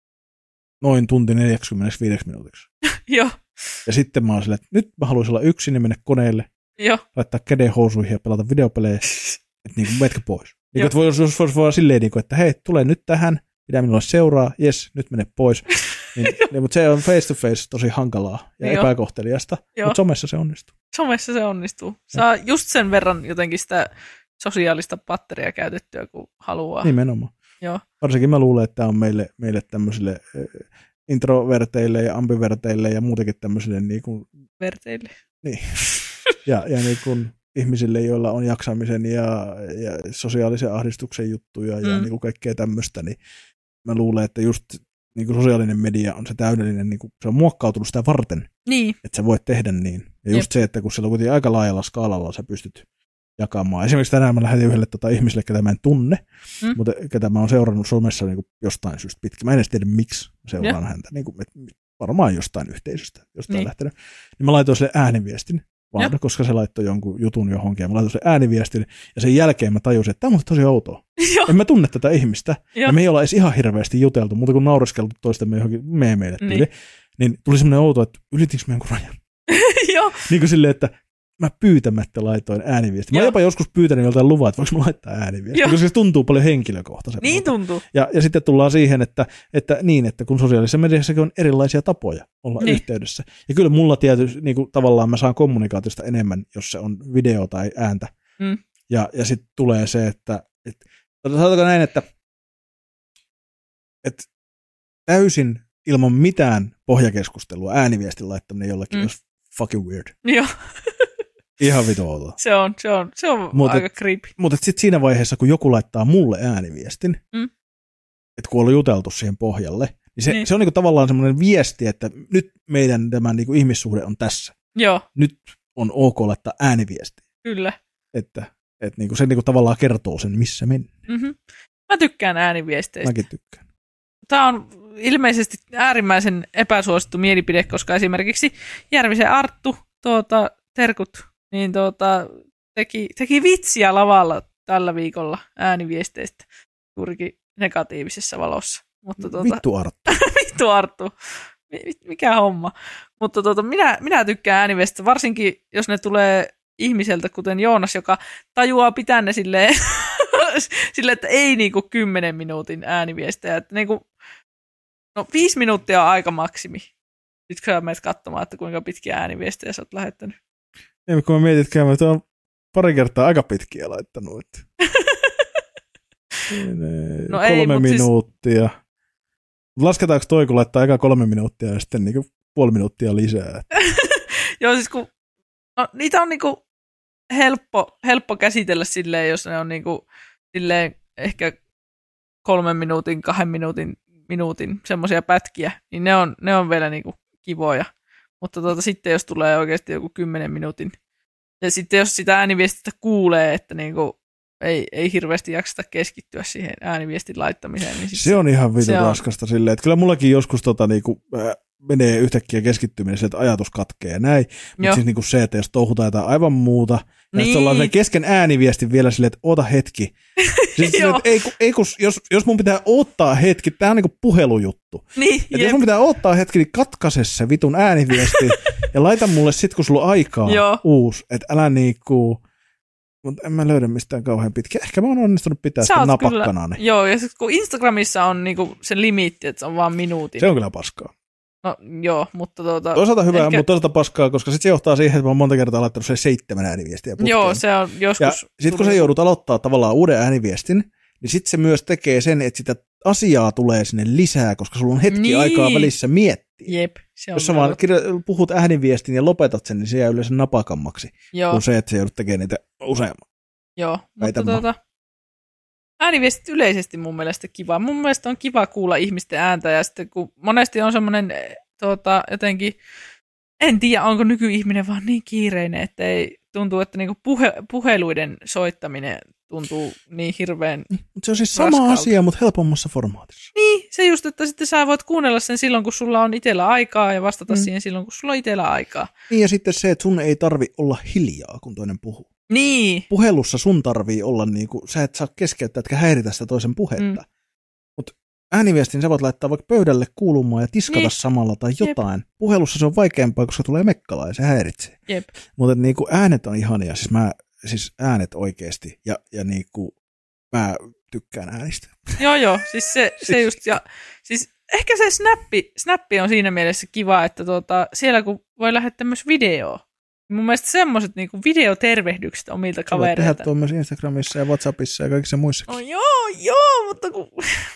noin tunti neljäkymmentäviisi minuutiksi. Joo. Ja sitten mä oon silleen, että nyt mä haluaisin olla yksin ja mennä koneelle, Joo. laittaa käden housuihin ja pelata videopelejä, että niin kuin metkö pois. Niin kuin, että voi, jos voisi vaan silleen, niin kuin, että hei, tule nyt tähän, pidä minulle seuraa, jes, nyt mene pois. Niin, niin, mutta se on face to face tosi hankalaa ja Joo. epäkohteliasta, Joo. mutta somessa se onnistuu. Somessa se onnistuu. Saa ja. just sen verran jotenkin sitä sosiaalista patteria käytettyä, kun haluaa. Nimenomaan. Joo. Varsinkin mä luulen, että tämä on meille, meille tämmöisille introverteille ja ambiverteille ja muutenkin tämmöisille niin kuin... Verteille. Niin. ja, ja niin kuin ihmisille, joilla on jaksamisen ja, ja sosiaalisen ahdistuksen juttuja mm. ja niin kuin kaikkea tämmöistä, niin mä luulen, että just niin kuin sosiaalinen media on se täydellinen, niin kuin, se on muokkautunut sitä varten, niin. että sä voit tehdä niin. Ja just Jep. se, että kun siellä on kuitenkin aika laajalla skaalalla sä pystyt jakamaan. Esimerkiksi tänään mä lähetin yhdelle tota ihmiselle, ketä mä en tunne, mm. mutta ketä mä oon seurannut somessa niin kuin jostain syystä pitkin. Mä en edes tiedä, miksi mä seuraan Jep. häntä. Niin kuin, varmaan jostain yhteisöstä, jostain niin. lähtenyt. Niin mä laitoin sille ääniviestin, vaan, Jep. koska se laittoi jonkun jutun johonkin. Ja mä laitoin sille ääniviestin ja sen jälkeen mä tajusin, että tämä on tosi outoa. En mä tunne tätä ihmistä. Ja me ei olla edes ihan hirveästi juteltu, mutta kun naureskeltu toistemme johonkin meemeille. Niin. niin tuli semmoinen outo, että ylitinkö me jonkun rajan? Joo. Niin kuin silleen, että mä pyytämättä laitoin ääniviesti. Mä oon jopa joskus pyytänyt joltain luvan, että voiko mä laittaa ääniviesti, Joo. koska se tuntuu paljon henkilökohtaisemmalta. Niin tuntuu. Ja, ja sitten tullaan siihen, että, että niin, että kun sosiaalisessa mediassakin on erilaisia tapoja olla niin. yhteydessä. Ja kyllä mulla tietysti niin kuin, tavallaan mä saan kommunikaatiosta enemmän, jos se on video tai ääntä. Mm. Ja, ja sitten tulee se, että, että sanotaanko näin, että, että täysin ilman mitään pohjakeskustelua ääniviestin laittaminen jollekin mm. olisi fucking weird. Joo. Ihan vitu outoa. Se on, se on, se on mut aika et, creepy. Mutta sitten siinä vaiheessa, kun joku laittaa mulle ääniviestin, mm. että kun on juteltu siihen pohjalle, niin se, niin. se on niinku tavallaan semmoinen viesti, että nyt meidän tämä niinku ihmissuhde on tässä. Joo. Nyt on ok laittaa ääniviesti. Kyllä. Että, että niinku se niinku tavallaan kertoo sen, missä mennään. Mm-hmm. Mä tykkään ääniviesteistä. Mäkin tykkään. Tämä on ilmeisesti äärimmäisen epäsuosittu mielipide, koska esimerkiksi Järvisen Arttu, tuota, terkut, niin tuota, teki, teki vitsiä lavalla tällä viikolla ääniviesteistä juurikin negatiivisessa valossa. Mutta tuota, vittu Arttu. vittu Arttu. Mikä homma. Mutta tuota, minä, minä tykkään ääniviesteistä, varsinkin jos ne tulee ihmiseltä, kuten Joonas, joka tajuaa pitää ne silleen, silleen että ei niinku kymmenen minuutin ääniviestejä. Että niinku, no viisi minuuttia on aika maksimi. Nyt kun sä menet katsomaan, että kuinka pitkiä ääniviestejä sä oot lähettänyt. Ei, kun mä mietin, että mä oon pari kertaa aika pitkiä laittanut. Että no kolme ei, minuuttia. Siis lasketaanko toi, kun laittaa eka kolme minuuttia ja sitten niinku puoli minuuttia lisää? Joo, siis kun no, niitä on niinku helppo, helppo käsitellä silleen, jos ne on niinku silleen ehkä kolmen minuutin, kahden minuutin, minuutin semmoisia pätkiä, niin ne on, ne on vielä niinku kivoja. Mutta tuota, sitten jos tulee oikeasti joku kymmenen minuutin, ja sitten jos sitä ääniviestistä kuulee, että niinku ei, ei hirveästi jakseta keskittyä siihen ääniviestin laittamiseen. Niin se on ihan vitun raskasta on silleen, että kyllä mullakin joskus tota, niinku, äh, menee yhtäkkiä keskittyminen, että ajatus katkee ja näin, mutta siis niinku se, että jos touhutaan jotain aivan muuta, ja niin. sitten ollaan kesken ääniviestin vielä silleen, että oota hetki. Siis silleen, että ei, ei, kun, jos, jos mun pitää odottaa hetki, tää on niinku puhelujuttu. Niin, että jos mun pitää odottaa hetki, niin katkaise se vitun ääniviesti ja laita mulle sit, kun sulla on aikaa uusi, että älä niinku. Mutta en mä löydä mistään kauhean pitkä. Ehkä mä oon onnistunut pitää sitä napakkanaani. Joo, ja sit, kun Instagramissa on niinku se limiitti, että se on vaan minuutin. Se on kyllä paskaa. No joo, mutta tuota. Toisaalta hyvää, ehkä mutta toisaalta paskaa, koska sitten se johtaa siihen, että mä oon monta kertaa laittanut se seitsemän ääniviestiä putkeen. Joo, se on joskus. Ja sitten kun sä joudut aloittaa tavallaan uuden ääniviestin, niin sitten se myös tekee sen, että sitä asiaa tulee sinne lisää, koska sulla on hetki niin. aikaa välissä miettiä. Jep, se on jos sä vaan kirja- puhut ääniviestin ja lopetat sen, niin se jää yleensä napakammaksi, joo. kuin se, että sä joudut tekemään niitä useamman. Joo, mutta tuota, ääniviestit yleisesti mun mielestä kiva. Mun mielestä on kiva kuulla ihmisten ääntä, ja sitten kun monesti on semmoinen tuota, jotenkin, en tiedä onko nykyihminen vaan niin kiireinen, että ei tuntuu, että niinku puhe, puheluiden soittaminen tuntuu niin hirveän mutta se on siis sama raskalta. asia, mutta helpommassa formaatissa. Niin, se just, että sitten sä voit kuunnella sen silloin, kun sulla on itsellä aikaa ja vastata mm. siihen silloin, kun sulla on itsellä aikaa. Niin, ja sitten se, että sun ei tarvi olla hiljaa, kun toinen puhuu. Niin. Puhelussa sun tarvii olla niinku, sä et saa keskeyttää, etkä häiritä sitä toisen puhetta. Mm. Mutta ääniviestin sä voit laittaa vaikka pöydälle kuulumaan ja tiskata niin. samalla tai jotain. Jep. Puhelussa se on vaikeampaa, koska tulee mekkala ja se häiritsee. Mutta niinku äänet on ihania, siis, mä, siis äänet oikeasti ja, ja niinku, mä tykkään äänistä. Joo joo, siis se, se just, ja siis ehkä se snappi, snappi on siinä mielessä kiva, että tuota, siellä kun voi lähettää myös videoa. Mun mielestä semmoiset niinku videotervehdykset omilta kavereilta. Voit tehdä tuon myös Instagramissa ja WhatsAppissa ja kaikissa muissakin. No joo, joo, mutta kun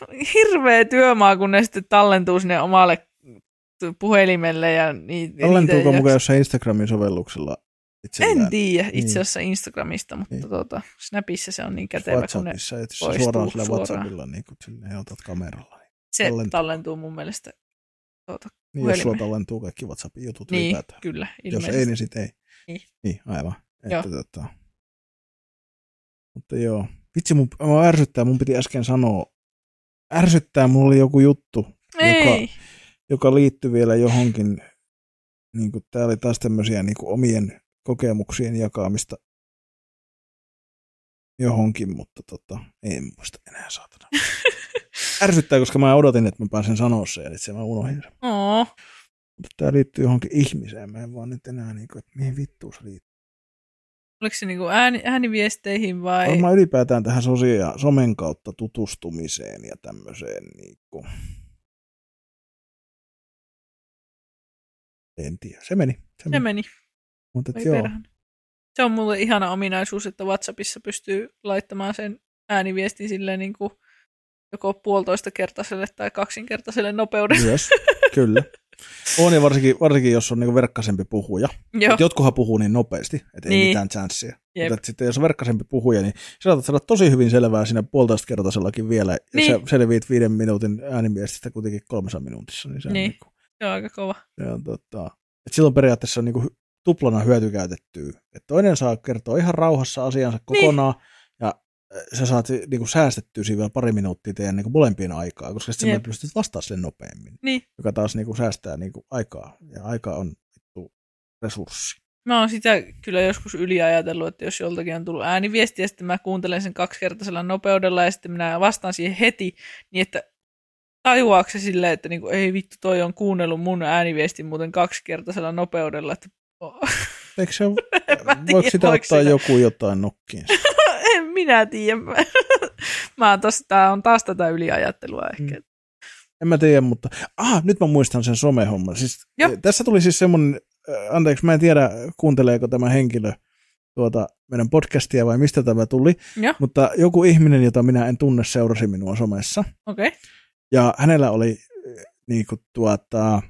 hirveä työmaa, kun ne sitten tallentuu sinne omalle puhelimelle. Ja ni- tallentuuko ja mukaan jossain Instagramin sovelluksella itsellään? En tiedä itse asiassa niin. Instagramista, mutta niin. tuota, Snapissa se on niin kätevä, WhatsAppissa, kun ne poistuu suoraan sillä WhatsAppilla, niin kun sinne otat kameralla. Niin se tallentuu, tallentuu mun mielestä tuota, niin, jos sulla tallentuu kaikki WhatsAppin jutut niin, ylipäätään. Kyllä, jos ei, niin sitten ei. Niin. Niin, aivan. Että, tota. Mutta joo. Vitsi, mun, mun ärsyttää, mun piti äsken sanoa. Ärsyttää, mulla oli joku juttu, joka, joka liittyi vielä johonkin. Niin kuin, tää oli taas tämmöisiä niin kuin omien kokemuksien jakamista johonkin, mutta tota, ei muista enää saatana. Ärsyttää, koska mä odotin, että mä pääsen sanoa sen, eli se mä unohdin sen. Oh. Mutta tää liittyy johonkin ihmiseen, mä en vaan nyt enää, niin kuin, että mihin vittuun se liittyy. Oliko se niinku ääni, ääniviesteihin vai? Varmaan ylipäätään tähän sosia, somen kautta tutustumiseen ja tämmöiseen. Niinku. En tiedä, se meni. Se, se meni. Mutta joo. Se on mulle ihana ominaisuus, että WhatsAppissa pystyy laittamaan sen ääniviestin silleen niin kuin joko puolitoista kertaiselle tai kaksinkertaiselle nopeudelle. Yes, kyllä. On ja varsinkin, varsinkin jos on niin verkkaisempi puhuja. Jotkuhan puhuu niin nopeasti, että niin. Ei mitään chanssia. Mutta sitten jos on verkkaisempi puhuja, niin sä saatat saada tosi hyvin selvää siinä puolitoista kertaisellakin vielä. Niin. Ja sä selviit viiden minuutin ääniviestistä kuitenkin kolmessa minuutissa. Niin se on, niin. Niin kuin, se on aika kova. Se on, tota, että silloin periaatteessa on niin kuin tuplana hyötykäytettyä. Että toinen saa kertoa ihan rauhassa asiansa kokonaan, niin. Ja sä saat niin kuin säästettyä siinä vielä pari minuuttia teidän niin kuin molempien aikaa, koska sitten sä pystyt vastaamaan sille nopeammin. Niin. Joka taas niin kuin säästää niin kuin aikaa, ja aika on vittu resurssi. Mä oon sitä kyllä joskus yliajatellut, että jos joltakin on tullut ääniviesti, ja sitten mä kuuntelen sen kaksikertaisella nopeudella, ja sitten minä vastaan siihen heti, niin että tajuaako se silleen, että niinku, ei vittu, toi on kuunnellut mun ääniviestin muuten kaksikertaisella nopeudella, että eikö se, voiko sitä voiko ottaa sitä? Joku jotain nokkiin? En minä tiedä. Mä oon tos, tää on taas tätä yliajattelua ehkä. Mm. En mä tiedä, mutta ah, nyt mä muistan sen somehomman. Siis, tässä tuli siis semmoinen, anteeksi, mä en tiedä, kuunteleeko tämä henkilö tuota meidän podcastia vai mistä tämä tuli, jo. Mutta joku ihminen, jota minä en tunne, seurasi minua somessa. Okei. Okay. Ja hänellä oli niinku tuota,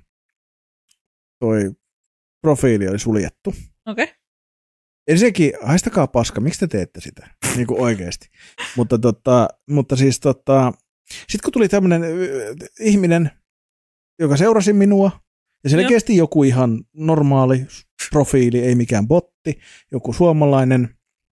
toi profiili oli suljettu. Okei. Okay. Ensinnäkin, haistakaa paska, miksi te teette sitä? Niin kuin oikeasti. mutta, tota, mutta siis tota, sitten kun tuli tämmöinen ihminen, joka seurasi minua, ja selkeästi joku ihan normaali profiili, ei mikään botti, joku suomalainen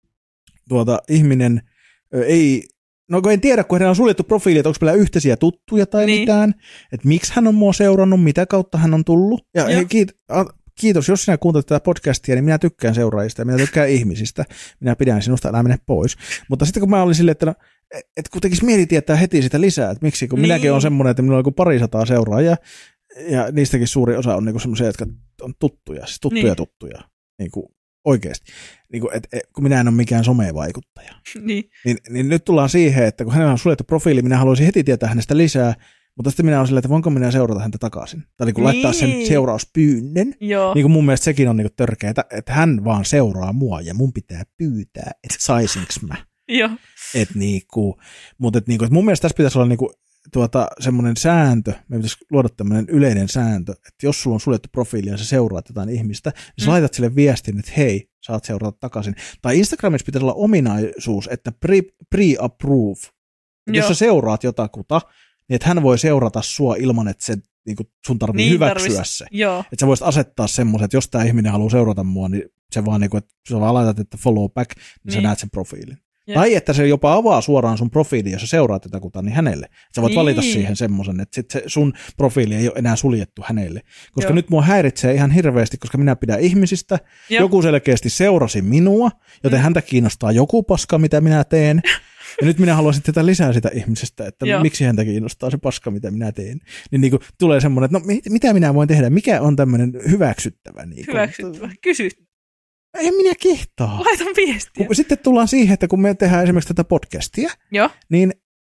tuota, ihminen, ei, no kun en tiedä, kun hän on suljettu profiili, että onko meillä yhteisiä tuttuja tai niin. mitään, että miksi hän on mua seurannut, mitä kautta hän on tullut, ja hei, kiit, kiitos, jos sinä kuuntelet tätä podcastia, niin minä tykkään seuraajista ja minä tykkään ihmisistä. Minä pidän sinusta, älä mene pois. Mutta sitten kun mä olin silleen, että, no, että kun tekisi mieli tietää heti sitä lisää, että miksi, kun niin. minäkin olen semmoinen, että minulla on parisataa seuraajaa, ja niistäkin suuri osa on niinku semmoisia, jotka on tuttuja, siis tuttuja niin. tuttuja, niinku oikeasti. Niinku, et, et, kun minä en ole mikään somevaikuttaja. Niin. Niin, niin nyt tullaan siihen, että kun hänellä on suljettu profiili, minä haluaisin heti tietää hänestä lisää, mutta sitten minä olen silleen, että voinko minä seurata häntä takaisin. Tai niin kuin niin. laittaa sen seurauspyynnön. Joo. Niin kuin mun mielestä sekin on niin kuin törkeätä, että hän vaan seuraa mua ja mun pitää pyytää, että saisinko mä. Joo. Et niin kuin, mutta et niin kuin, että mun mielestä tässä pitäisi olla niin kuin, tuota, semmoinen sääntö, me pitäisi luoda tämmöinen yleinen sääntö, että jos sulla on suljettu profiili ja sä seuraat jotain ihmistä, niin sä mm. laitat sille viestin, että hei, saat seurata takaisin. Tai Instagramissa pitäisi olla ominaisuus, että pre, pre-approve. Jos sä seuraat jotakuta, niin että hän voi seurata sua ilman, että se, niin kuin sun tarvii niin, hyväksyä tarvis. se. Joo. Että sä voisit asettaa semmoisen, että jos tämä ihminen haluaa seurata mua, niin se vaan, niin kuin, että sä vaan laitat, että follow back, niin, niin. sä näet sen profiilin. Ja. Tai että se jopa avaa suoraan sun profiilin, jos sä seuraat jotakuta, niin hänelle. Sä voit niin. valita siihen semmoisen, että sit se sun profiili ei ole enää suljettu hänelle. Koska Joo. nyt mua häiritsee ihan hirveästi, koska minä pidän ihmisistä. Joo. Joku selkeästi seurasi minua, joten mm. häntä kiinnostaa joku paska, mitä minä teen. Ja nyt minä haluaisin tätä lisää sitä ihmisestä, että Joo. miksi häntä kiinnostaa se paska, mitä minä teen. Niin, niin kuin tulee semmoinen, että no mit, mitä minä voin tehdä, mikä on tämmöinen hyväksyttävä. Niin kuin, hyväksyttävä, kysy. En minä kehtaa. Laitan viestiä. Kun sitten tullaan siihen, että kun me tehdään esimerkiksi tätä podcastia, Joo. Niin,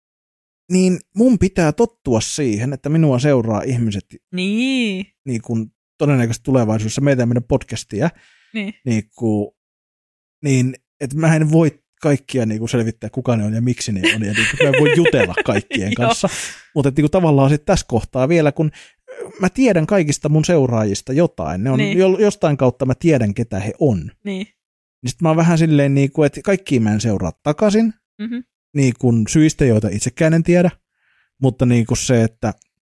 niin mun pitää tottua siihen, että minua seuraa ihmiset niin. Niin kuin todennäköisesti tulevaisuudessa meitä meidän podcastia, niin, niin, kuin, niin että mä en voi kaikkia niin kuin selvittää, kuka ne on ja miksi ne on, ja niin kuin, mä voin jutella kaikkien kanssa. Mutta niin kuin, tavallaan sitten tässä kohtaa vielä, kun mä tiedän kaikista mun seuraajista jotain, ne on niin. jostain kautta mä tiedän, ketä he on. Niin. Niin sitten mä oon vähän silleen, niin kuin, että kaikkiin mä en seuraa takaisin, mm-hmm. niin kuin syistä, joita itsekään en tiedä, mutta niin kuin se, että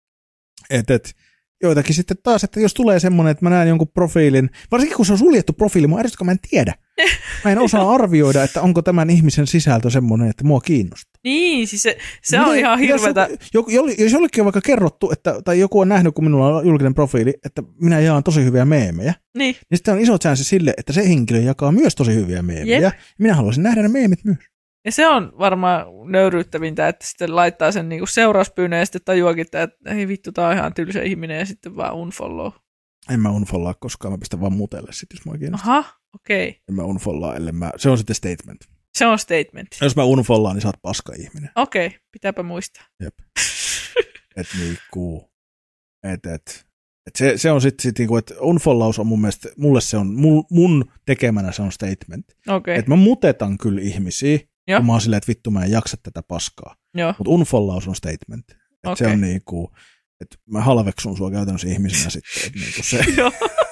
et, et, joitakin sitten taas, että jos tulee semmoinen, että mä näen jonkun profiilin, varsinkin kun se on suljettu profiili, mua ärsyttää, kun mä en tiedä. Mä en osaa arvioida, että onko tämän ihmisen sisältö semmoinen, että mua kiinnostaa. Niin, siis se, se on ihan hirveätä. Jos, jos jollekin on vaikka kerrottu, että, tai joku on nähnyt, kun minulla on julkinen profiili, että minä jaan tosi hyviä meemejä, niin, niin sitten on iso chanssi sille, että se henkilö jakaa myös tosi hyviä meemejä. Jep. Minä haluaisin nähdä ne meemit myös. Ja se on varmaan nöyryyttävintä, että sitten laittaa sen niinku seurauspyynnön ja sitten tajuakin, että ei vittu, tää on ihan tylsä ihminen ja sitten vaan unfollow. En mä unfollaa koskaan, mä pistän vaan mutelle sitten, jos mua kiinnostaa. Aha, Okei. Okay. En mä unfollaa, ellei mä... Se on sitten statement. Se on statement. Jos mä unfollaan, niin sä oot paska ihminen. Okei, okay. Pitääpä muistaa. Jep. Et niinku... Et, et. Et se, se on sitten sit niinku, että unfollaus on mun mielestä... Mulle se on... Mun, mun tekemänä se on statement. Okei. Okay. Että mä mutetan kyllä ihmisiä. Joo. Mä oon silleen, että vittu mä en jaksa tätä paskaa. Mutta unfollaus on statement. Et okay. Se on niinku... Että mä halveksun sua käytännössä ihmisenä sitten. Että niinku se... Joo.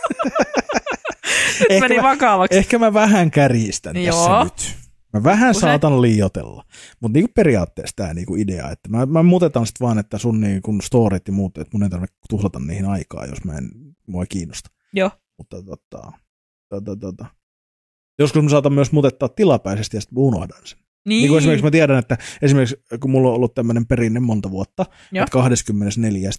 Nyt meni vakavaksi. Ehkä mä vähän kärjistän Joo. tässä nyt. Mä vähän Usein. saatan liioitella. Mutta niinku periaatteessa tämä niinku idea, että mä, mä mutetan sitten vaan, että sun niinku storit ja muut, että mun ei tarvitse tuhlata niihin aikaa, jos mä en, mua ei kiinnosta. Joo. Mutta tota, tota, tota. Joskus mä saatan myös mutettaa tilapäisesti ja sitten unohdan sen. Niin. Niin kuin esimerkiksi mä tiedän, että esimerkiksi kun mulla on ollut tämmöinen perinne monta vuotta, Joo. että kahdeskymmenesneljäs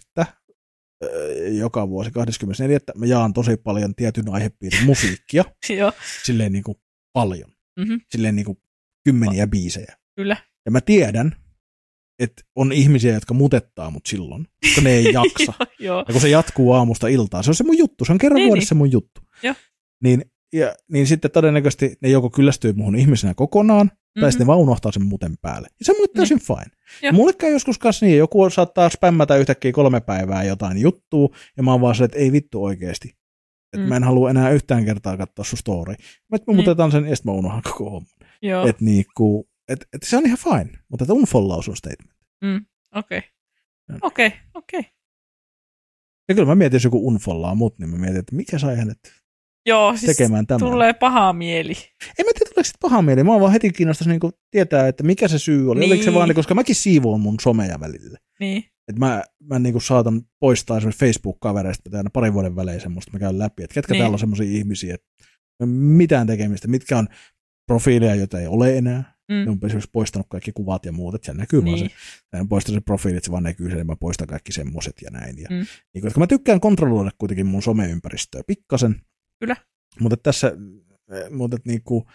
joka vuosi kahdeskymmenesneljäs mä jaan tosi paljon tietyn aihepiirin musiikkia. Joo. Silleen niin kuin paljon. Mm-hmm. Silleen niin kuin kymmeniä biisejä. Kyllä. Ja mä tiedän, että on ihmisiä, jotka mutettaa mut silloin, koska ne ei jaksa. Joo. Ja kun se jatkuu aamusta iltaan, se on se mun juttu. Se on kerran niin, vuodessa niin. mun juttu. Joo. Niin, ja, niin sitten todennäköisesti ne joko kyllästyy muhun ihmisenä kokonaan, tai mm-hmm. sitten ne vaan unohtaa sen muten päälle. Ja se on mulle täysin niin. fine. Ja. Mulle käy joskus kanssa niin, joku saattaa spämmätä yhtäkkiä kolme päivää jotain juttua, ja mä oon vaan se, että ei vittu oikeesti. Että mm. mä en halua enää yhtään kertaa katsoa sun story. Mä, mä mutetaan sen, ja sitten mä unohdan koko homman. Että niinku, et, et se on ihan fine, mutta että unfollaus on statement. Mm. Okei. Okay. Okei, okay. okei. Okay. Ja kyllä mä mietin, jos joku unfollaa mut, niin mä mietin, että mikä sai hänet Joo, siis tekemään tämän. Tulee paha mieli. En mä tiedä, tuleeko sitten paha mieli. Mä oon vaan heti kiinnostaisi niinku tietää, että mikä se syy oli. Niin. Oliko se vaan, koska mäkin siivoon mun someja välillä. Niin. Että mä, mä niinku saatan poistaa esimerkiksi Facebook-kavereista aina parin vuoden välein semmoista, mä käyn läpi, että ketkä niin. täällä on semmoisia ihmisiä, että mitään tekemistä, mitkä on profiileja, joita ei ole enää. Mm. Ne on esimerkiksi poistanut kaikki kuvat ja muut, että se näkyy niin. vaan se. En poista se profiili, että se vaan näkyy sen, ja mä poistan kaikki semmoiset ja näin. Ja, mm. niin, koska mä tykkään kontrolloida kuitenkin mun someympäristöä pikkasen. Kyllä. Mutta tässä, mutta niinku,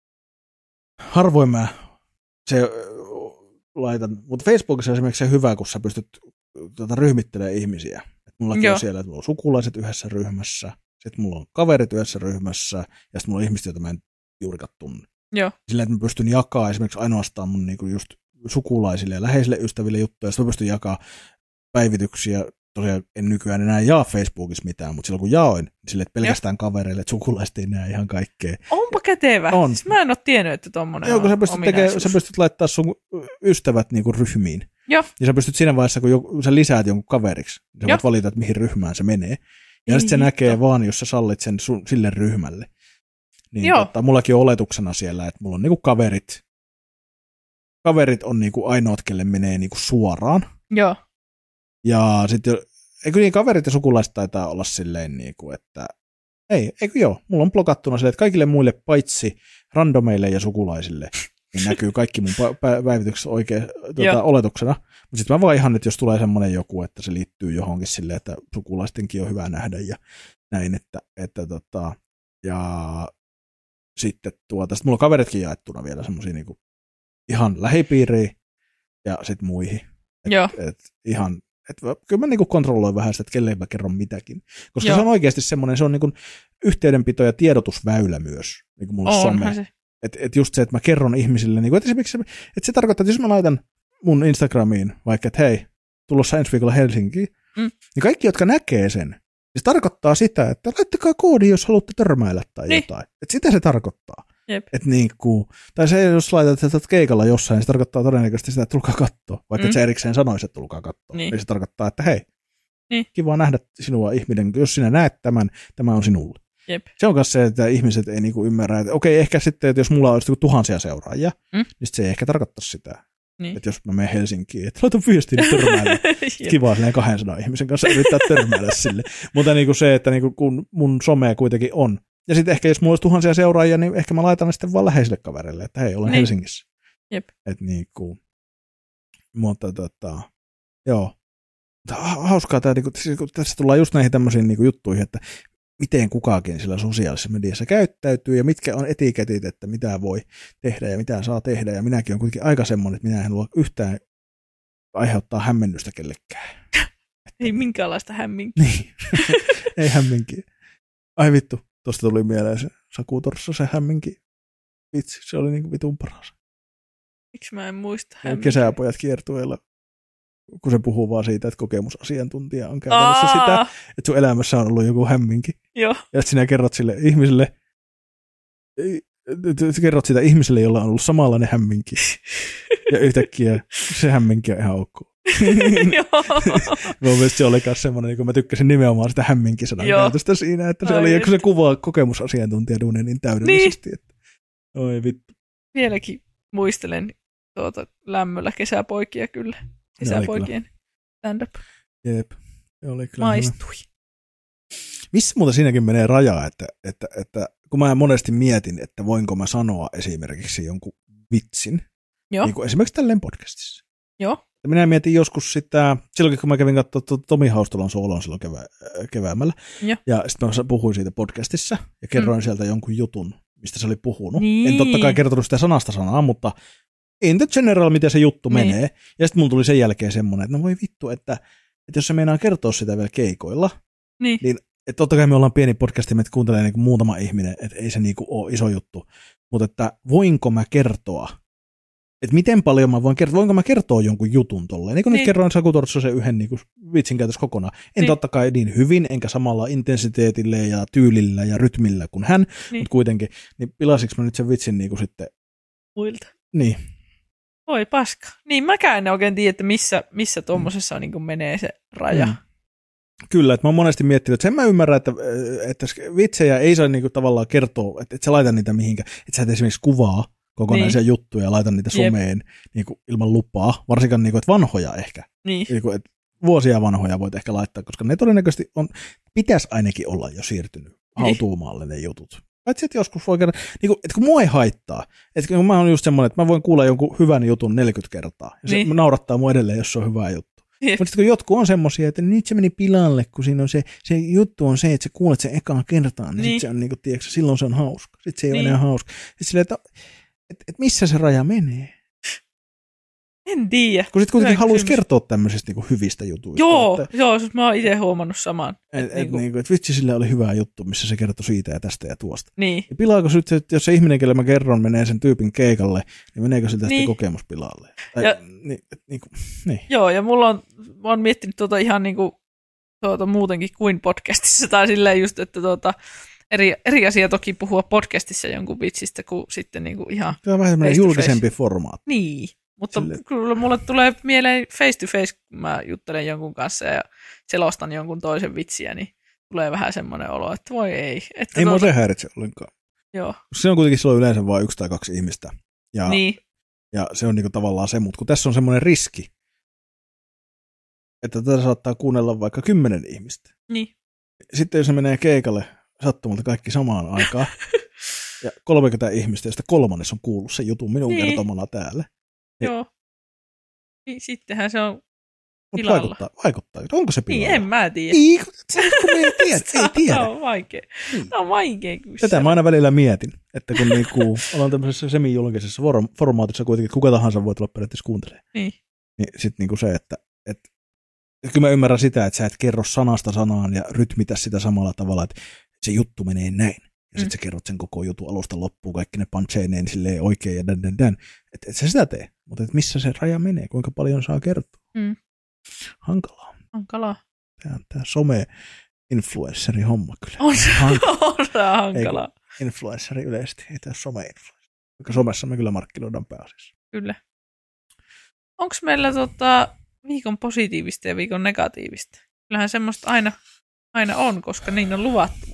harvoin mä se laitan, mutta Facebookissa on esimerkiksi se hyvä, kun sä pystyt tuota, ryhmittelemään ihmisiä. Et mullakin Joo. on siellä, että mulla on sukulaiset yhdessä ryhmässä, sitten mulla on kaverit yhdessä ryhmässä, ja sitten mulla on ihmisiä, joita mä en juurikaan tunne. Joo. Sillä, että mä pystyn jakamaan esimerkiksi ainoastaan mun niinku just sukulaisille ja läheisille ystäville juttuja, ja sitten mä pystyn jakamaan päivityksiä. Tosiaan en nykyään enää jaa Facebookissa mitään, mutta silloin kun jaoin, niin sille, että pelkästään Joo. kavereille, että sukulaiset ei näe ihan kaikkea. Onpa kätevä. On. Siis mä en ole tiennyt, että tommonen Joo, kun sä pystyt, tekee, sä pystyt laittaa sun ystävät niinku ryhmiin. Joo. Ja sä pystyt siinä vaiheessa, kun joku, sä lisäät jonkun kaveriksi, niin sä voit valita, että mihin ryhmään se menee. Ja sitten se näkee vaan, jos sä sallit sen sun, sille ryhmälle. Niin tota, mullakin on oletuksena siellä, että mulla on niinku kaverit. Kaverit on niinku ainoat, kelle menee niinku suoraan. Joo. Ja sitten, eikö niin, kaverit ja sukulaiset taitaa olla silleen, niin kuin, että ei, eikö joo, mulla on blokattuna silleen, että kaikille muille paitsi randomeille ja sukulaisille, niin näkyy kaikki mun päivityksessä oikein tuota, oletuksena. Mutta sitten mä vaihan, että jos tulee semmoinen joku, että se liittyy johonkin silleen, että sukulaistenkin on hyvä nähdä ja näin, että, että tota, ja sitten tuota, sit mulla on kaveritkin jaettuna vielä semmosia niinku ihan lähipiiriä ja sitten muihin. Et, Joo. Et ihan että kyllä mä niinku kontrolloin vähän sitä, että kelleen mä kerron mitäkin. Koska Joo. se on oikeasti semmoinen, se on niinku yhteydenpito ja tiedotusväylä myös, niin kuin mulla on some. Että et just se, että mä kerron ihmisille, niinku, että esimerkiksi että se tarkoittaa, että jos mä laitan mun Instagramiin vaikka, että hei, tulossa ensi viikolla Helsinkiin, mm. niin kaikki, jotka näkee sen, se tarkoittaa sitä, että laittakaa koodi, jos haluatte törmäillä tai niin. jotain. Että sitä se tarkoittaa. Et niinku, tai se, jos laitat, että olet keikalla jossain, se tarkoittaa todennäköisesti sitä, että tulkaa katsoa. Vaikka mm. et se erikseen sanoisi, että tulkaa katsoa. Niin. Eli se tarkoittaa, että hei, niin. kiva nähdä sinua ihminen. Jos sinä näet tämän, tämä on sinulle. Jep. Se on myös se, että ihmiset ei niinku ymmärrä, että okei, ehkä sitten, että jos mulla olisi tuhansia seuraajia, mm. niin se ei ehkä tarkoittaa sitä. Niin. Että jos mä menen Helsinkiin, että laitan viestiin törmäillä. Kiva silleen kahdensadan ihmisen kanssa yrittää törmäillä sille. Mutta niinku se, että niinku kun mun somea kuitenkin on. Ja sitten ehkä jos mulla olisi tuhansia seuraajia, niin ehkä mä laitan ne sitten vaan läheisille kavereille, että hei, olen niin. Helsingissä. Jep. Että niinku, mutta tota, joo. Hauskaa tämä, niinku, tässä tullaan just näihin tämmöisiin niinku juttuihin, että miten kukakin sillä sosiaalisessa mediassa käyttäytyy ja mitkä on etiketit, että mitä voi tehdä ja mitä saa tehdä. Ja minäkin on kuitenkin aika semmoinen, että minä en halua yhtään aiheuttaa hämmennystä kellekään. Ei minkäänlaista hämminkiä. Niin, ei hämminkiä. Ai vittu. Tuosta tuli mieleen se Saku Torsso, se hämminki vitsi. Se oli niinku vitun paras. Miksi mä en muista hämminki? Kesäpojat kiertueella, kun se puhuu vaan siitä, että kokemusasiantuntija on käytännössä Aa! sitä, että sun elämässä on ollut joku hämminki. Joo. Ja sitten sinä kerrot sille ihmiselle, kerrot sitä ihmiselle, jolla on ollut samanlainen hämminki. Ja yhtäkkiä se hämminki on ihan ok. Joo. Mun mielestä se oli myös semmoinen, kun mä tykkäsin nimenomaan sitä hämminkisanan käytöstä siinä, että se Ai oli, kun se kuvaa kokemusasiantuntijaduunia niin täydellisesti. Niin. Että, oi vittu. Vieläkin muistelen tuota lämmöllä kesäpoikia kyllä. Kesäpoikien stand-up. Jep. Oli kyllä maistui. Hyvä. Missä muuta siinäkin menee rajaa, että, että, että kun mä monesti mietin, että voinko mä sanoa esimerkiksi jonkun vitsin, Joo. niin kuin esimerkiksi tälleen podcastissa. Joo. Minä mietin joskus sitä, silloin kun mä kävin katsomaan Tomi Haustolan soolon silloin kevä, keväämällä, Joo. ja sitten mä puhuin siitä podcastissa, ja kerroin mm. sieltä jonkun jutun, mistä se oli puhunut. Niin. En totta kai kertonut sitä sanasta sanaa, mutta in the general, miten se juttu niin. menee. Ja sitten mulla tuli sen jälkeen semmoinen, että no voi vittu, että, että jos se meinaa kertoa sitä vielä keikoilla, niin, niin että totta kai me ollaan pieni podcast, ja meitä kuuntelee niin kuin muutama ihminen, että ei se niin kuin ole iso juttu. Mutta että voinko mä kertoa, että miten paljon mä voin kertoa, voinko mä kertoa jonkun jutun tolleen. Niin kuin niin. nyt kerroin Saku Torsso yhden niin kuin vitsin käytössä kokonaan. En niin. totta kai niin hyvin, enkä samalla intensiteetillä ja tyylillä ja rytmillä kuin hän, niin. mutta kuitenkin. Niin pilasiko mä nyt sen vitsin niin kuin sitten? Muilta. Niin. Oi paska. Niin mäkään en oikein tiedä, että missä, missä tuommoisessa mm. niin kuin menee se raja. Mm. Kyllä, että mä oon monesti miettinyt, että sen mä ymmärrän, että, että vitsejä ei saa niin kuin tavallaan kertoa, että et sä laita niitä mihinkään, että sä et esimerkiksi kuvaa kokonaisia niin. juttuja ja laita niitä someen niin kuin ilman lupaa, varsinkaan niin kuin, että vanhoja ehkä. Niin. Niin kuin, että vuosia vanhoja voit ehkä laittaa, koska ne todennäköisesti on, pitäisi ainakin olla jo siirtynyt niin. hautuumaalle ne jutut. Paitsi, että joskus voi kerran, niin kuin, että kun mua ei haittaa, että kun mä oon just semmoinen, että mä voin kuulla jonkun hyvän jutun neljäkymmentä kertaa, ja se niin. naurattaa mua edelleen, jos se on hyvä juttu. Mutta sitten kun jotkut on semmoisia, että nyt se meni pilalle, kun siinä on se, se juttu on se, että sä kuulet sen ekaan kertaan, niin, niin. Sitten se on niin kuin, tiedätkö, silloin se on hauska. Sitten se ei niin. ole enää hauska. Sitten silleen, että et, et missä se raja menee? En tiedä. Kun sitten kuitenkin haluaisi kertoa tämmöisistä niin kuin hyvistä jutuista. Joo, että, joo, mä oon itse huomannut saman. Että et, et, niin kuin, et vitsi, sillä oli hyvä juttu, missä se kertoi siitä ja tästä ja tuosta. Niin. Ja pilaako se, että jos se ihminen, kelle mä kerron, menee sen tyypin keikalle, niin meneekö siltä niin. kokemus pilalle? Tai, ja, niin, niin kuin, niin. Joo, ja mulla on, mä oon miettinyt tuota ihan niin kuin, tuota muutenkin kuin podcastissa, tai silleen just, että tuota, eri, eri asia toki puhua podcastissa jonkun vitsistä, kuin sitten niin kuin ihan se on vähän semmoinen julkisempi formaatti. Niin. Mutta Sille. kyllä mulle tulee mieleen face to face, kun mä juttelen jonkun kanssa ja selostan jonkun toisen vitsiä, niin tulee vähän semmoinen olo, että voi ei. Että ei tuota... mua se häiritse ollenkaan. Joo. Se on kuitenkin silloin yleensä vain yksi tai kaksi ihmistä. Ja, niin. ja se on niinku tavallaan se, mutta kun tässä on semmoinen riski, että tätä saattaa kuunnella vaikka kymmenen ihmistä. Niin. Sitten jos se menee keikalle sattumalta kaikki samaan aikaan, ja kolmekymmentä ihmistä, josta kolmannes on kuullut sen jutun minun niin. kertomana täällä. Niin. Joo. Niin, sittenhän se on Mutta vaikuttaa, vaikuttaa. Onko se pilalla? Niin, en mä tiedä. Niin, kun me ei tiedä. Ei tiedä. Tämä on vaikea. Niin. Tämä on vaikea kysyä. Tätä mä aina välillä mietin, että kun niinku, ollaan tämmöisessä semi-julkisessa formaatissa kuitenkin, kuka tahansa voi tulla periaatteessa kuuntelemaan. Niin. Niin sitten niinku se, että et, kyllä mä ymmärrän sitä, että sä et kerro sanasta sanaan ja rytmitä sitä samalla tavalla, että se juttu menee näin. Ja sitten mm. sä kerrot sen koko jutun alusta loppuun, kaikki ne puncheineen silleen oikein ja dän, dän, dän. Että et sä sitä tee, mutta et missä se raja menee, kuinka paljon saa kertoa. Mm. Hankalaa. Hankalaa. Tämä on tämä some-influenssari homma kyllä. On se, on se hankalaa. Ei, influenssari yleisesti, ei tämä some-influenssari. Koska somessa me kyllä markkinoidaan pääasiassa. Kyllä. Onko meillä tota, viikon positiivista ja viikon negatiivista? Kyllähän semmoista aina, aina on, koska niin on luvattu.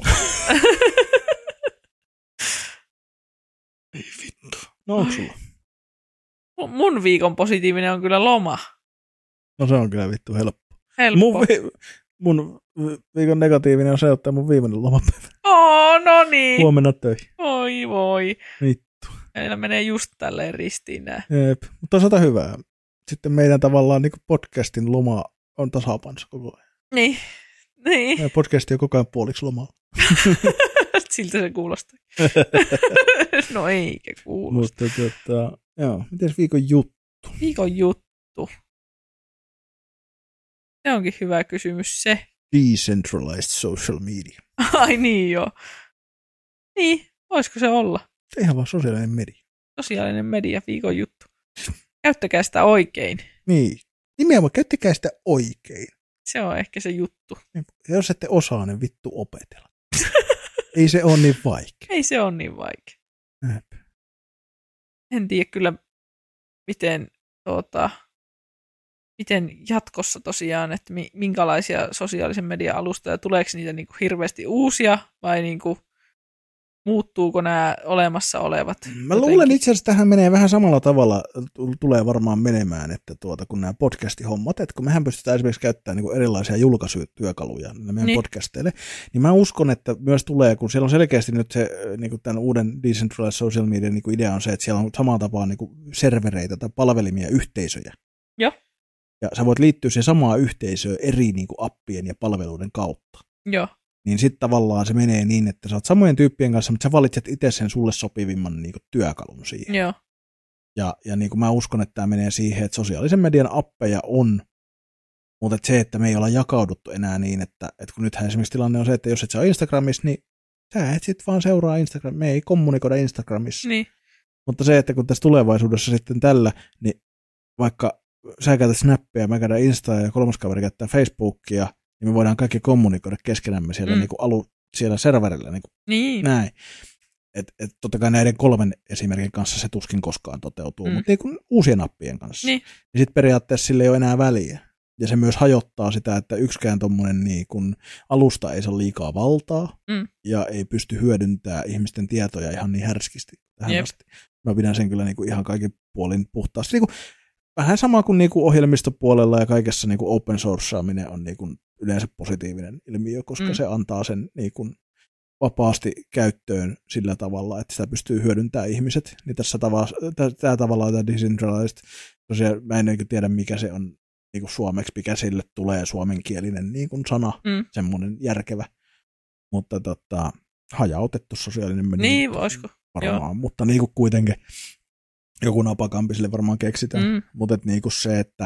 Ei vittu. No onko sulla? Mun viikon positiivinen on kyllä loma. No se on kyllä vittu helppo. Helppo. Mun, vi- mun viikon negatiivinen on se, että mun viimeinen lomapäivä. Oh, no niin. Huomenna töihin. Voi voi. Vittu. Meillä menee just tälleen ristiin nää. Jep, mutta toisaalta hyvää. Sitten meidän tavallaan niin podcastin loma on tasapansa koko ajan. Niin. Niin. Meidän podcasti on koko ajan puoliksi lomalla. Siltä se kuulostaa. No eikä kuulosta. Mutta tota, joo, mites viikon juttu? Viikon juttu. Se onkin hyvä kysymys se. Decentralized social media. Ai niin joo. Niin, voisiko se olla? Ihan vaan sosiaalinen media. Sosiaalinen media, viikon juttu. Käyttäkää sitä oikein. Niin. Nimenomaan, käyttäkää sitä oikein. Se on ehkä se juttu. Ja jos ette osaa, niin vittu opetella. Ei se ole niin vaikea. Ei se ole niin vaikea. Näin. En tiedä kyllä, miten, tuota, miten jatkossa tosiaan, että minkälaisia sosiaalisen median alustoja, tuleeko niitä niin kuin hirveästi uusia vai niin kuin muuttuuko nämä olemassa olevat? Mä jotenkin? Luulen itse asiassa tähän menee vähän samalla tavalla, tulee varmaan menemään, että tuota, kun nämä podcastihommat, että kun mehän pystytään esimerkiksi käyttämään niin kuin erilaisia julkaisutyökaluja meidän niin. podcasteille, niin mä uskon, että myös tulee, kun siellä on selkeästi nyt se niin kuin tämän uuden Decentralized Social Media niin kuin idea on se, että siellä on samalla tapaa niin kuin servereitä tai palvelimia, yhteisöjä. Joo. Ja sä voit liittyä siihen samaan yhteisöön eri niin kuin appien ja palveluiden kautta. Joo. Niin sitten tavallaan se menee niin, että sä oot samojen tyyppien kanssa, mutta sä valitset itse sen sulle sopivimman niin kuin työkalun siihen. Joo. Ja, ja niin kuin mä uskon, että tämä menee siihen, että sosiaalisen median appeja on, mutta että se, että me ei olla jakauduttu enää niin, että, että kun nythän esimerkiksi tilanne on se, että jos et saa Instagramissa, niin sä et sit vaan seuraa Instagramia, me ei kommunikoida Instagramissa. Niin. Mutta se, että kun tässä tulevaisuudessa sitten tällä, niin vaikka sä käytät Snappia, mä käytän Instaa ja kolmas kaveri käyttää Facebookia, niin me voidaan kaikki kommunikoida keskenämme siellä, mm. niin kuin alu, siellä serverillä. Niin, niin. Näin. Et, et totta kai näiden kolmen esimerkin kanssa se tuskin koskaan toteutuu, mm. mutta niin kuin uusien appien kanssa. Niin, niin sitten periaatteessa sillä ei ole enää väliä. Ja se myös hajottaa sitä, että yksikään tommonen niin kuin alusta ei saa liikaa valtaa mm. ja ei pysty hyödyntämään ihmisten tietoja ihan niin härskisti tähän Jep. asti. Mä pidän sen kyllä niin kuin ihan kaikin puolin puhtaasti. Niin kuin, vähän sama kuin, niin kuin ohjelmistopuolella ja kaikessa niin kuin open sourceaaminen on niin kuin yleensä positiivinen ilmiö, koska mm. se antaa sen niin kuin vapaasti käyttöön sillä tavalla, että sitä pystyy hyödyntämään ihmiset. Niin tässä tavalla, tämä tavalla tämä decentralized, tosiaan mä en niin tiedä mikä se on niin kuin suomeksi, mikä sille tulee suomenkielinen niin kuin sana, mm. semmoinen järkevä, mutta tota, hajautettu sosiaalinen media. Niin, voisiko? Varmaan, Joo. mutta niin kuin kuitenkin joku napakampi sille varmaan keksitään, mm. mutta et niin kuin se, että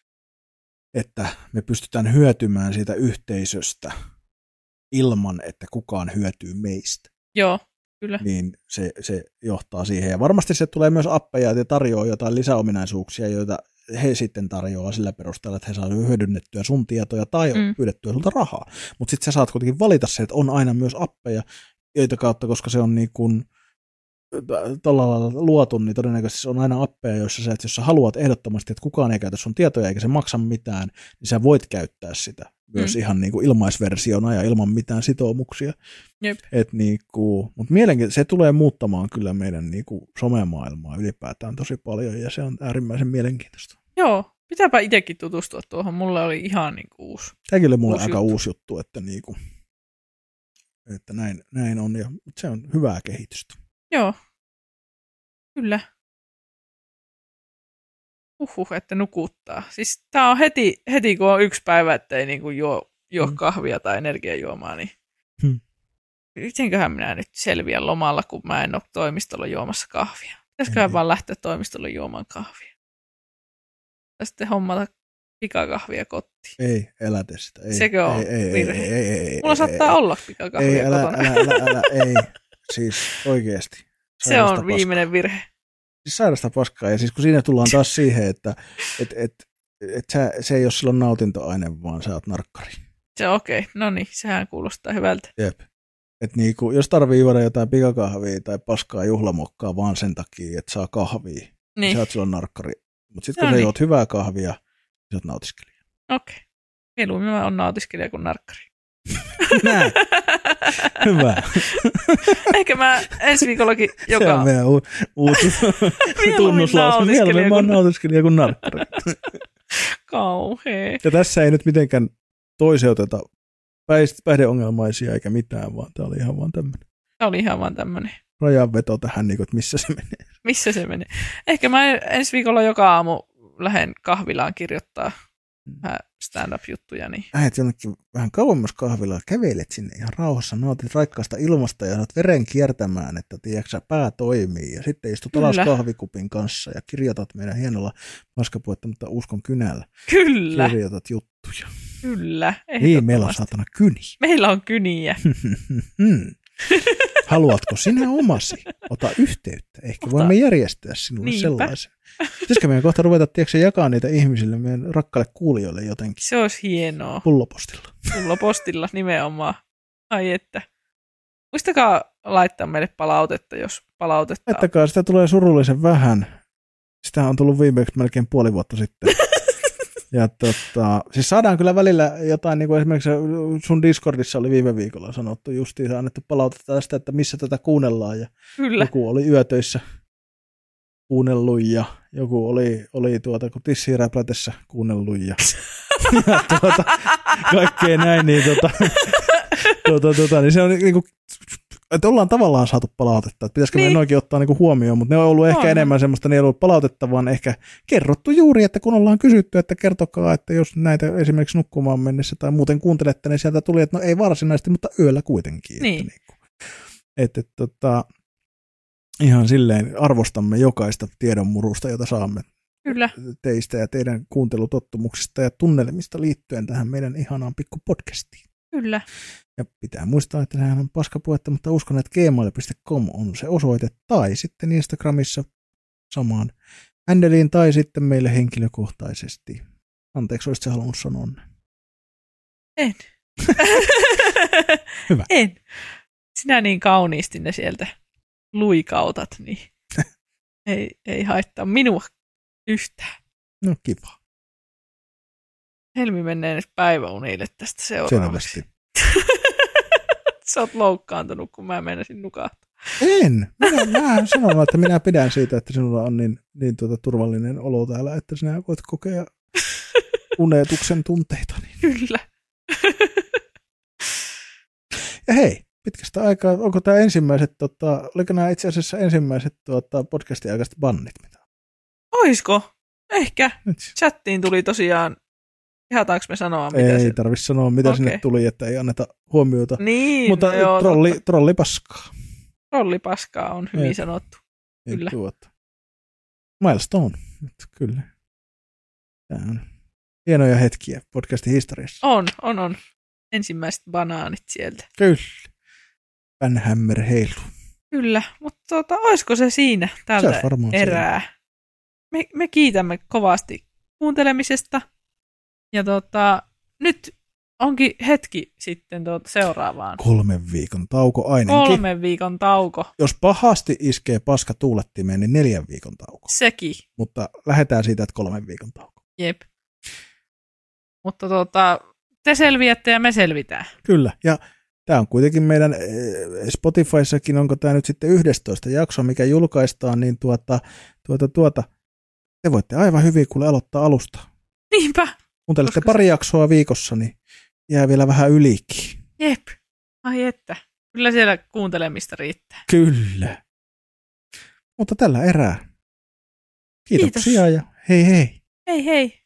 että me pystytään hyötymään siitä yhteisöstä ilman, että kukaan hyötyy meistä. Joo, kyllä. Niin se, se johtaa siihen. Ja varmasti se tulee myös appeja ja tarjoaa jotain lisäominaisuuksia, joita he sitten tarjoaa sillä perusteella, että he saa hyödynnettyä sun tietoja tai mm. pyydettyä sulta rahaa. Mutta sitten sä saat kuitenkin valita se, että on aina myös appeja, joita kautta, koska se on niin kuin tuolla lailla luotu, niin todennäköisesti on aina appeja, joissa sä, että jos sä haluat ehdottomasti, että kukaan ei käytä sun tietoja eikä se maksa mitään, niin sä voit käyttää sitä myös mm. ihan niin kuin ilmaisversiona ja ilman mitään sitoumuksia. Jep. Et niin kuin, mutta mielenki- se tulee muuttamaan kyllä meidän niin kuin somemaailmaa ylipäätään tosi paljon ja se on äärimmäisen mielenkiintoista. Joo, pitääpä itsekin tutustua tuohon. Mulle oli ihan niin kuin uusi. Tämäkin oli mulle uusi aika juttu. uusi juttu, että, niin kuin, että näin, näin on ja se on hyvää kehitystä. Joo, kyllä. Uhuh, että nukuttaa. Siis tää on heti, heti kun on yksi päivä, ettei niinku juo, juo hmm. kahvia tai energiajuomaa, niin hmm. mitenköhän minä nyt selviän lomalla, kun mä en ole toimistolla juomassa kahvia. Pitäisiköhän vaan lähteä toimistolla juomaan kahvia. Ja sitten hommata pikakahvia kotiin. Ei, elätä sitä. Ei, Sekö on ei, ei, virhe? Ei, ei, ei, ei, Mulla ei, saattaa ei, olla pikakahvia ei, älä, kotona. Älä, älä, älä, ei. Siis oikeasti. Se on viimeinen virhe. Siis sairasta paskaa. Ja siis kun siinä tullaan taas siihen, että et, et, et sä, se ei ole silloin nautintoaine, vaan sä oot narkkari. Se on okei. Okay. No niin, sehän kuulostaa hyvältä. Jep. Et niinku, jos tarvii juoda jotain pikakahvia tai paskaa juhlamokkaa vaan sen takia, että saa kahvia, niin sä oot silloin narkkari. Mutta sitten kun no sä niin. juot hyvää kahvia, sä oot nautiskelija. Okei. Okay. Mieluummin mä oon nautiskelija kuin narkkari. Näin. Hyvä. Ehkä mä ensi viikollakin joka... Se on meidän u- uusi tunnuslause. Mieluummin mä oon nautiskelija kuin narkkari. Kauhea. Ja tässä ei nyt mitenkään toiseuteta päihdeongelmaisia eikä mitään, vaan tää oli ihan vaan tämmöinen. Tää oli ihan vaan tämmöinen. Rajanveto tähän, niin kuin, että missä se menee. Missä se menee. Ehkä mä ensi viikolla joka aamu lähden kahvilaan kirjoittaa vähän stand-up-juttuja. Niin. Lähet jonnekin vähän kauemmas kahvilaa, kävelet sinne ihan rauhassa, nautit raikkaasta ilmasta ja saat veren kiertämään, että tiedätkö, pää toimii. Ja sitten istut Kyllä. alas kahvikupin kanssa ja kirjoitat meidän hienolla paskapuhetta, mutta uskon kynällä. Kyllä. Kirjoitat juttuja. Kyllä. Niin, meillä on saatana kyni. Meillä on kyniä. Haluatko sinä omasi? Ota yhteyttä. Ehkä Ota. voimme järjestää sinulle Niinpä. sellaisen. Pitäisikö meidän kohta ruveta tiedätkö, jakaa niitä ihmisille, meidän rakkaille kuulijoille jotenkin? Se olisi hienoa. Pullopostilla. Pullopostilla nimenomaan. Ai että. Muistakaa laittaa meille palautetta, jos palautetta on. Laittakaa, sitä tulee surullisen vähän. Sitä on tullut viimeksi melkein puoli vuotta sitten. Ja tota, siis saadaan kyllä välillä jotain, niin kuin esimerkiksi sun Discordissa oli viime viikolla sanottu, justiinsa annettu palautetta tästä, että missä tätä kuunnellaan. Ja Kyllä. joku oli yötöissä kuunnellut ja joku oli, oli tuota, kun tissiin räplätessä kuunnellut ja, ja tuota, kaikkea näin, niin, tuota, tuota, tuota, niin se on niin kuin, että ollaan tavallaan saatu palautetta, että pitäisikö niin. me noikin ottaa niinku huomioon, mutta ne on ollut on. ehkä enemmän semmoista, ne ei ollut palautetta, vaan ehkä kerrottu juuri, että kun ollaan kysytty, että kertokaa, että jos näitä esimerkiksi nukkumaan mennessä tai muuten kuuntelette, niin sieltä tuli, että no ei varsinaisesti, mutta yöllä kuitenkin. Niin. Että, niinku, että, että tota, ihan silleen arvostamme jokaista tiedonmurusta, jota saamme Kyllä. teistä ja teidän kuuntelutottumuksista ja tunnelmista liittyen tähän meidän ihanaan pikkupodcastiin. Kyllä. Ja pitää muistaa, että sehän on paskapuhetta, mutta uskon, että gmail piste com on se osoite, tai sitten Instagramissa samaan handeliin, tai sitten meille henkilökohtaisesti. Anteeksi, olisitko halunnut sanoa ne? En. Hyvä. En. Sinä niin kauniisti ne sieltä luikautat, niin ei, ei haittaa minua yhtään. No kiva. Helmi menee nyt päiväunille tästä seuraavaksi. Selvästi. Sä oot loukkaantunut, kun mä menisin nukahtaa. En. Minä, mä sanon, että minä pidän siitä, että sinulla on niin, niin tuota turvallinen olo täällä, että sinä voit kokea unetuksen tunteita. Niin. Kyllä. Ja hei, pitkästä aikaa, onko tämä ensimmäiset, tota, oliko nämä itse asiassa ensimmäiset tuota, podcastin aikaiset bannit? Mitä? Oisko? Ehkä. Nyt. Chattiin tuli tosiaan, ihataanko me sanoa, mitä ei se... tarvitse sanoa, mitä okay. sinne tuli, että ei anneta huomiota. Niin, mutta no joo, trolli, trolli paskaa. Trolli paskaa on hyvin Ei. sanottu. Kyllä. Tuota. Milestone, kyllä. Tämä on hienoja hetkiä podcastin historiassa. On, on, on. Ensimmäiset banaanit sieltä. Kyllä. Banhammer heilu. Kyllä, mutta tuota, olisiko se siinä tältä erää? Me, me kiitämme kovasti kuuntelemisesta. Ja tota, nyt onkin hetki sitten tuota seuraavaan. Kolmen viikon tauko ainakin. Kolmen viikon tauko. Jos pahasti iskee paska tuulettimeen, niin neljän viikon tauko. Sekin. Mutta lähdetään siitä, että kolmen viikon tauko. Jep. Mutta tuota, te selviätte ja me selvitään. Kyllä, ja tämä on kuitenkin meidän Spotifyssakin, onko tämä nyt sitten yhdestoista jakso, mikä julkaistaan, niin tuota, tuota, tuota, te voitte aivan hyvin kuule aloittaa alusta. Niinpä. Kuuntelette pari jaksoa viikossa, niin jää vielä vähän ylikin. Jep. Ai että. Kyllä siellä kuuntelemista riittää. Kyllä. Mutta tällä erää. Kiitoksia Kiitos. Ja hei hei. Hei hei.